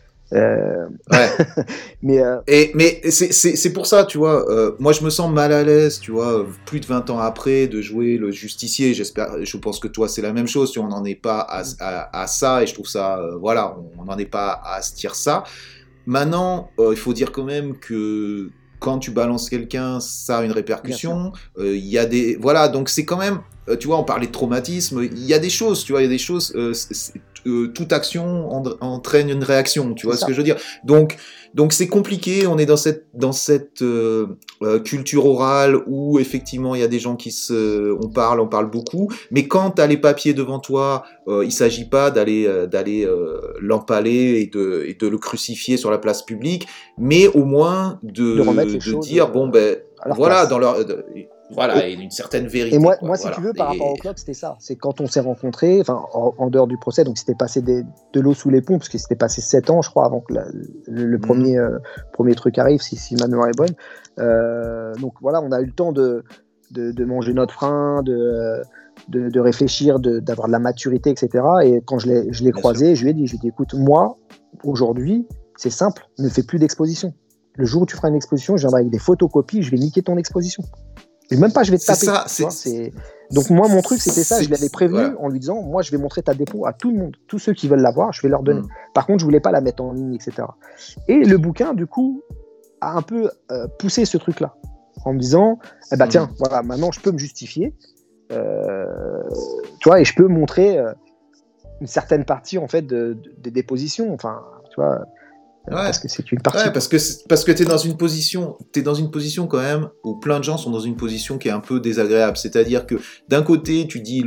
mais c'est pour ça, tu vois, moi je me sens mal à l'aise, tu vois, plus de 20 ans après, de jouer le justicier. Je pense que toi c'est la même chose, tu vois, on n'en est pas à ça, et je trouve ça, voilà, on n'en est pas à se dire ça. Maintenant, il faut dire quand même que quand tu balances quelqu'un, ça a une répercussion. Il y a des, voilà, donc c'est quand même, tu vois, on parlait de traumatisme, il y a des choses, tu vois, il y a des choses, toute action entraîne une réaction, tu vois ce que je veux dire. Donc c'est compliqué, on est dans cette culture orale où effectivement il y a des gens on parle beaucoup, mais quand tu as les papiers devant toi, il s'agit pas d'aller l'empaler et de le crucifier sur la place publique, mais au moins de dire bon ben voilà dans leur voilà, et une certaine vérité. Et moi si tu veux, par rapport au Oclock, c'était ça. C'est quand on s'est rencontrés, enfin, en dehors du procès, donc c'était passé de l'eau sous les ponts, parce que c'était passé 7 ans, je crois, avant que le premier truc arrive, si ma mémoire est bonne. Donc voilà, on a eu le temps de manger notre frein, de réfléchir, d'avoir de la maturité, etc. Et quand je l'ai croisé, je lui ai dit, écoute, moi, aujourd'hui, c'est simple, ne fais plus d'exposition. Le jour où tu feras une exposition, je viendrai avec des photocopies, je vais niquer ton exposition. Et même pas, je vais te taper. Donc moi, mon truc, c'était ça. Je l'avais prévenu en lui disant, moi, je vais montrer ta dépôt à tout le monde. Tous ceux qui veulent la voir, je vais leur donner. Par contre, je voulais pas la mettre en ligne, etc. Et le bouquin, du coup, a un peu poussé ce truc-là. En me disant, tiens, voilà, maintenant, je peux me justifier. Tu vois, et je peux montrer une certaine partie, en fait, des dépositions. Enfin, tu vois... parce que c'est une partie. Ouais, parce que t'es dans une position quand même où plein de gens sont dans une position qui est un peu désagréable. C'est-à-dire que d'un côté, tu dis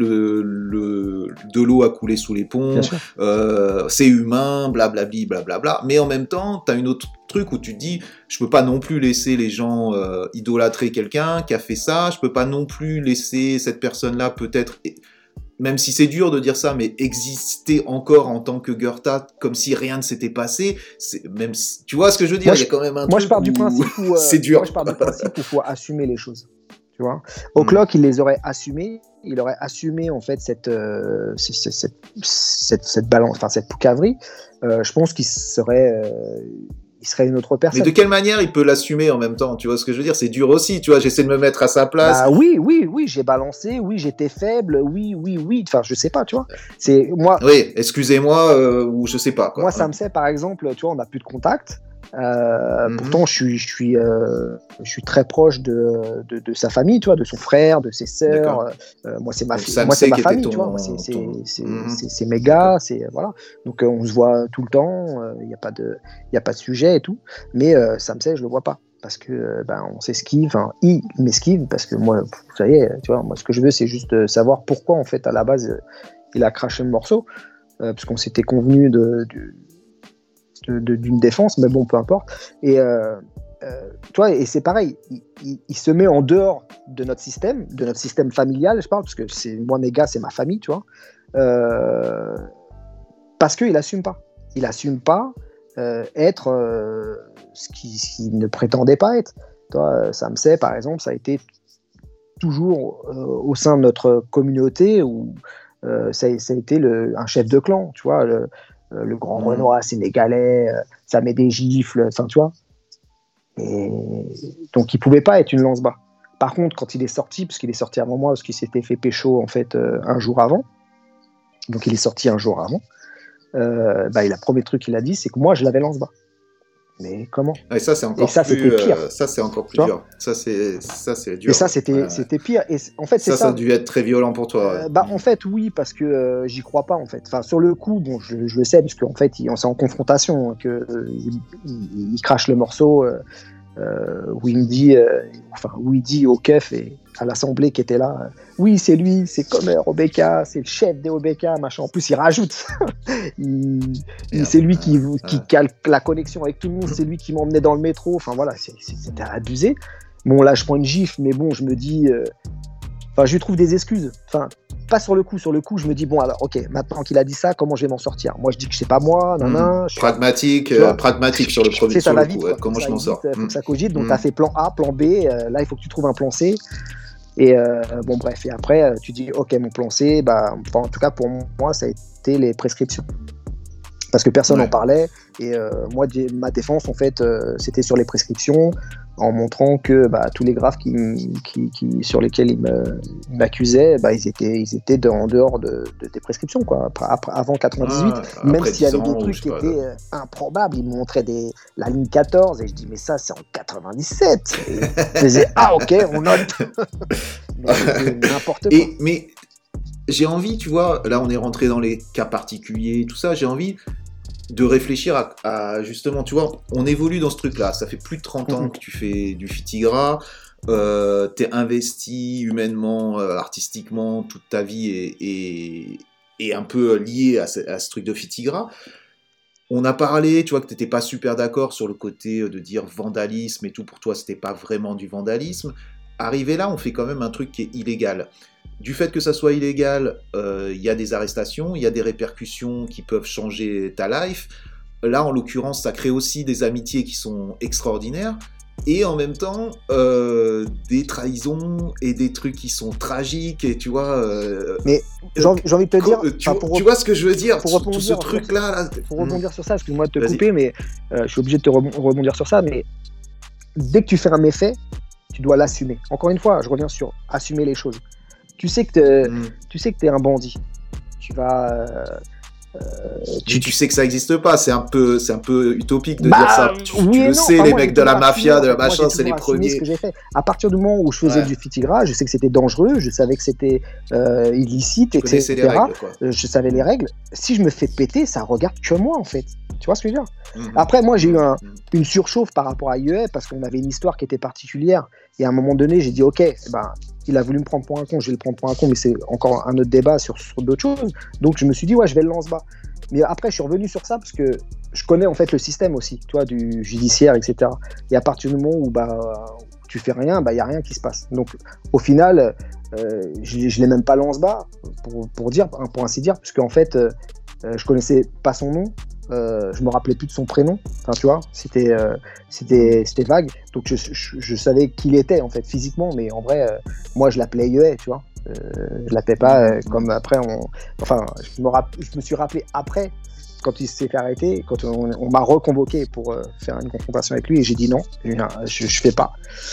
de l'eau a coulé sous les ponts, c'est humain, blablabli, blablabla. Mais en même temps, t'as une autre truc où tu te dis, je peux pas non plus laisser les gens idolâtrer quelqu'un qui a fait ça. Je peux pas non plus laisser cette personne-là peut-être même si c'est dur de dire ça, mais exister encore en tant que Goethe, comme si rien ne s'était passé, même si, tu vois ce que je veux dire, il y a quand même un truc je pars du principe où c'est dur. Moi, je pars du principe où il faut assumer les choses. Tu vois, O'Clock, il les aurait assumés. Il aurait assumé en fait cette balance, enfin cette poucavrerie. Je pense qu'il serait une autre personne. Mais de quelle manière il peut l'assumer en même temps? Tu vois ce que je veux dire? C'est dur aussi, tu vois, j'essaie de me mettre à sa place. Bah, oui, j'ai balancé, oui, j'étais faible, oui, enfin, je sais pas, tu vois. C'est moi. Oui, excusez-moi, ou je sais pas, quoi. Moi, ça me sait, par exemple, tu vois, on n'a plus de contact. Pourtant, je suis très proche de sa famille, tu vois, de son frère, de ses sœurs. Moi, c'est ma famille, tu vois. C'est mes gars, c'est voilà. Donc, on se voit tout le temps. Il y a pas de sujet et tout. Mais Sam Sey, je le vois pas parce que on s'esquive. Enfin, il m'esquive parce que moi, ça y est, tu vois. Moi, ce que je veux, c'est juste savoir pourquoi en fait à la base il a craché le morceau, parce qu'on s'était convenu d'une défense, mais bon, peu importe. Et toi, et c'est pareil, il se met en dehors de notre système familial, je parle, parce que moi, mes gars, c'est ma famille, tu vois, parce qu'il assume pas. Il assume pas être ce qu'il ne prétendait pas être. Toi, Sam Sey, par exemple, ça a été toujours au sein de notre communauté où ça a été un chef de clan, tu vois, le grand Renoir sénégalais, ça met des gifles, enfin tu vois. Et donc il pouvait pas être une lance-bas. Par contre, quand il est sorti, parce qu'il est sorti avant moi, parce qu'il s'était fait pécho en fait un jour avant, donc il est sorti un jour avant, le premier truc qu'il a dit, c'est que moi je l'avais lance-bas. Mais comment? Et ça, c'est encore c'était pire. Ça, c'est encore plus dur. Ça, c'est dur. Et ça, c'était pire. Et en fait, ça a dû être très violent pour toi. En fait, oui, parce que j'y crois pas, en fait. Enfin, sur le coup, bon, je le sais, parce qu'en fait, c'est en confrontation qu'il crache le morceau, où il dit au keuf et à l'assemblée qui était là, oui, c'est lui, c'est Comer Obeka, c'est le chef des Obeka, machin. En plus, il rajoute, c'est lui qui cale la connexion avec tout le monde, c'est lui qui m'emmenait dans le métro. Enfin voilà, c'était abusé. Bon, là, je prends une gifle, mais bon, je me dis, je lui trouve des excuses. Enfin, pas sur le coup. Sur le coup, je me dis, bon, alors, ok, maintenant qu'il a dit ça, comment je vais m'en sortir? Moi, je dis que c'est pas moi, pragmatique sur le premier, sur le coup. Comment je m'en sors? Faut que ça cogite. Donc, t'as fait plan A, plan B. Là, il faut que tu trouves un plan C. Et bon, bref. Et après, tu dis, ok, mon plan C, en tout cas, pour moi, ça a été les prescriptions. Parce que personne n'en parlait. Et moi, ma défense, en fait, c'était sur les prescriptions, en montrant que tous les graphes sur lesquels il m'accusait, ils étaient en dehors des prescriptions, quoi. Avant 98, même s'il y avait des trucs qui étaient improbables, il me montrait la ligne 14, et je dis, mais ça, c'est en 97. Et je disais, ok, on note. Mais n'importe quoi. Mais j'ai envie, tu vois, là, on est rentré dans les cas particuliers, tout ça, j'ai envie de réfléchir à justement, tu vois, on évolue dans ce truc-là, ça fait plus de 30 ans que tu fais du Fitigra, t'es investi humainement, artistiquement, toute ta vie est un peu liée à ce truc de Fitigra. On a parlé, tu vois, que t'étais pas super d'accord sur le côté de dire vandalisme et tout, pour toi c'était pas vraiment du vandalisme. Arrivé là, on fait quand même un truc qui est illégal. Du fait que ça soit illégal, il y a des arrestations, il y a des répercussions qui peuvent changer ta life. Là, en l'occurrence, ça crée aussi des amitiés qui sont extraordinaires. Et en même temps, des trahisons et des trucs qui sont tragiques. Et tu vois... Mais j'ai envie de te dire... Tu vois ce que je veux dire? Tout ce truc-là... Pour rebondir sur ça, excuse-moi de te couper, mais je suis obligé de te rebondir sur ça. Mais dès que tu fais un méfait, tu dois l'assumer. Encore une fois, je reviens sur assumer les choses. Tu sais que t'es un bandit. Tu vas... Tu sais que ça n'existe pas, c'est un peu utopique de dire ça. Tu le sais, les mecs de la mafia, de la machin, c'est les premiers. Ce que j'ai fait. À partir du moment où je faisais du Fitigra, je sais que c'était dangereux, je savais que c'était illicite, etc. Les règles, quoi. Je savais les règles. Si je me fais péter, ça regarde que moi, en fait. Tu vois ce que je veux dire? Après, moi, j'ai eu une surchauffe par rapport à IEF parce qu'on avait une histoire qui était particulière. Et à un moment donné, j'ai dit, ok, il a voulu me prendre pour un con, je vais le prendre pour un con, mais c'est encore un autre débat sur d'autres choses. Donc, je me suis dit, ouais, je vais le lance-bas. Mais après, je suis revenu sur ça parce que je connais en fait le système aussi, tu vois, du judiciaire, etc. Et à partir du moment où tu tu fais rien, il n'y a rien qui se passe. Donc au final, je l'ai même pas lance-bas pour ainsi dire, parce qu'en fait, je connaissais pas son nom, je me rappelais plus de son prénom, enfin tu vois, c'était vague, donc je savais qui il était en fait physiquement, mais en vrai, moi je l'appelais Yue, tu vois, je l'appelais pas comme après je me suis rappelé après, quand il s'est fait arrêter, quand on m'a reconvoqué pour faire une confrontation avec lui, et j'ai dit non, je fais pas.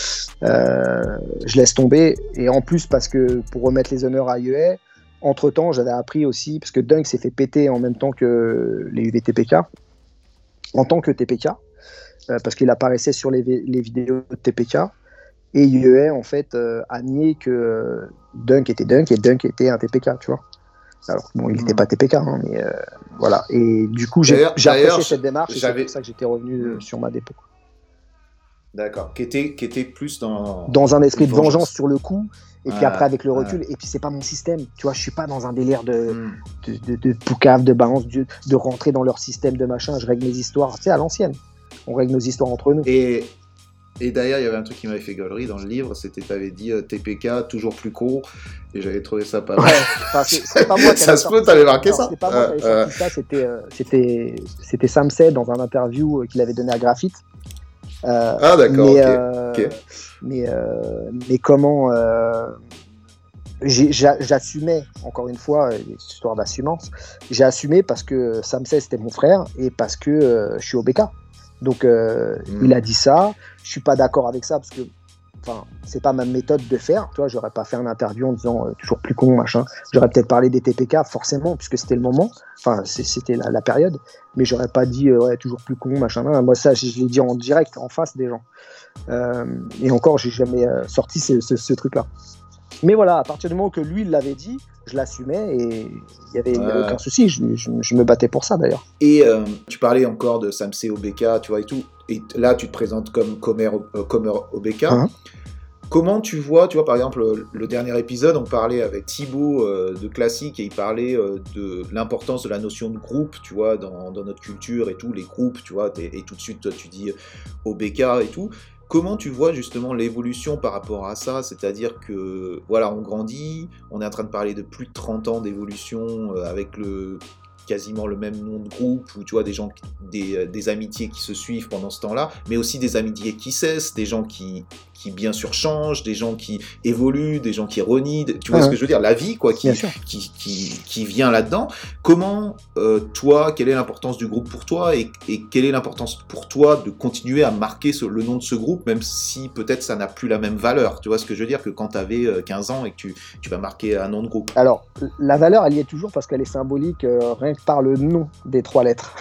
Je laisse tomber, et en plus parce que pour remettre les honneurs à Yue, entre-temps j'avais appris aussi, parce que Dunk s'est fait péter en même temps que les UVTPK, en tant que TPK, parce qu'il apparaissait sur les vidéos de TPK, et Yue en fait a nié que Dunk était Dunk et Dunk était un TPK, tu vois. Alors bon, il n'était pas TPK, hein, mais voilà. Et du coup, j'ai apprécié cette démarche, et c'est pour ça que j'étais revenu sur ma dépôt. D'accord. Qui était plus dans un esprit de vengeance sur le coup, et puis après avec le recul, et puis c'est pas mon système, tu vois, je suis pas dans un délire de poucave, de balance, de rentrer dans leur système de machin. Je règle mes histoires, tu sais, à l'ancienne. On règle nos histoires entre nous. Et d'ailleurs, il y avait un truc qui m'avait fait gaulerie dans le livre, c'était t'avais dit TPK, toujours plus con, et j'avais trouvé ça pas mal. C'est pas moi qui ça se peut, t'avais marqué ça. C'est pas moi qui avais sorti ça, c'était Sam Sey dans un interview qu'il avait donné à Graphite. D'accord, ok. Mais comment j'assumais, encore une fois, histoire d'assumance, j'ai assumé parce que Sam Sey c'était mon frère, et parce que je suis au BK. Donc il a dit ça, je suis pas d'accord avec ça parce que c'est pas ma méthode de faire, tu vois, j'aurais pas fait un interview en disant toujours plus con machin, j'aurais peut-être parlé des TPK forcément puisque c'était le moment, c'était la période, mais j'aurais pas dit ouais, toujours plus con machin, moi ça je l'ai dit en direct en face des gens, et encore j'ai jamais sorti ce truc là, mais voilà, à partir du moment que lui il l'avait dit, je l'assumais, et il y avait aucun souci, je me battais pour ça d'ailleurs. Et tu parlais encore de Sam Sey au BK, tu vois, et tout, et là tu te présentes comme Comer au BK. Comment tu vois, par exemple, le dernier épisode, on parlait avec Thibaut de Classique, et il parlait de l'importance de la notion de groupe, tu vois, dans notre culture et tout, les groupes, tu vois, et tout de suite toi tu dis au BK et tout. Comment tu vois justement l'évolution par rapport à ça ? C'est-à-dire que, voilà, on grandit, on est en train de parler de plus de 30 ans d'évolution avec quasiment le même nom de groupe, ou tu vois, des amitiés qui se suivent pendant ce temps-là, mais aussi des amitiés qui cessent, des gens qui bien sûr changent, des gens qui évoluent, des gens qui renient, tu vois ce que je veux dire, la vie quoi, qui vient là-dedans. Comment toi, quelle est l'importance du groupe pour toi, et quelle est l'importance pour toi de continuer à marquer le nom de ce groupe, même si peut-être ça n'a plus la même valeur, tu vois ce que je veux dire, que quand tu avais 15 ans et que tu vas marquer un nom de groupe. Alors la valeur elle y est toujours parce qu'elle est symbolique, rien que par le nom des 3 lettres.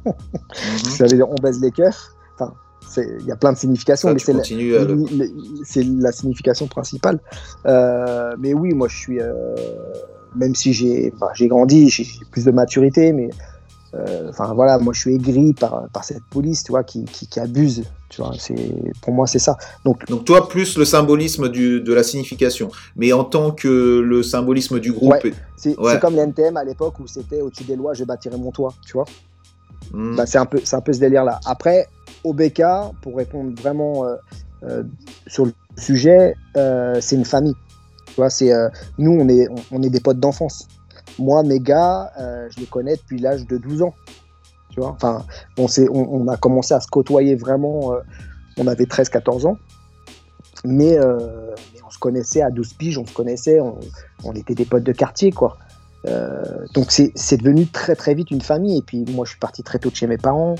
Ça veut dire on baise les keufs. Il y a plein de significations, ça, mais c'est la signification principale. Mais oui, moi je suis, même si j'ai grandi, j'ai plus de maturité, mais voilà, moi je suis aigri par cette police, tu vois, qui abuse, tu vois. Pour moi c'est ça. Donc toi plus le symbolisme de la signification, mais en tant que le symbolisme du groupe. Ouais, c'est comme l'NTM à l'époque où c'était au-dessus des lois, je bâtirai mon toit, tu vois. C'est un peu ce délire-là. Après, au BK, pour répondre vraiment sur le sujet, c'est une famille. Tu vois, nous, on est des potes d'enfance. Moi, mes gars, je les connais depuis l'âge de 12 ans. Tu vois, on a commencé à se côtoyer vraiment. On avait 13-14 ans. Mais on se connaissait à 12 piges, on se connaissait, on était des potes de quartier, quoi. Donc c'est devenu très très vite une famille, et puis moi je suis parti très tôt de chez mes parents,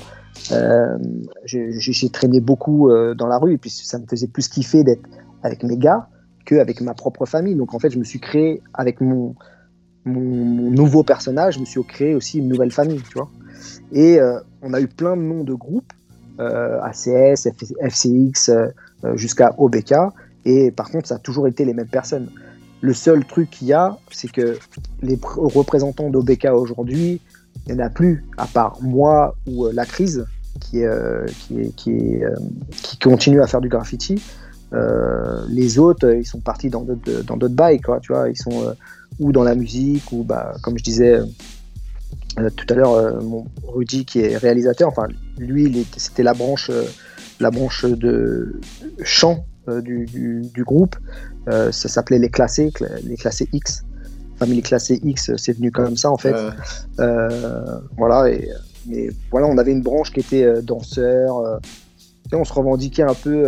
j'ai traîné beaucoup dans la rue, et puis ça me faisait plus kiffer d'être avec mes gars qu'avec ma propre famille. Donc en fait je me suis créé avec mon nouveau personnage, je me suis créé aussi une nouvelle famille, tu vois. Et on a eu plein de noms de groupes, ACS, FCX, jusqu'à OBK, et par contre ça a toujours été les mêmes personnes. Le seul truc qu'il y a, c'est que les représentants d'OBK aujourd'hui, il n'y en a plus, à part moi ou la crise, qui continue à faire du graffiti. Les autres, ils sont partis dans d'autres bails, quoi, tu vois. Ils sont ou dans la musique, ou comme je disais tout à l'heure, mon Rudy qui est réalisateur, enfin lui, c'était la branche de chant du groupe. Ça s'appelait les classés X. Famille classée X, c'est venu comme ça en fait. Voilà, mais voilà, on avait une branche qui était danseur. On se revendiquait un peu.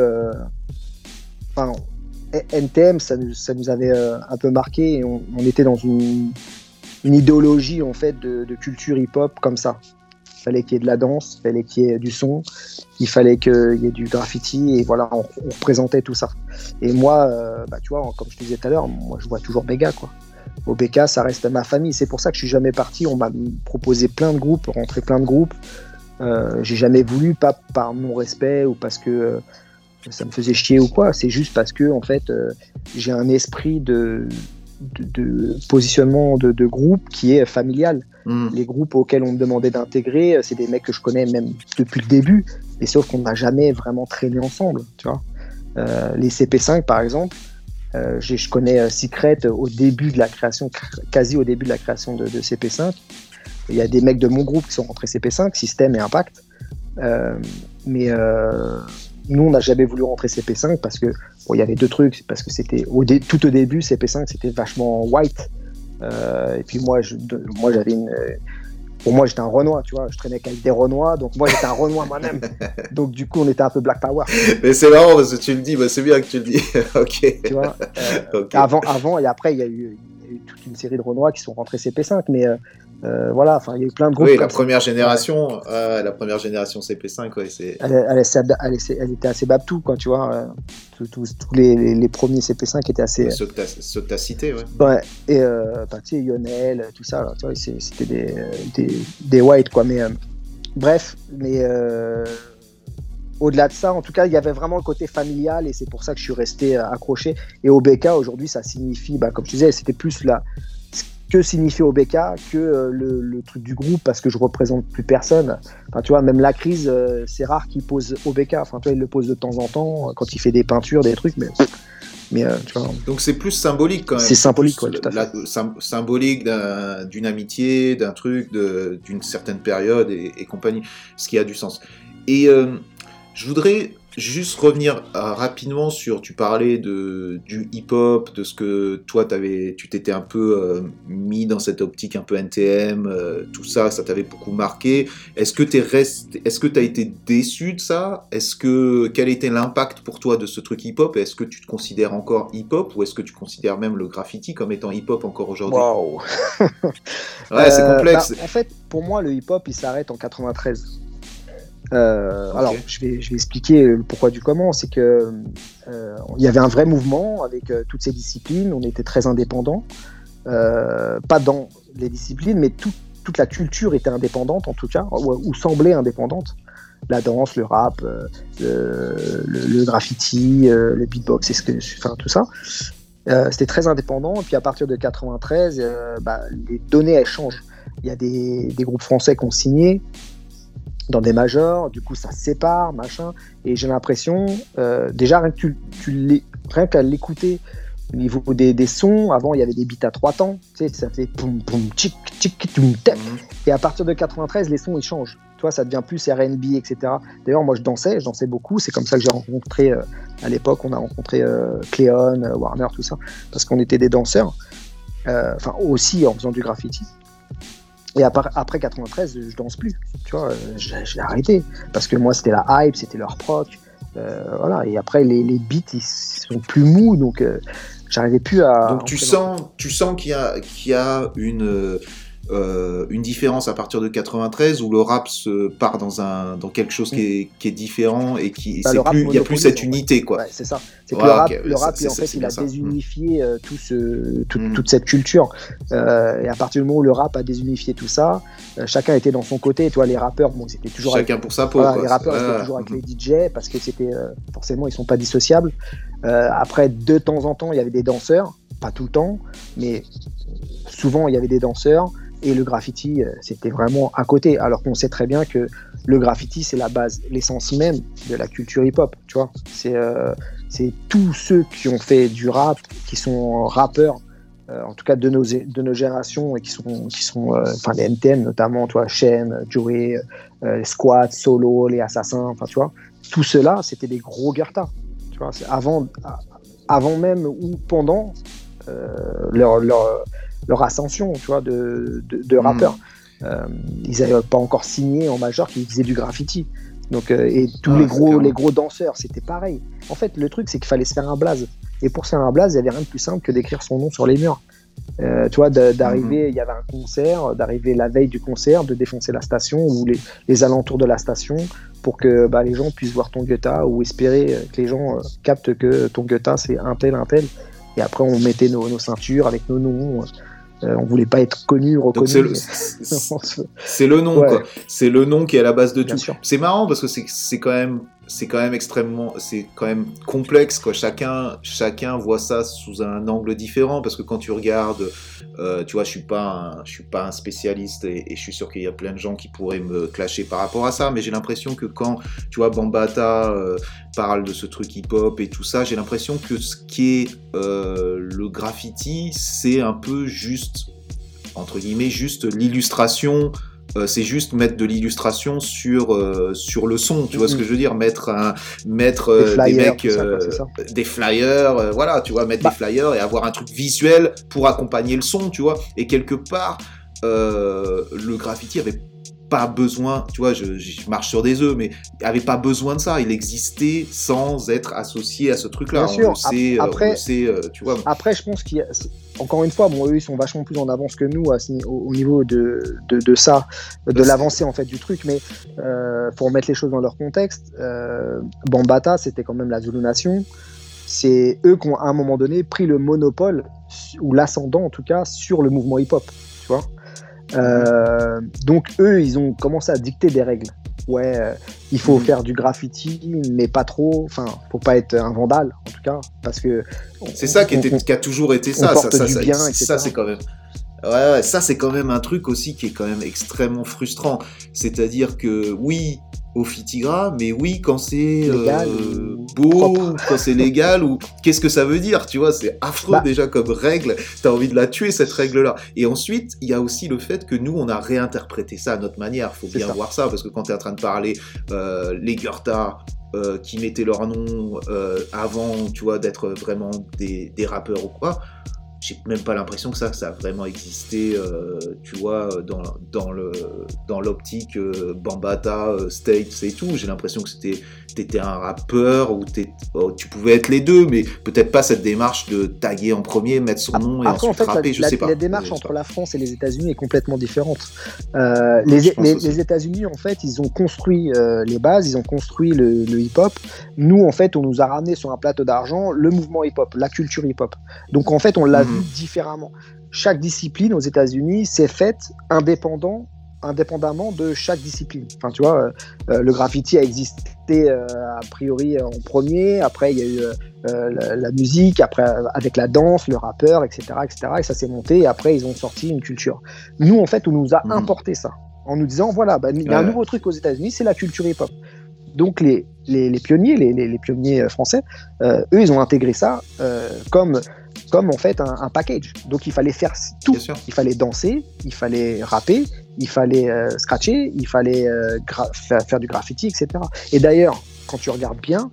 NTM, ça nous avait un peu marqué et on était dans une idéologie en fait de culture hip-hop comme ça. Il fallait qu'il y ait de la danse, il fallait qu'il y ait du son, il fallait qu'il y ait du graffiti et voilà, on représentait tout ça. Et moi, tu vois, comme je te disais tout à l'heure, moi je vois toujours mes gars quoi. Au BK, ça reste ma famille. C'est pour ça que je suis jamais parti. On m'a proposé plein de groupes, rentré plein de groupes. J'ai jamais voulu, pas par mon respect ou parce que ça me faisait chier ou quoi. C'est juste parce que en fait, j'ai un esprit de positionnement de groupe qui est familial. Les groupes auxquels on me demandait d'intégrer, c'est des mecs que je connais même depuis le début, mais sauf qu'on n'a jamais vraiment traîné ensemble, tu vois. Les CP5 par exemple, je connais Secret au début de la création, quasi au début de la création de CP5. Il y a des mecs de mon groupe qui sont rentrés CP5, System et Impact, mais nous on n'a jamais voulu rentrer CP5 parce que il y avait deux trucs, parce que c'était tout au début CP5 c'était vachement white. Et puis moi j'avais pour moi j'étais un Renois, tu vois, je traînais avec des Renois, donc moi j'étais un Renois moi-même, donc du coup on était un peu Black Power. Mais c'est marrant parce que tu le dis, c'est bien que tu le dis. Ok. Tu vois, Okay. avant et après il y a eu toute une série de Renois qui sont rentrés CP5, mais voilà, enfin il y a eu plein de groupes. Oui, la première génération CP5, ouais, c'est. Elle était assez babtou, quoi, tu vois. Tous les premiers CP5 étaient assez. Ceux que t'as cités, ouais. Ouais, et tu sais, Lionel, tout ça, là, tu vois, c'était des whites, quoi. Mais bref, mais au-delà de ça, en tout cas, il y avait vraiment le côté familial et c'est pour ça que je suis resté accroché. Et OBK, aujourd'hui, ça signifie, comme je disais, c'était plus que signifie OBK que le truc du groupe parce que je représente plus personne. Enfin, tu vois, même la crise, c'est rare qu'il pose OBK. Enfin, tu vois, il le pose de temps en temps quand il fait des peintures, des trucs, mais tu vois. Donc c'est plus symbolique quand même. C'est symbolique, quoi, tout à fait. Symbolique d'une amitié, d'un truc, d'une certaine période et compagnie, ce qui a du sens. Et je voudrais juste revenir rapidement sur, tu parlais du hip-hop, de ce que toi tu t'étais un peu mis dans cette optique un peu NTM, tout ça, ça t'avait beaucoup marqué. Est-ce que t'as été déçu de ça ? Quel était l'impact pour toi de ce truc hip-hop ? Est-ce que tu te considères encore hip-hop ou est-ce que tu considères même le graffiti comme étant hip-hop encore aujourd'hui ? Waouh. Ouais, c'est complexe. En fait, pour moi, le hip-hop, il s'arrête en 93. Alors, je vais expliquer le pourquoi du comment. C'est que il y avait un vrai mouvement avec toutes ces disciplines. On était très indépendants, pas dans les disciplines, mais toute la culture était indépendante en tout cas, ou semblait indépendante. La danse, le rap, le graffiti, le beatbox, tout ça. C'était très indépendant. Et puis à partir de 93, les données elles changent. Il y a des groupes français qui ont signé dans des majors, du coup ça se sépare, machin, et j'ai l'impression, déjà rien qu'à l'écouter, au niveau des sons, avant il y avait des beats à 3 temps, tu sais, ça faisait poum poum tchic tchic toum tep, et à partir de 93 les sons ils changent, tu vois, ça devient plus R&B, etc. D'ailleurs moi je dansais beaucoup, c'est comme ça que j'ai rencontré, à l'époque on a rencontré Cléon, Warner, tout ça, parce qu'on était des danseurs, aussi en faisant du graffiti. Et après 93, je danse plus, tu vois, j'ai arrêté. Parce que moi, c'était la hype, c'était leur proc, voilà. Et après, les beats, ils sont plus mous, donc j'arrivais plus à... Donc tu sens qu'il y a une différence à partir de 93 où le rap se part dans quelque chose qui est différent et il y a plus cette unité, quoi. Ouais, c'est ça. C'est que le rap, en fait, il a désunifié toute cette culture. Et à partir du moment où le rap a désunifié tout ça, chacun était dans son côté. Toi, les rappeurs, ils étaient toujours chacun pour sa peau. Voilà, les rappeurs étaient toujours avec les DJ parce que c'était forcément, ils sont pas dissociables. Après, de temps en temps, il y avait des danseurs, pas tout le temps, mais souvent il y avait des danseurs. Et le graffiti, c'était vraiment à côté. Alors qu'on sait très bien que le graffiti, c'est la base, l'essence même de la culture hip-hop. Tu vois, c'est tous ceux qui ont fait du rap, qui sont rappeurs, en tout cas de nos générations, et qui sont les NTM notamment, tu vois, Shem, Joey, les Squats, Solo, les Assassins, enfin tu vois, tout cela, c'était des gros Gerta. Tu vois, c'est avant même ou pendant leur ascension, tu vois, de rappeurs. Ils n'avaient pas encore signé en major qu'ils faisaient du graffiti. Donc, et tous les gros danseurs, c'était pareil. En fait, le truc, c'est qu'il fallait se faire un blaze. Et pour se faire un blaze, il n'y avait rien de plus simple que d'écrire son nom sur les murs. Tu vois, d'arriver, il y avait un concert, d'arriver la veille du concert, de défoncer la station ou les alentours de la station pour que les gens puissent voir ton guetta ou espérer que les gens captent que ton guetta, c'est un tel. Et après, on mettait nos ceintures avec nos noms. On voulait pas être connu, reconnu. Donc c'est le nom, quoi. C'est le nom qui est à la base de Bien tout. sûr. C'est marrant parce que c'est quand même complexe, quoi. Chacun voit ça sous un angle différent parce que quand tu regardes, tu vois, je suis pas un spécialiste et je suis sûr qu'il y a plein de gens qui pourraient me clasher par rapport à ça, mais j'ai l'impression que quand, tu vois, Bambaataa parle de ce truc hip-hop et tout ça, j'ai l'impression que ce qui est le graffiti, c'est un peu juste, entre guillemets, juste l'illustration. C'est juste mettre de l'illustration sur le son, tu vois ce que je veux dire, mettre des mecs, des flyers, voilà, tu vois, mettre des flyers et avoir un truc visuel pour accompagner le son, tu vois, et quelque part, le graffiti avait pas besoin, tu vois, je marche sur des œufs, mais il avait pas besoin de ça, il existait sans être associé à ce truc-là. Bien sûr. Après, tu vois. Après, je pense qu'il y a, encore une fois, eux, ils sont vachement plus en avance que nous au niveau de ça, de l'avancée en fait du truc, mais pour remettre les choses dans leur contexte, Bambaataa, c'était quand même la Zulu Nation. C'est eux qui ont à un moment donné pris le monopole, ou l'ascendant en tout cas, sur le mouvement hip-hop, tu vois. Donc eux, ils ont commencé à dicter des règles. Il faut faire du graffiti, mais pas trop. Enfin, faut pas être un vandale, en tout cas, parce que c'est ça qui a toujours été ça. Ça, c'est quand même. Ouais, ça c'est quand même un truc aussi qui est quand même extrêmement frustrant. C'est-à-dire que oui, au Fitigra, mais oui quand c'est beau, quand c'est légal, ou qu'est-ce que ça veut dire, tu vois, c'est affreux déjà comme règle, t'as envie de la tuer cette règle-là. Et ensuite, il y a aussi le fait que nous, on a réinterprété ça à notre manière, faut bien voir ça, parce que quand t'es en train de parler les Gurta, qui mettaient leur nom avant, tu vois, d'être vraiment des rappeurs ou quoi, j'ai même pas l'impression que ça a vraiment existé, tu vois, dans l'optique Bambaataa, States et tout. J'ai l'impression que t'étais un rappeur ou tu pouvais être les deux, mais peut-être pas cette démarche de taguer en premier, mettre son nom et après, ensuite rapper, je sais pas. La démarche entre la France et les États-Unis est complètement différente. Les États-Unis, en fait, ils ont construit les bases, ils ont construit le hip-hop. Nous, en fait, on nous a ramené sur un plateau d'argent le mouvement hip-hop, la culture hip-hop. Donc, en fait, on l'a vu différemment. Chaque discipline aux États-Unis s'est faite indépendamment de chaque discipline. Enfin, tu vois, le graffiti a existé a priori en premier, après il y a eu la musique, après avec la danse, le rappeur, etc., et ça s'est monté, et après ils ont sorti une culture. Nous, en fait, on nous a importé ça, en nous disant, voilà, il y a un nouveau truc aux États-Unis, c'est la culture hip-hop. Donc les pionniers, les pionniers français, eux, ils ont intégré ça comme en fait un package. Donc il fallait faire tout. Il fallait danser, il fallait rapper, il fallait scratcher, il fallait faire du graffiti, etc. Et d'ailleurs, quand tu regardes bien,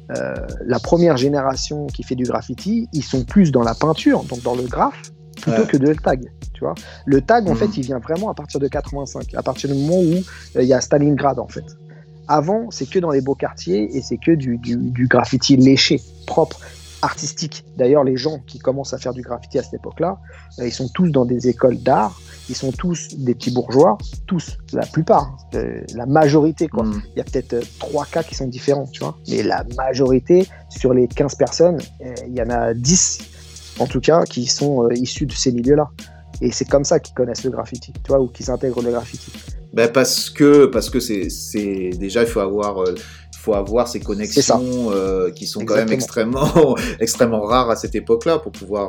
la première génération qui fait du graffiti, ils sont plus dans la peinture, donc dans le graphe, plutôt que de le tag. Tu vois, le tag, en fait, il vient vraiment à partir de 85, à partir du moment où il y a Stalingrad, en fait. Avant, c'est que dans les beaux quartiers et c'est que du graffiti léché, propre, artistique. D'ailleurs, les gens qui commencent à faire du graffiti à cette époque-là, ils sont tous dans des écoles d'art, ils sont tous des petits bourgeois, tous, la plupart, la majorité, quoi. Il y a peut-être 3 cas qui sont différents, tu vois, mais la majorité, sur les 15 personnes, il y en a 10, en tout cas, qui sont issus de ces milieux-là. Et c'est comme ça qu'ils connaissent le graffiti, tu vois, ou qu'ils intègrent le graffiti. Parce que c'est déjà, il faut avoir ces connexions qui sont quand même extrêmement rares à cette époque-là pour pouvoir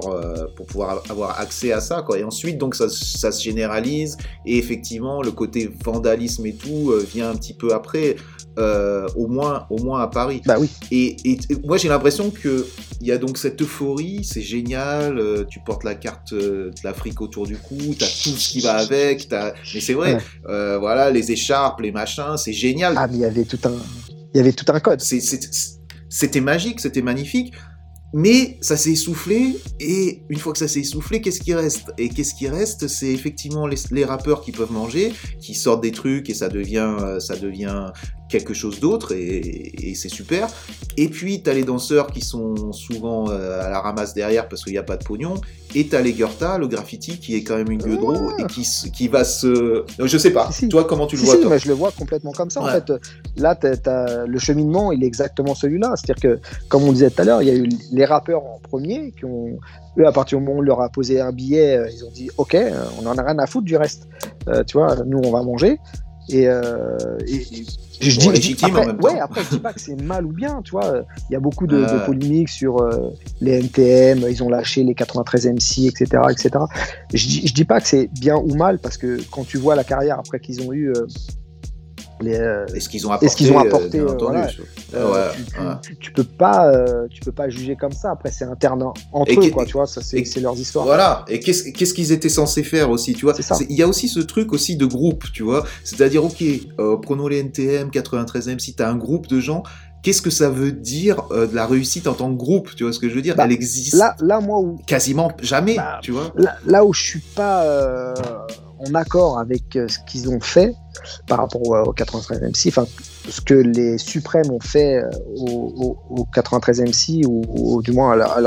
avoir accès à ça, quoi. Et ensuite, donc ça se généralise, et effectivement le côté vandalisme et tout vient un petit peu après, au moins à Paris. Bah oui. Et moi j'ai l'impression que il y a donc cette euphorie, c'est génial, tu portes la carte de l'Afrique autour du cou, t'as tout ce qui va avec, mais c'est vrai, voilà, les écharpes, les machins, c'est génial. Ah, mais il y avait tout un code. c'était magique, c'était magnifique. Mais ça s'est essoufflé, et une fois que ça s'est essoufflé, qu'est-ce qui reste ? Et qu'est-ce qui reste ? C'est effectivement les rappeurs qui peuvent manger, qui sortent des trucs, et ça devient quelque chose d'autre, et c'est super. Et puis, t'as les danseurs qui sont souvent à la ramasse derrière parce qu'il n'y a pas de pognon, et t'as les Goethe, le graffiti, qui est quand même une gueule de roue, et qui va se... Je sais pas, Si. Toi, comment tu le vois, toi ? Mais je le vois complètement comme ça. Ouais. En fait, là, le cheminement, il est exactement celui-là. C'est-à-dire que, comme on disait tout à l'heure, il y a eu les rappeurs en premier qui ont, eux, à partir du moment où on leur a posé un billet, ils ont dit OK, on en a rien à foutre du reste. Tu vois, nous, on va manger. Et je dis légitime après, en même temps. ouais, après, je dis pas que c'est mal ou bien, tu vois. Il y a beaucoup de polémiques sur les NTM, ils ont lâché les 93 MC, etc., etc. Je dis pas que c'est bien ou mal, parce que quand tu vois la carrière après qu'ils ont eu, Est-ce qu'ils ont apporté, bien entendu. Tu peux pas juger comme ça. Après, c'est interne entre eux, quoi, tu vois, ça, c'est leurs histoires. Voilà, et qu'est-ce qu'ils étaient censés faire aussi, tu vois. Il y a aussi ce truc aussi de groupe, tu vois, c'est-à-dire, ok, prenons les NTM, 93M, si t'as un groupe de gens, qu'est-ce que ça veut dire de la réussite en tant que groupe, tu vois ce que je veux dire? Elle existe là, moi, quasiment jamais, tu vois. Là où je suis pas en accord avec ce qu'ils ont fait par rapport au 93 MC, enfin ce que les suprêmes ont fait au 93 MC ou du moins à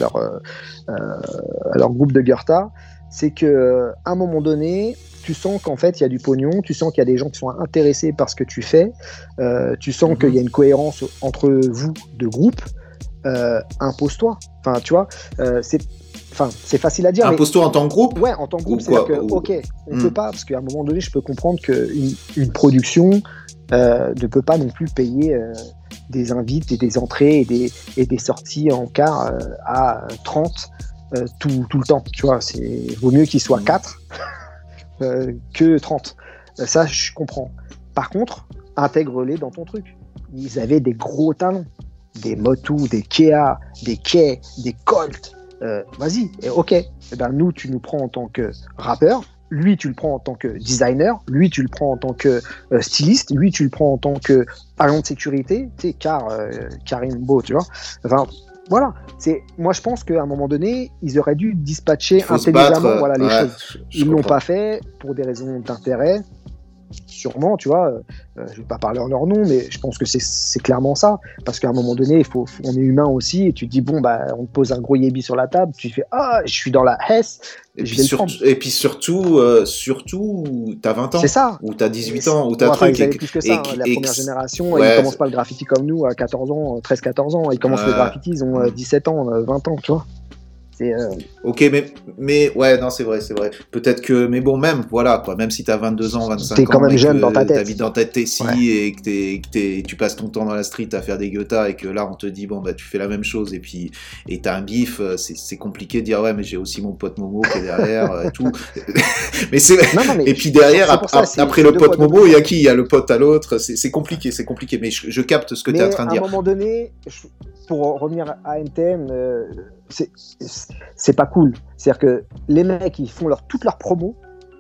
leur groupe de Goethe, c'est que à un moment donné, tu sens qu'en fait il y a du pognon, tu sens qu'il y a des gens qui sont intéressés par ce que tu fais, tu sens qu'il y a une cohérence entre vous de groupe. Impose-toi, enfin tu vois, c'est facile à dire. Impose-toi en tant que groupe. Ouais, en tant que groupe, c'est-à-dire que ok, on peut pas, parce qu'à un moment donné, je peux comprendre qu'une production ne peut pas non plus payer des invites et des entrées et des sorties en car à 30 tout le temps, tu vois, vaut mieux qu'il soit 4 que 30. Ça, je comprends. Par contre, intègre-les dans ton truc. Ils avaient des gros talents. Des Motu, des Kea, des Kay, des Colt. Vas-y, ok. Eh ben, nous, tu nous prends en tant que rappeur. Lui, tu le prends en tant que designer. Lui, tu le prends en tant que styliste. Lui, tu le prends en tant que agent de sécurité. Tu sais, Karim Beau, tu vois. Enfin, voilà. Moi, je pense qu'à un moment donné, ils auraient dû dispatcher intelligemment les choses. Ils l'ont pas fait pour des raisons d'intérêt. Sûrement, tu vois, je vais pas parler en leur nom, mais je pense que c'est clairement ça, parce qu'à un moment donné, on est humain aussi, et tu te dis, bon, bah, on te pose un gros yébi sur la table, tu fais, je suis dans la Hesse, et puis surtout, t'as 20 ans, c'est ça. ou t'as 18 ans, ou t'as un truc. Ils avaient plus que ça, la première génération, ils commencent pas le graffiti comme nous à 14 ans, 13-14 ans, ils commencent le graffiti, ils ont 17 ans, 20 ans, tu vois. Ok, mais ouais, non, c'est vrai. Peut-être que, mais bon, même, voilà, quoi, même si t'as 22 ans, 25 ans, t'es quand même jeune dans ta tête. T'habites dans ta tête ici, et que tu passes ton temps dans la street à faire des Goethe, et que là, on te dit, bon, bah, tu fais la même chose, et t'as un bif, c'est compliqué de dire, ouais, mais j'ai aussi mon pote Momo qui est derrière, et tout. Mais et puis derrière, après le pote Momo, il y a qui? Il y a le pote à l'autre, c'est compliqué, mais je capte ce que t'es en train de dire. À un moment donné, pour revenir à NTM, c'est pas cool. C'est-à-dire que les mecs, ils font toute leur promo,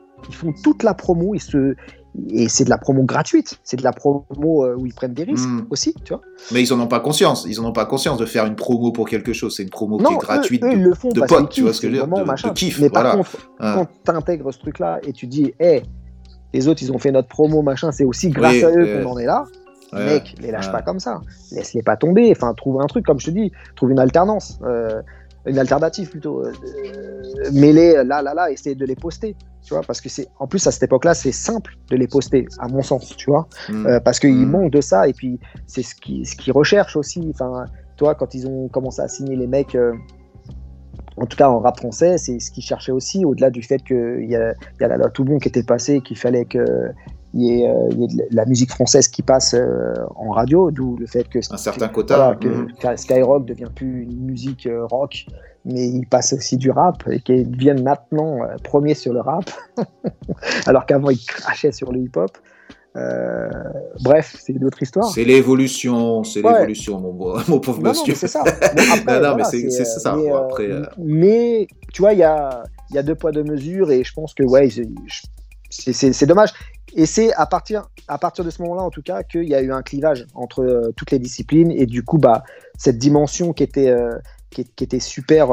et c'est de la promo gratuite, c'est de la promo où ils prennent des risques aussi, tu vois. Mais ils en ont pas conscience de faire une promo pour quelque chose, c'est une promo qui est gratuite, eux, ils le font de parce potes, qu'ils tu vois ce que je veux dire, de kiff. Mais par contre, quand t'intègres ce truc-là et tu dis, les autres, ils ont fait notre promo, machin, c'est aussi grâce à eux qu'on en est là. Mec, les lâche pas comme ça. Laisse-les pas tomber. Enfin, trouve un truc, comme je te dis, trouve une alternance, une alternative plutôt. Mets-les là, essaye de les poster. Tu vois, parce que en plus à cette époque-là, c'est simple de les poster, à mon sens, tu vois, parce qu'ils manquent de ça, et puis c'est ce qu'ils recherchent aussi. Enfin, toi, quand ils ont commencé à signer les mecs, en tout cas en rap français, c'est ce qu'ils cherchaient aussi, au-delà du fait qu'il y a la loi Toubon qui était passée, qu'il fallait que il y ait de la musique française qui passe en radio, d'où le fait que un certain quota, que Skyrock devient plus une musique rock, mais il passe aussi du rap, et qu'ils deviennent maintenant premiers sur le rap, alors qu'avant ils crachaient sur le hip-hop. Bref, c'est une autre histoire. C'est l'évolution, mon pauvre monsieur. Mais c'est ça. Bon, après, c'est ça. Mais, après, mais tu vois, il y a deux poids deux mesures, et je pense que c'est dommage. Et c'est à partir de ce moment-là, en tout cas, qu'il y a eu un clivage entre toutes les disciplines. Et du coup, cette dimension qui était super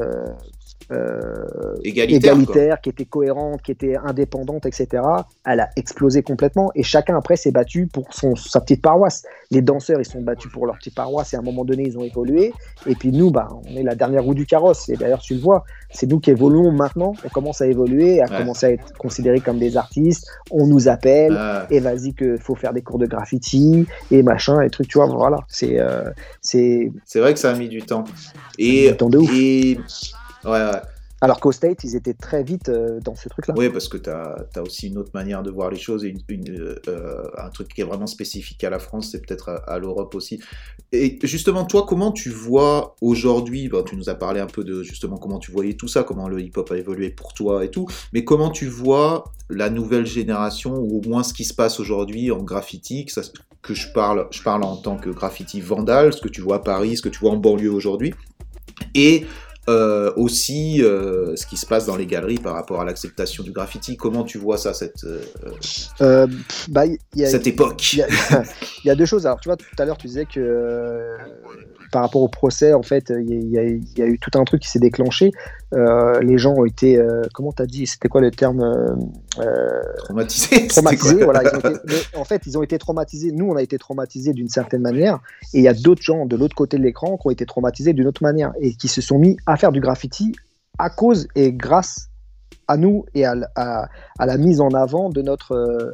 égalitaire, qui était cohérente, qui était indépendante, etc., elle a explosé complètement. Et chacun, après, s'est battu pour sa petite paroisse. Les danseurs, ils sont battus pour leur petite paroisse. Et à un moment donné, ils ont évolué. Et puis nous, on est la dernière roue du carrosse. Et d'ailleurs, tu le vois, c'est nous qui évoluons maintenant. On commence à évoluer, à commencer à être considérés comme des artistes. On nous appelle. Et vas-y, qu'il faut faire des cours de graffiti et machin, et trucs, tu vois. Voilà. C'est vrai que ça a mis du temps. Du temps de ouf. Ouais. Alors qu'au State, ils étaient très vite dans ce truc-là. Oui, parce que tu as aussi une autre manière de voir les choses et un truc qui est vraiment spécifique à la France, c'est peut-être à l'Europe aussi. Et justement, toi, comment tu vois aujourd'hui, tu nous as parlé un peu de justement comment tu voyais tout ça, comment le hip-hop a évolué pour toi et tout, mais comment tu vois la nouvelle génération, ou au moins ce qui se passe aujourd'hui en graffiti, que je parle en tant que graffiti vandal, ce que tu vois à Paris, ce que tu vois en banlieue aujourd'hui, et aussi ce qui se passe dans les galeries par rapport à l'acceptation du graffiti. Comment tu vois ça, cette époque? Il y a deux choses. Alors tu vois, tout à l'heure tu disais que par rapport au procès, en fait, il y a eu tout un truc qui s'est déclenché. Les gens ont été, comment t'as dit, c'était quoi le terme, traumatisés. Voilà, ils ont été traumatisés. Nous, on a été traumatisés d'une certaine manière, et il y a d'autres gens de l'autre côté de l'écran qui ont été traumatisés d'une autre manière et qui se sont mis à faire du graffiti à cause et grâce à nous et à la mise en avant de notre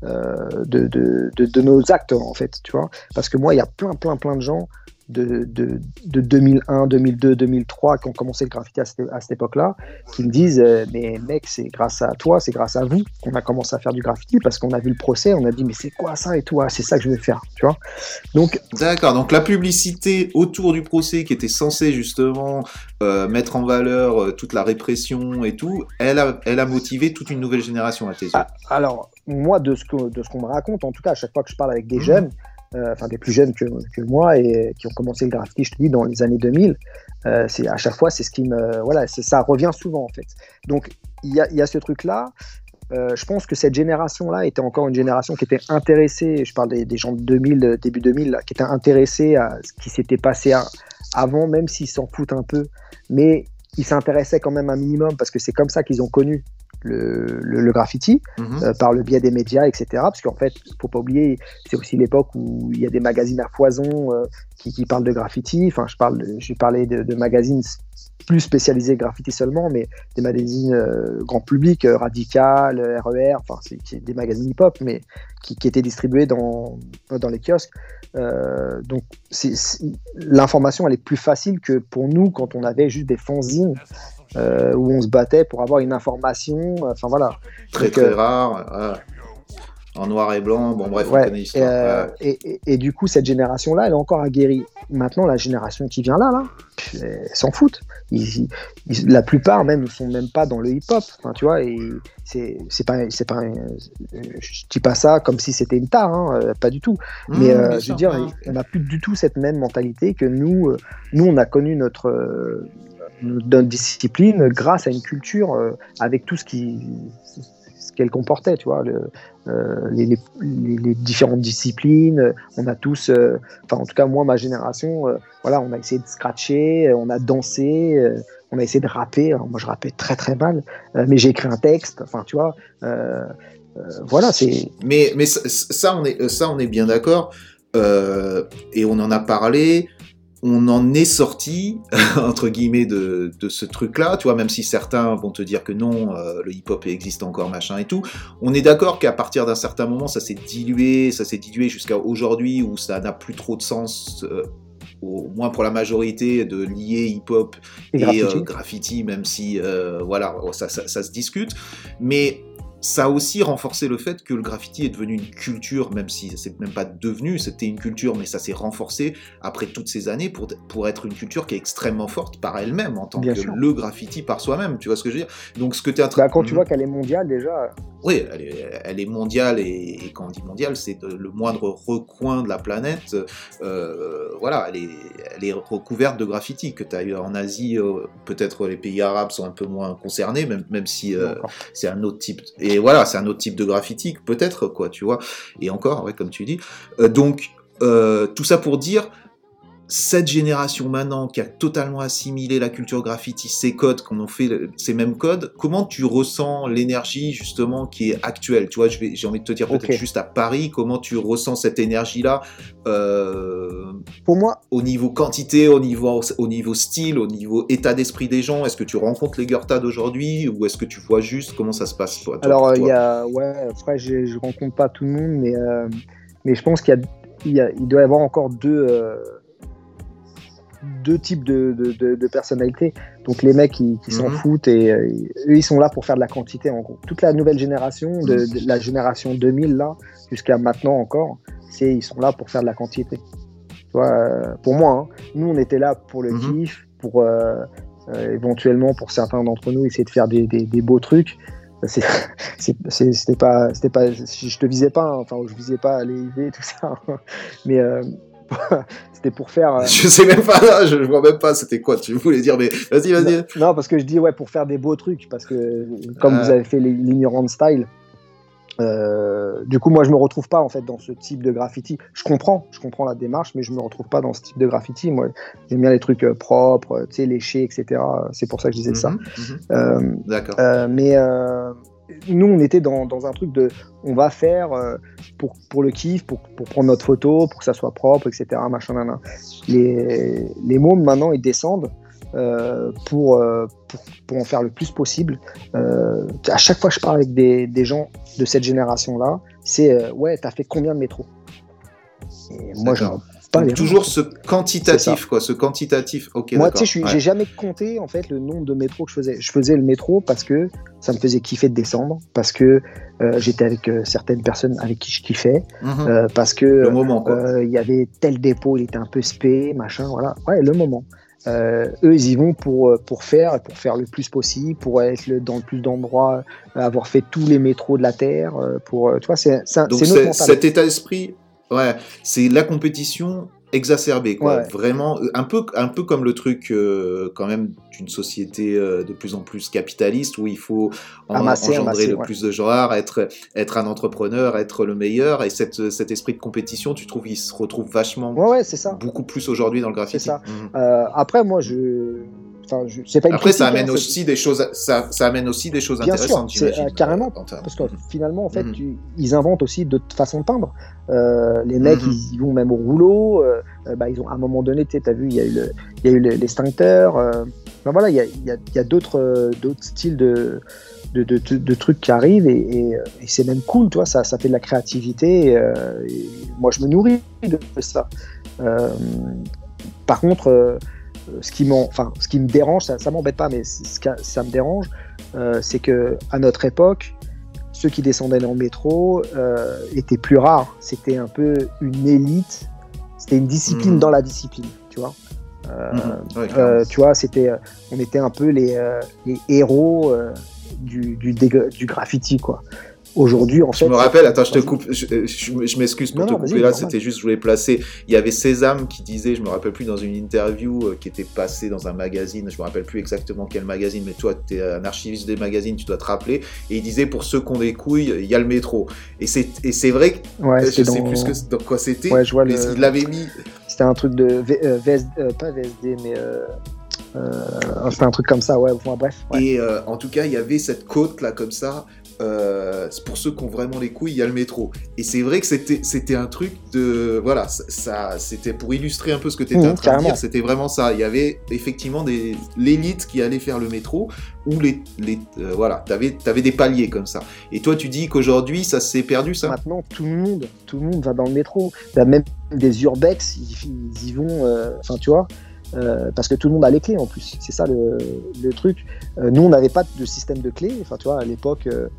de nos actes, en fait, tu vois. Parce que moi, il y a plein de gens de 2001, 2002, 2003 qui ont commencé le graffiti à cette époque-là, qui me disent mais mec, c'est grâce à toi, c'est grâce à vous qu'on a commencé à faire du graffiti, parce qu'on a vu le procès, on a dit mais c'est quoi ça et tout, c'est ça que je vais faire, tu vois. Donc d'accord, donc la publicité autour du procès qui était censée justement mettre en valeur toute la répression et tout, elle a motivé toute une nouvelle génération à tes yeux. Alors moi, de ce qu'on me raconte, en tout cas à chaque fois que je parle avec des jeunes, des plus jeunes que moi, et qui ont commencé le graffiti, je te dis, dans les années 2000, à chaque fois, c'est ce qui me... Voilà, ça revient souvent, en fait. Donc, il y a ce truc-là. Je pense que cette génération-là était encore une génération qui était intéressée, je parle des gens de 2000, début 2000, là, qui étaient intéressés à ce qui s'était passé avant, même s'ils s'en foutent un peu. Mais ils s'intéressaient quand même un minimum, parce que c'est comme ça qu'ils ont connu le graffiti, par le biais des médias, etc. Parce qu'en fait, il ne faut pas oublier, c'est aussi l'époque où il y a des magazines à foison qui parlent de graffiti. Enfin, je parlais de magazines plus spécialisés graffiti seulement, mais des magazines grand public, Radical, RER, enfin, c'est des magazines hip-hop, mais qui étaient distribués dans les kiosques. Donc, l'information, elle est plus facile que pour nous quand on avait juste des fanzines où on se battait pour avoir une information, enfin voilà. Très rare, en noir et blanc, bon bref, on connaît l'histoire. Et du coup, cette génération-là, elle est encore aguerrie. Maintenant, la génération qui vient là, elle s'en foutent. La plupart même ne sont même pas dans le hip-hop, enfin, tu vois, et c'est pas je dis pas ça comme si c'était une tare, pas du tout. Mais je veux dire, on n'a plus du tout cette même mentalité que nous on a connu notre discipline grâce à une culture avec tout ce qu'elle comportait, tu vois, les différentes disciplines. On a tous, en tout cas moi, ma génération, voilà, on a essayé de scratcher, on a dansé, on a essayé de rapper. Alors, moi je rappais très très mal, mais j'ai écrit un texte, enfin tu vois, voilà, c'est... Mais ça on est bien d'accord, et on en a parlé. On en est sorti, entre guillemets, de ce truc-là, tu vois, même si certains vont te dire que non, le hip-hop existe encore, machin et tout. On est d'accord qu'à partir d'un certain moment, ça s'est dilué jusqu'à aujourd'hui, où ça n'a plus trop de sens, au moins pour la majorité, de lier hip-hop et graffiti, même si, voilà, ça se discute. Mais ça a aussi renforcé le fait que le graffiti est devenu une culture, même si c'est même pas devenu, c'était une culture, mais ça s'est renforcé après toutes ces années pour être une culture qui est extrêmement forte par elle-même, en tant que le graffiti par soi-même, tu vois ce que je veux dire? Donc ce que tu es quand tu vois qu'elle est mondiale déjà, Oui, elle est mondiale, et quand on dit mondiale, c'est le moindre recoin de la planète. Voilà, elle est recouverte de graffiti. Que tu as eu en Asie, peut-être les pays arabes sont un peu moins concernés, même si c'est un autre type. Et voilà, c'est un autre type de graffiti, peut-être, quoi, tu vois. Et encore, ouais, comme tu dis. Donc, tout ça pour dire. Cette génération maintenant qui a totalement assimilé la culture graffiti, ces codes qu'on a fait, ces mêmes codes, comment tu ressens l'énergie justement qui est actuelle? Tu vois, j'ai envie de te dire peut-être juste à Paris, comment tu ressens cette énergie-là pour moi, au niveau quantité, au niveau style, au niveau état d'esprit des gens? Est-ce que tu rencontres les Goethe d'aujourd'hui ou est-ce que tu vois juste comment ça se passe toi? Alors il y a, ouais, après je rencontre pas tout le monde, mais je pense il doit y avoir encore deux types de personnalités. Donc les mecs qui s'en foutent et eux ils sont là pour faire de la quantité en gros. Toute la nouvelle génération, de la génération 2000 là, jusqu'à maintenant encore, ils sont là pour faire de la quantité. Tu vois, pour moi, hein, nous on était là pour le kiff, pour éventuellement pour certains d'entre nous essayer de faire des beaux trucs. C'était pas, je te visais pas, hein, enfin je visais pas les IV tout ça, hein, mais c'était pour faire. Je sais même pas, je vois même pas c'était quoi tu voulais dire, mais vas-y. Non, parce que je dis ouais pour faire des beaux trucs, parce que comme vous avez fait l'ignorant style, du coup moi je me retrouve pas en fait dans ce type de graffiti. Je comprends la démarche, mais je me retrouve pas dans ce type de graffiti. Moi j'aime bien les trucs propres, tu sais, léchés, etc. C'est pour ça que je disais ça. D'accord. Mais nous on était dans un truc de on va faire pour le kiff, pour prendre notre photo, pour que ça soit propre, etc. Machin, nan. Les mômes maintenant ils descendent pour en faire le plus possible. À chaque fois que je parle avec des gens de cette génération là, c'est ouais, t'as fait combien de métros? Et moi je pas les toujours ce quantitatif, quoi, ce quantitatif. Ok, moi, tu sais, j'ai jamais compté en fait le nombre de métros que je faisais. Je faisais le métro parce que ça me faisait kiffer de descendre, parce que j'étais avec certaines personnes avec qui je kiffais, parce que le moment, quoi. Il y avait tel dépôt, il était un peu spé, machin, voilà. Ouais, le moment. Eux, ils y vont pour faire le plus possible, pour être dans le plus d'endroits, avoir fait tous les métros de la Terre, pour, tu vois, c'est notre mental. Cet état d'esprit. Ouais, c'est la compétition exacerbée, quoi. Ouais. Vraiment, un peu comme le truc quand même d'une société de plus en plus capitaliste où il faut engendrer le plus de genre, être un entrepreneur, être le meilleur, et cet esprit de compétition, tu trouves, il se retrouve vachement c'est ça. Beaucoup plus aujourd'hui dans le graffiti. C'est ça. Après, moi, c'est pas une Après, critique, ça amène aussi des choses, ça amène aussi des choses bien intéressantes, sûr, j'imagine. Carrément, parce que finalement, en fait, ils inventent aussi d'autres façons de peindre. Les mecs, ils vont même au rouleau. Ils ont, à un moment donné, tu as vu, il y a eu l'extincteur. Voilà, il y a d'autres styles de trucs qui arrivent, et c'est même cool, tu vois, ça fait de la créativité. Et moi, je me nourris de ça. Par contre, ce qui me dérange, ça m'embête pas, mais ça me dérange, c'est que à notre époque, ceux qui descendaient dans le métro étaient plus rares. C'était un peu une élite, c'était une discipline dans la discipline, tu vois. Tu vois, on était un peu les héros du graffiti, quoi. Aujourd'hui, en fait... Je me rappelle, attends, je te coupe, je m'excuse pour te couper là, c'était juste, je voulais placer, il y avait Sésame qui disait, je me rappelle plus, dans une interview qui était passée dans un magazine, je me rappelle plus exactement quel magazine, mais toi, tu es un archiviste des magazines, tu dois te rappeler, et il disait, pour ceux qui ont des couilles, il y a le métro. Et c'est vrai que, je sais plus dans quoi c'était, mais il l'avait mis... C'était un truc de... pas VSD, mais... c'était un truc comme ça, ouais, enfin, bref. Ouais. Et en tout cas, il y avait cette côte là, comme ça, pour ceux qui ont vraiment les couilles, il y a le métro. Et c'est vrai que c'était un truc de... Voilà, ça, c'était pour illustrer un peu ce que tu étais en train de dire, c'était vraiment ça. Il y avait effectivement l'élite qui allait faire le métro, où voilà, t'avais des paliers comme ça. Et toi, tu dis qu'aujourd'hui, ça s'est perdu, ça? Maintenant, tout le monde va dans le métro. Il y a même des urbex, ils y vont, enfin, tu vois, parce que tout le monde a les clés en plus. C'est ça le truc. Nous, on n'avait pas de système de clés. Enfin, tu vois, à l'époque,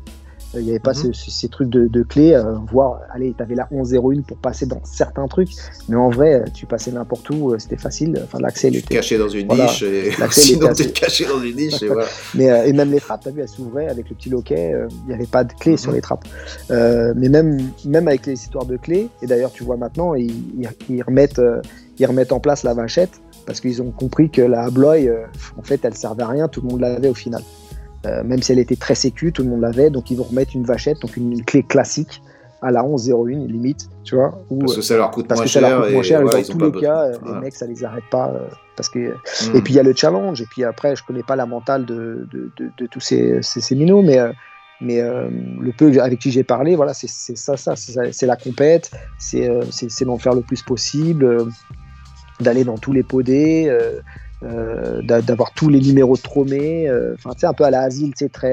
Il n'y avait pas ces trucs de clés, voire, allez, tu avais la 1101 pour passer dans certains trucs, mais en vrai, tu passais n'importe où, c'était facile. Enfin, l'accès, il était caché dans une niche, et sinon tu es caché dans une niche, et voilà. Mais, et même les trappes, tu as vu, elles s'ouvraient avec le petit loquet, il n'y avait pas de clés sur les trappes. Mais même avec les histoires de clés, et d'ailleurs, tu vois maintenant, ils remettent en place la vachette, parce qu'ils ont compris que la Abloy, en fait, elle servait à rien, tout le monde l'avait au final. Même si elle était très sécu, tout le monde l'avait, donc ils vont remettre une vachette, donc une clé classique à la 1101 limite, tu vois. Parce que ça leur coûte moins cher. Ça leur coûte moins cher, et voilà, dans tous les cas, les mecs, ça les arrête pas. Parce que... Et puis il y a le challenge, et puis après, je connais pas la mentale de tous ces minots, mais le peu avec qui j'ai parlé, voilà, c'est ça, c'est la compète, c'est d'en faire le plus possible, d'aller dans tous les podés, d'avoir tous les numéros de Tromé, enfin tu sais, un peu à la Asile, tu sais, très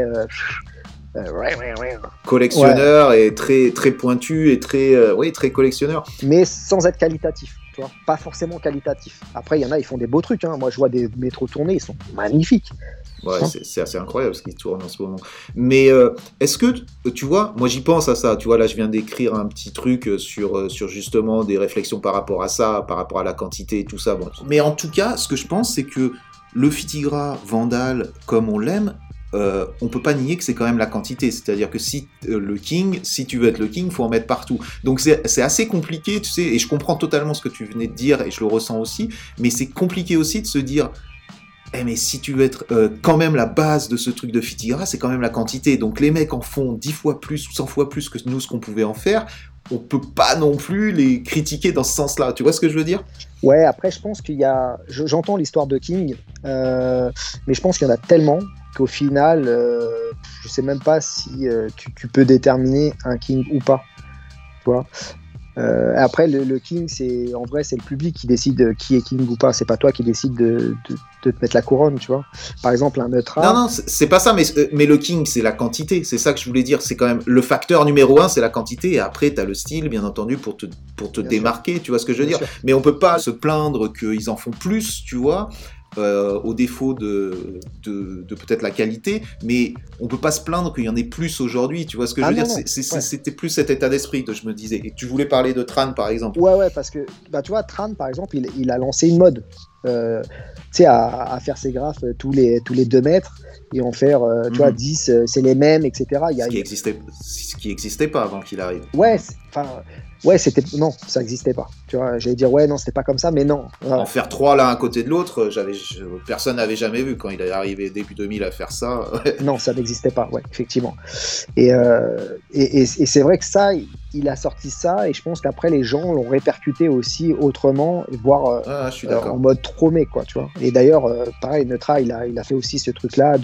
collectionneur, et très très pointu et très collectionneur, mais sans être qualitatif, tu vois, pas forcément qualitatif. Après il y en a, ils font des beaux trucs, hein. Moi je vois des métros tournés, ils sont magnifiques. Ouais, c'est assez incroyable ce qui tourne en ce moment. Mais est-ce que, tu vois, moi j'y pense à ça, tu vois, là je viens d'écrire un petit truc sur justement des réflexions par rapport à ça, par rapport à la quantité et tout ça. Bon. Mais en tout cas, ce que je pense, c'est que le Fitigra Vandal, comme on l'aime, on peut pas nier que c'est quand même la quantité. C'est-à-dire que si tu veux être le king, faut en mettre partout. Donc c'est assez compliqué, tu sais, et je comprends totalement ce que tu venais de dire, et je le ressens aussi, mais c'est compliqué aussi de se dire... mais si tu veux être quand même la base de ce truc de Fitigra, c'est quand même la quantité. Donc les mecs en font 10 fois plus ou 100 fois plus que nous, ce qu'on pouvait en faire. On peut pas non plus les critiquer dans ce sens-là. Tu vois ce que je veux dire ? Ouais, après je pense qu'il y a... J'entends l'histoire de King, mais je pense qu'il y en a tellement qu'au final, je sais même pas si tu peux déterminer un King ou pas. Tu vois ? Après le king, en vrai c'est le public qui décide qui est king ou pas, c'est pas toi qui décide de te mettre la couronne, tu vois. Par exemple un Neutra. Non, c'est pas ça, mais le king c'est la quantité, c'est ça que je voulais dire, c'est quand même le facteur numéro 1, c'est la quantité, et après t'as le style bien entendu pour te démarquer, sûr. Tu vois ce que je veux dire. Mais on peut pas se plaindre qu'ils en font plus, tu vois. Au défaut de peut-être la qualité, mais on peut pas se plaindre qu'il y en ait plus aujourd'hui, tu vois ce que je veux dire. C'était plus cet état d'esprit que je me disais. Et tu voulais parler de Tran par exemple. Ouais, parce que tu vois, Tran par exemple, il a lancé une mode, tu sais, à faire ses graphes tous les 2 mètres et en faire, tu vois, 10, c'est les mêmes, etc. Ce qui existait pas avant qu'il arrive. Ouais, non, ça n'existait pas. Tu vois, j'allais dire non, c'était pas comme ça, mais non. Voilà. En faire 3 l'un à côté de l'autre, personne n'avait jamais vu quand il est arrivé début 2000 à faire ça. Non, ça n'existait pas, ouais, effectivement. Et c'est vrai que ça, il a sorti ça, et je pense qu'après les gens l'ont répercuté aussi autrement, voire en mode Tromé, quoi, tu vois. Et d'ailleurs, pareil, Neutra, il a fait aussi ce truc-là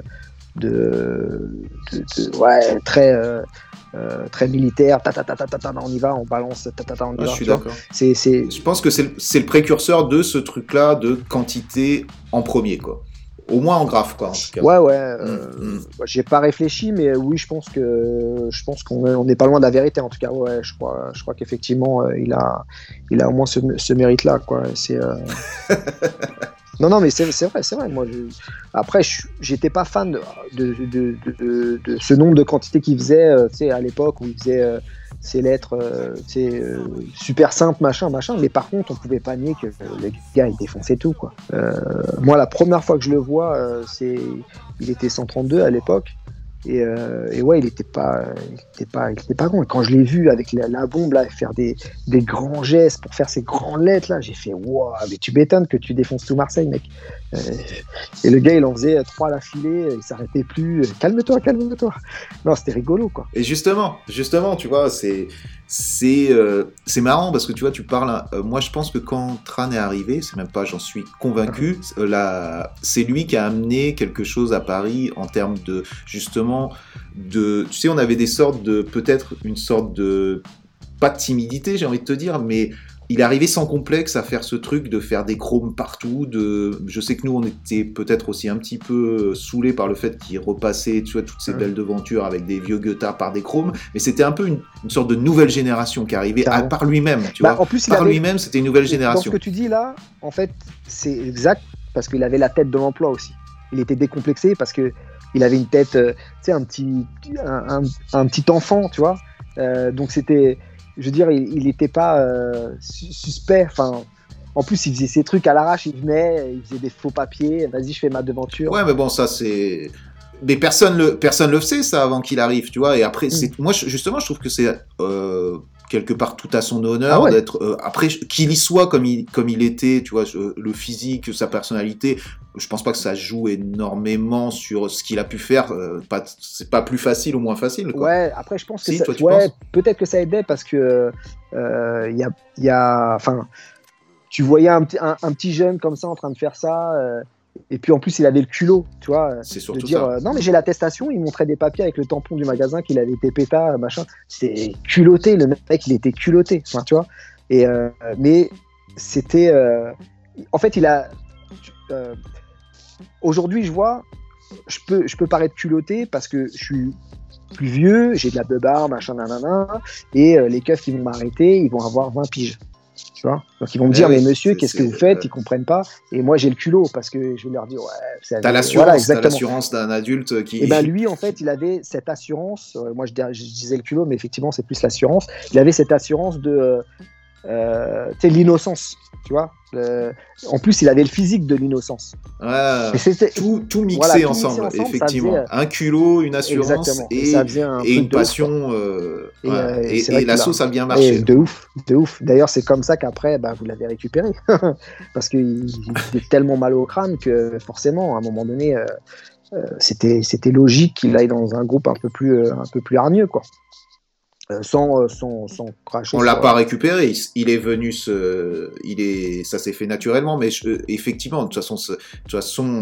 très militaire, on y va, on balance, on y va. Je suis d'accord. Je pense que c'est le précurseur de ce truc-là de quantité en premier, quoi. Au moins en graphe, quoi, en tout cas. Ouais. J'ai pas réfléchi, mais oui, je pense qu'on n'est pas loin de la vérité, en tout cas. Ouais, je crois qu'effectivement, il a au moins ce mérite-là, quoi. C'est... Non, mais c'est vrai. Moi, après, j'étais pas fan de ce nombre de quantités qu'il faisait, tu sais, à l'époque où il faisait ces lettres, super simples, machin. Mais par contre, on pouvait pas nier que le gars, il défonçait tout, quoi. Moi, la première fois que je le vois, il était 132 à l'époque. Et ouais, il était pas grand. Et quand je l'ai vu avec la bombe là, faire des grands gestes pour faire ces grands lettres là, j'ai fait waouh, mais tu m'étonnes que tu défonces tout Marseille, mec. Et le gars, il en faisait 3 à l'affilée, il s'arrêtait plus. Calme-toi. Non, c'était rigolo, quoi. Et justement, tu vois, c'est marrant parce que tu vois, tu parles. Moi, je pense que quand Tran est arrivé, c'est même pas, j'en suis convaincu. C'est lui qui a amené quelque chose à Paris en termes de justement tu sais, on avait peut-être une sorte de pas de timidité, j'ai envie de te dire, mais il est arrivé sans complexe à faire ce truc de faire des chromes partout. Je sais que nous, on était peut-être aussi un petit peu saoulés par le fait qu'il repassait, tu vois, toutes ces belles devantures avec des vieux gueutards par des chromes, mais c'était un peu une sorte de nouvelle génération qui arrivait par lui-même, tu vois. En plus, lui-même, c'était une nouvelle génération. Dans ce que tu dis là, en fait, c'est exact, parce qu'il avait la tête de l'emploi aussi. Il était décomplexé parce que il avait une tête, tu sais, un petit enfant, tu vois. Donc c'était, je veux dire, il était pas suspect. Enfin, en plus, il faisait ses trucs à l'arrache. Il venait, il faisait des faux papiers. Vas-y, je fais ma devanture. Ouais, mais bon, ça c'est. Mais personne le sait ça avant qu'il arrive, tu vois. Et après, moi justement, je trouve que c'est quelque part tout à son honneur d'être. Après, qu'il y soit comme il était, tu vois, le physique, sa personnalité. Je pense pas que ça joue énormément sur ce qu'il a pu faire. C'est pas plus facile ou moins facile, quoi. Ouais. Après, je pense que si, ça, toi, tu penses peut-être que ça aidait parce que enfin, tu voyais un petit jeune comme ça en train de faire ça. Et puis en plus, il avait le culot, tu vois, c'est surtout de dire ça. non mais j'ai l'attestation. Il montrait des papiers avec le tampon du magasin qu'il avait été péta, machin. C'est culotté, le mec, il était culotté, enfin, tu vois. Et mais c'était, en fait, il a. Aujourd'hui, je vois, je peux paraître culotté parce que je suis plus vieux, j'ai de la beubare, machin, nanana, et les keufs qui vont m'arrêter, ils vont avoir 20 piges. Tu vois, donc ils vont me dire, mais monsieur, qu'est-ce que vous faites? Ils comprennent pas. Et moi, j'ai le culot parce que je vais leur dire, ouais, t'as l'assurance d'un adulte qui. Et ben lui, en fait, il avait cette assurance. Moi, je disais le culot, mais effectivement, c'est plus l'assurance. Il avait cette assurance de, tu sais, l'innocence. Tu vois. En plus, il avait le physique de l'innocence. Ouais. Tout mixé, voilà, tout ensemble, mixé ensemble, effectivement. Un culot, une assurance et une passion. Et la sauce a bien marché. De ouf. D'ailleurs, c'est comme ça qu'après, vous l'avez récupéré. Parce qu'il était tellement mal au crâne que forcément, à un moment donné, c'était logique qu'il aille dans un groupe un peu plus hargneux, quoi. Sans cracher. On l'a pas récupéré. Il est venu ça s'est fait naturellement, mais effectivement, de toute façon,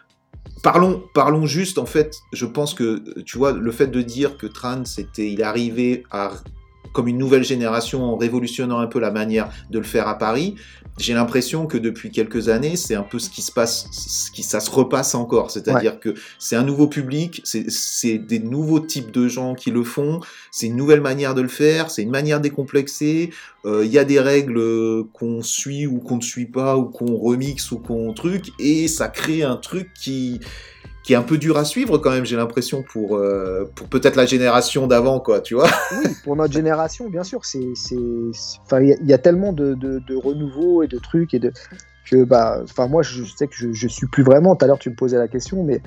parlons juste. En fait, je pense que tu vois le fait de dire que Tran il est arrivé comme une nouvelle génération en révolutionnant un peu la manière de le faire à Paris. J'ai l'impression que depuis quelques années, c'est un peu ce qui se passe, ça se repasse encore. C'est-à-dire que c'est un nouveau public, c'est des nouveaux types de gens qui le font, c'est une nouvelle manière de le faire, c'est une manière décomplexée. Il y a des règles qu'on suit ou qu'on ne suit pas, ou qu'on remixe ou qu'on truc, et ça crée un truc qui est un peu dur à suivre quand même, j'ai l'impression, pour peut-être la génération d'avant, quoi, tu vois. Oui, pour notre génération, bien sûr, il y a tellement de renouveau et de trucs moi, je sais que je suis plus vraiment. Tout à l'heure, tu me posais la question, mais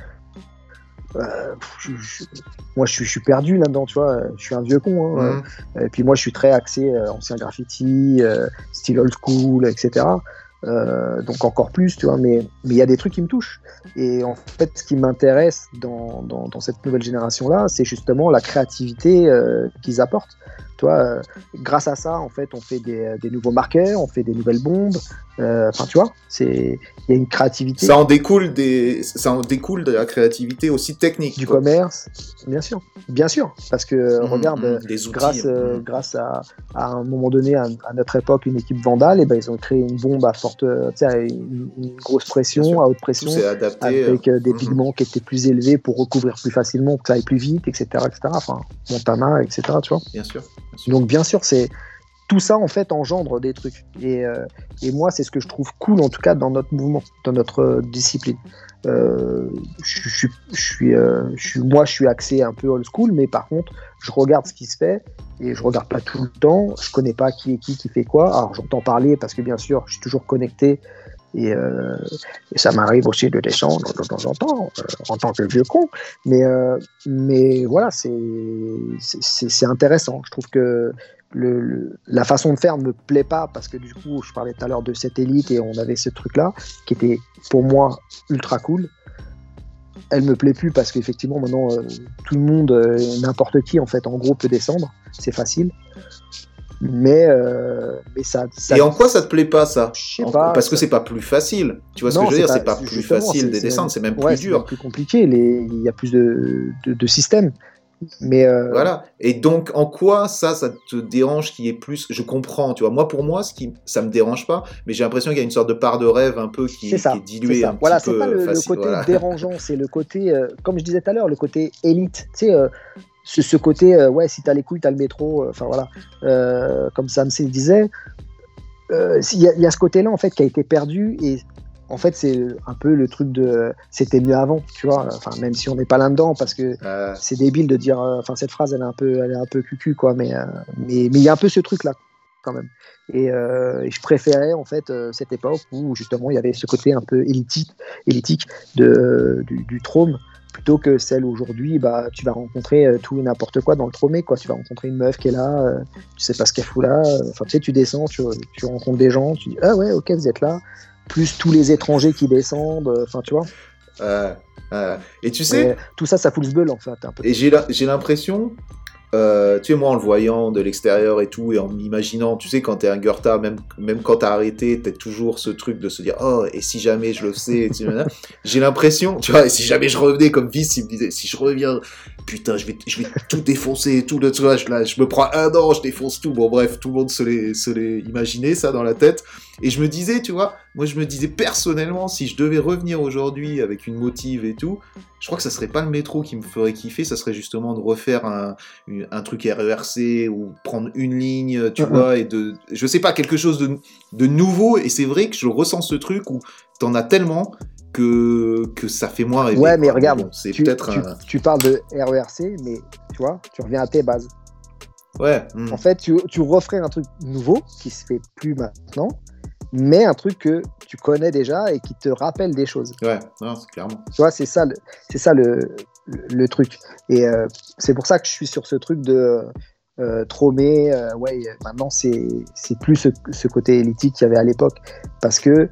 moi, je suis perdu là-dedans, tu vois. Je suis un vieux con, hein. Et puis moi, je suis très axé ancien graffiti, style old school, etc. Donc encore plus, tu vois, mais il y a des trucs qui me touchent. Et en fait, ce qui m'intéresse dans cette nouvelle génération-là, c'est justement la créativité qu'ils apportent. Tu vois, grâce à ça, en fait, on fait des nouveaux marqueurs, on fait des nouvelles bombes. Enfin, tu vois, il y a une créativité. Ça en découle de la créativité aussi technique. Du commerce, bien sûr, parce que regarde, des outils, grâce à un moment donné, à notre époque, une équipe Vandal, et ils ont créé une bombe à forte, une grosse pression, à haute pression, adapté, avec des pigments qui étaient plus élevés pour recouvrir plus facilement, que ça aille plus vite, etc. Enfin, Montana, etc. Tu vois. Bien sûr. Donc bien sûr, tout ça en fait engendre des trucs. Et moi, c'est ce que je trouve cool, en tout cas dans notre mouvement, dans notre discipline. Je suis axé un peu old school, mais par contre, je regarde ce qui se fait et je regarde pas tout le temps. Je connais pas qui est qui fait quoi. Alors j'entends parler parce que bien sûr, je suis toujours connecté. Et ça m'arrive aussi de descendre de temps en temps en tant que vieux con, mais voilà, c'est intéressant. Je trouve que la façon de faire me plaît pas parce que du coup, je parlais tout à l'heure de cette élite et on avait ce truc là qui était pour moi ultra cool. Elle me plaît plus parce qu'effectivement maintenant tout le monde, n'importe qui en fait, en gros peut descendre, c'est facile. Mais ça. Et en quoi ça te plaît pas, ça? Je sais pas. Parce que c'est pas plus facile. Tu vois ce que je veux dire? C'est pas plus facile des descentes, c'est même plus dur. C'est plus compliqué. Il y a plus de systèmes. Mais voilà. Et donc, en quoi ça te dérange qu'il y ait plus? Je comprends, tu vois. Moi, pour moi, ça me dérange pas, mais j'ai l'impression qu'il y a une sorte de part de rêve un peu qui est diluée. Voilà, c'est pas le côté dérangeant, c'est le côté, comme je disais tout à l'heure, le côté élite. Tu sais. Ce côté, si t'as les couilles, t'as le métro, enfin voilà, comme Sam C disait, il y a ce côté-là en fait qui a été perdu et en fait, c'est un peu le truc de c'était mieux avant, tu vois. Enfin, même si on n'est pas là-dedans, parce que c'est débile de dire. Enfin, cette phrase, elle est un peu cucu, quoi. Mais il y a un peu ce truc-là, quand même. Et je préférais, en fait, cette époque où, justement, il y avait ce côté un peu élitique du trône, plutôt que celle aujourd'hui, bah, tu vas rencontrer tout et n'importe quoi dans le tromé, quoi. Tu vas rencontrer une meuf qui est là, tu sais pas ce qu'elle fout là. Enfin, tu sais, tu descends, tu rencontres des gens, tu dis ah ouais, ok, vous êtes là. Plus tous les étrangers qui descendent, enfin, tu vois. Et tu sais, tout ça fout le beul, en fait. Un peu. Et j'ai l'impression, tu sais, moi en le voyant de l'extérieur et tout, et en m'imaginant, tu sais, quand t'es un Goethe, même quand t'as arrêté, t'as toujours ce truc de se dire, oh, et si jamais je le faisais, j'ai l'impression, tu vois, et si jamais je revenais comme Vice, il me disait, si je reviens, putain, je vais tout défoncer, tout le, tu vois, je me prends 1 an, je défonce tout, bon bref, tout le monde se l'est imaginé ça dans la tête, et je me disais, tu vois, moi je me disais personnellement, si je devais revenir aujourd'hui avec une motive et tout, je crois que ça serait pas le métro qui me ferait kiffer, ça serait justement de refaire un truc RERC ou prendre une ligne, tu vois, et je sais pas, quelque chose de nouveau, et c'est vrai que je ressens ce truc où t'en as tellement que ça fait moins rêver. Ouais, mais regarde, bon, c'est tu parles de RERC, mais tu vois, tu reviens à tes bases. Ouais. En fait, tu referais un truc nouveau qui se fait plus maintenant, mais un truc que tu connais déjà et qui te rappelle des choses. Ouais, non, c'est clairement. Tu vois, c'est ça le truc. Et c'est pour ça que je suis sur ce truc de Tromé. Ouais, maintenant, c'est plus ce côté élitique qu'il y avait à l'époque. Parce que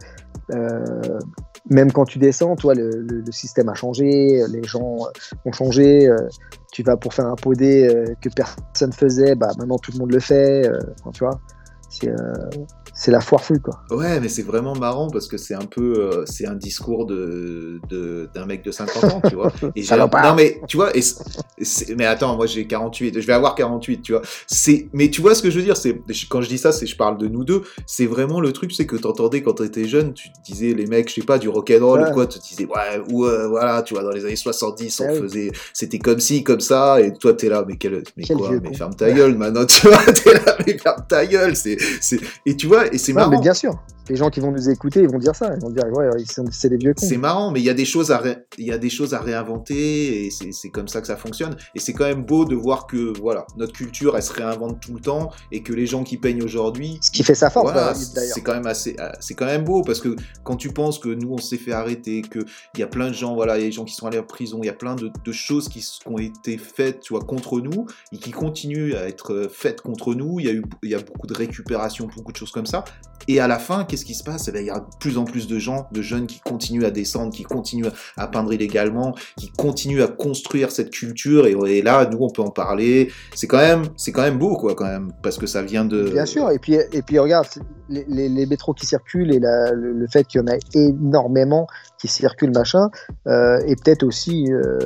même quand tu descends, toi, le système a changé, les gens ont changé. Tu vas pour faire un podé que personne faisait, bah maintenant tout le monde le fait. Tu vois, c'est la foire fouille, quoi. Ouais, mais c'est vraiment marrant parce que c'est un peu, c'est un discours d'un mec de 50 ans, tu vois. Et non, mais tu vois, mais attends, moi j'ai 48, je vais avoir 48, tu vois. Mais tu vois ce que je veux dire, quand je dis ça, je parle de nous deux. C'est vraiment le truc, c'est que t'entendais quand t'étais jeune, tu te disais les mecs, je sais pas, du rock'n'roll ou quoi, tu te disais ouais, ou voilà, tu vois, dans les années 70, on faisait, c'était comme ci, comme ça, et toi t'es là, mais quoi, mais ferme ta gueule, maintenant, tu vois, t'es là, mais ferme ta gueule, et tu vois. Et c'est marrant. Mais bien sûr, les gens qui vont nous écouter, ils vont dire ça. Ils vont dire, ouais, c'est des vieux cons. C'est marrant, mais il y a des choses à réinventer, et c'est comme ça que ça fonctionne. Et c'est quand même beau de voir que, voilà, notre culture, elle se réinvente tout le temps, et que les gens qui peignent aujourd'hui. Ce qui fait sa force, voilà, d'ailleurs. C'est quand même beau, parce que quand tu penses que nous, on s'est fait arrêter, qu'il y a plein de gens, voilà, il y a des gens qui sont allés en prison, il y a plein de choses qui ont été faites, tu vois, contre nous, et qui continuent à être faites contre nous. Il y a beaucoup de récupération, beaucoup de choses comme ça. Et à la fin, qu'est-ce qui se passe? Il y a de plus en plus de gens, de jeunes qui continuent à descendre, qui continuent à peindre illégalement, qui continuent à construire cette culture. Et là, nous, on peut en parler. C'est quand même beau, quoi, quand même, parce que ça vient de. Bien sûr. Et puis regarde, les métros qui circulent et le fait qu'il y en a énormément qui circulent, machin, et peut-être aussi.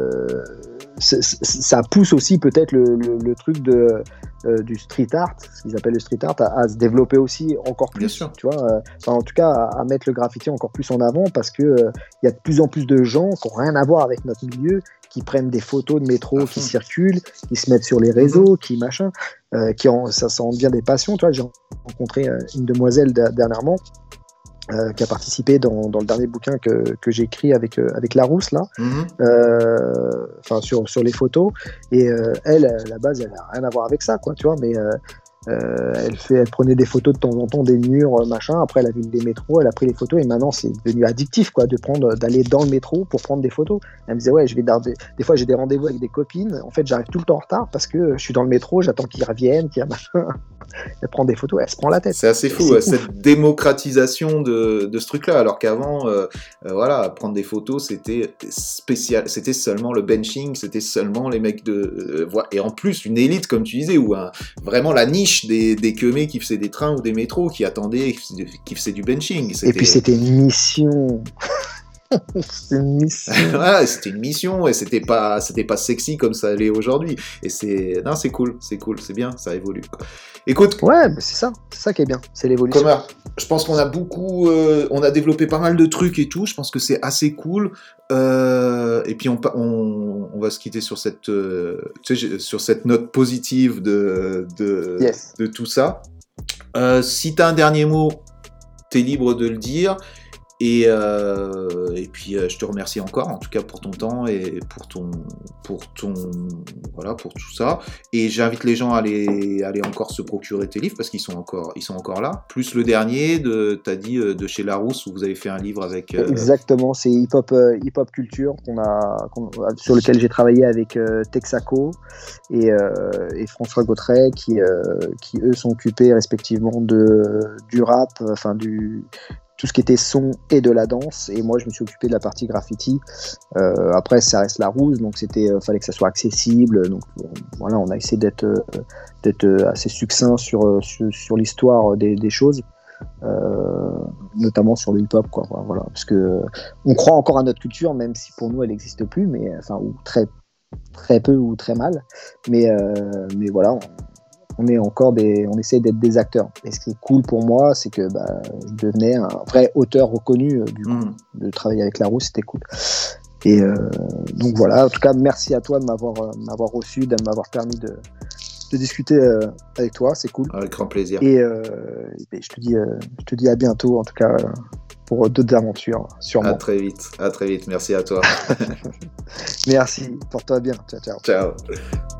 Ça pousse aussi peut-être le truc du street art, ce qu'ils appellent le street art, à se développer aussi encore plus. Bien sûr. Tu vois, en tout cas, à mettre le graffiti encore plus en avant, parce que y a de plus en plus de gens qui n'ont rien à voir avec notre milieu, qui prennent des photos de métro qui circulent, qui se mettent sur les réseaux, qui machin, ça en devient des passions. Tu vois, j'ai rencontré une demoiselle dernièrement, qui a participé dans le dernier bouquin que j'ai écrit avec Larousse, là, sur les photos, et elle, à la base, elle n'a rien à voir avec ça, quoi, tu vois, mais elle prenait des photos de temps en temps des murs, machin. Après, elle a vu des métros, elle a pris les photos, et maintenant c'est devenu addictif, quoi, d'aller dans le métro pour prendre des photos. Elle me disait, ouais, des fois j'ai des rendez-vous avec des copines, en fait j'arrive tout le temps en retard parce que je suis dans le métro, j'attends qu'ils reviennent, qu'il y a machin. Elle prend des photos, elle se prend la tête. C'est assez fou, cette démocratisation de ce truc-là, alors qu'avant, voilà, prendre des photos, c'était spécial, c'était seulement le benching, c'était seulement les mecs et en plus une élite, comme tu disais, ou vraiment la niche des queumés qui faisaient des trains ou des métros, qui attendaient, qui faisaient du benching. Et puis c'était une mission. C'était une mission. Ouais, c'était une mission, et c'était pas sexy comme ça l'est aujourd'hui. Et c'est cool, c'est bien, ça évolue, quoi. Écoute. Ouais, mais c'est ça qui est bien, c'est l'évolution. Commun, je pense qu'on a on a développé pas mal de trucs et tout. Je pense que c'est assez cool. Et puis on va se quitter sur cette note positive de tout ça. Si t'as un dernier mot, t'es libre de le dire. Et puis je te remercie encore, en tout cas pour ton temps et pour tout ça. Et j'invite les gens à aller encore se procurer tes livres parce qu'ils sont encore là. Plus le dernier t'as dit de chez Larousse où vous avez fait un livre avec. Exactement, c'est Hip Hop Culture sur lequel j'ai travaillé avec Texaco et François Gautret qui eux sont occupés respectivement du rap, enfin tout ce qui était son et de la danse, et moi je me suis occupé de la partie graffiti. Après ça reste Larousse, donc fallait que ça soit accessible, donc voilà, on a essayé d'être assez succinct sur l'histoire des choses, notamment sur le hip-hop, quoi. Voilà, parce que on croit encore à notre culture, même si pour nous elle n'existe plus, mais enfin, ou très très peu ou très mal, mais voilà, on essaie d'être des acteurs. Et ce qui est cool pour moi, c'est que je devenais un vrai auteur reconnu. Du coup, de travailler avec Larousse, c'était cool. Et donc voilà. En tout cas, merci à toi de m'avoir reçu, de m'avoir permis de discuter avec toi. C'est cool. Avec grand plaisir. Et je te dis à bientôt. En tout cas, pour d'autres aventures, sûrement. À très vite. Merci à toi. Merci. Porte-toi bien. Ciao. Ciao.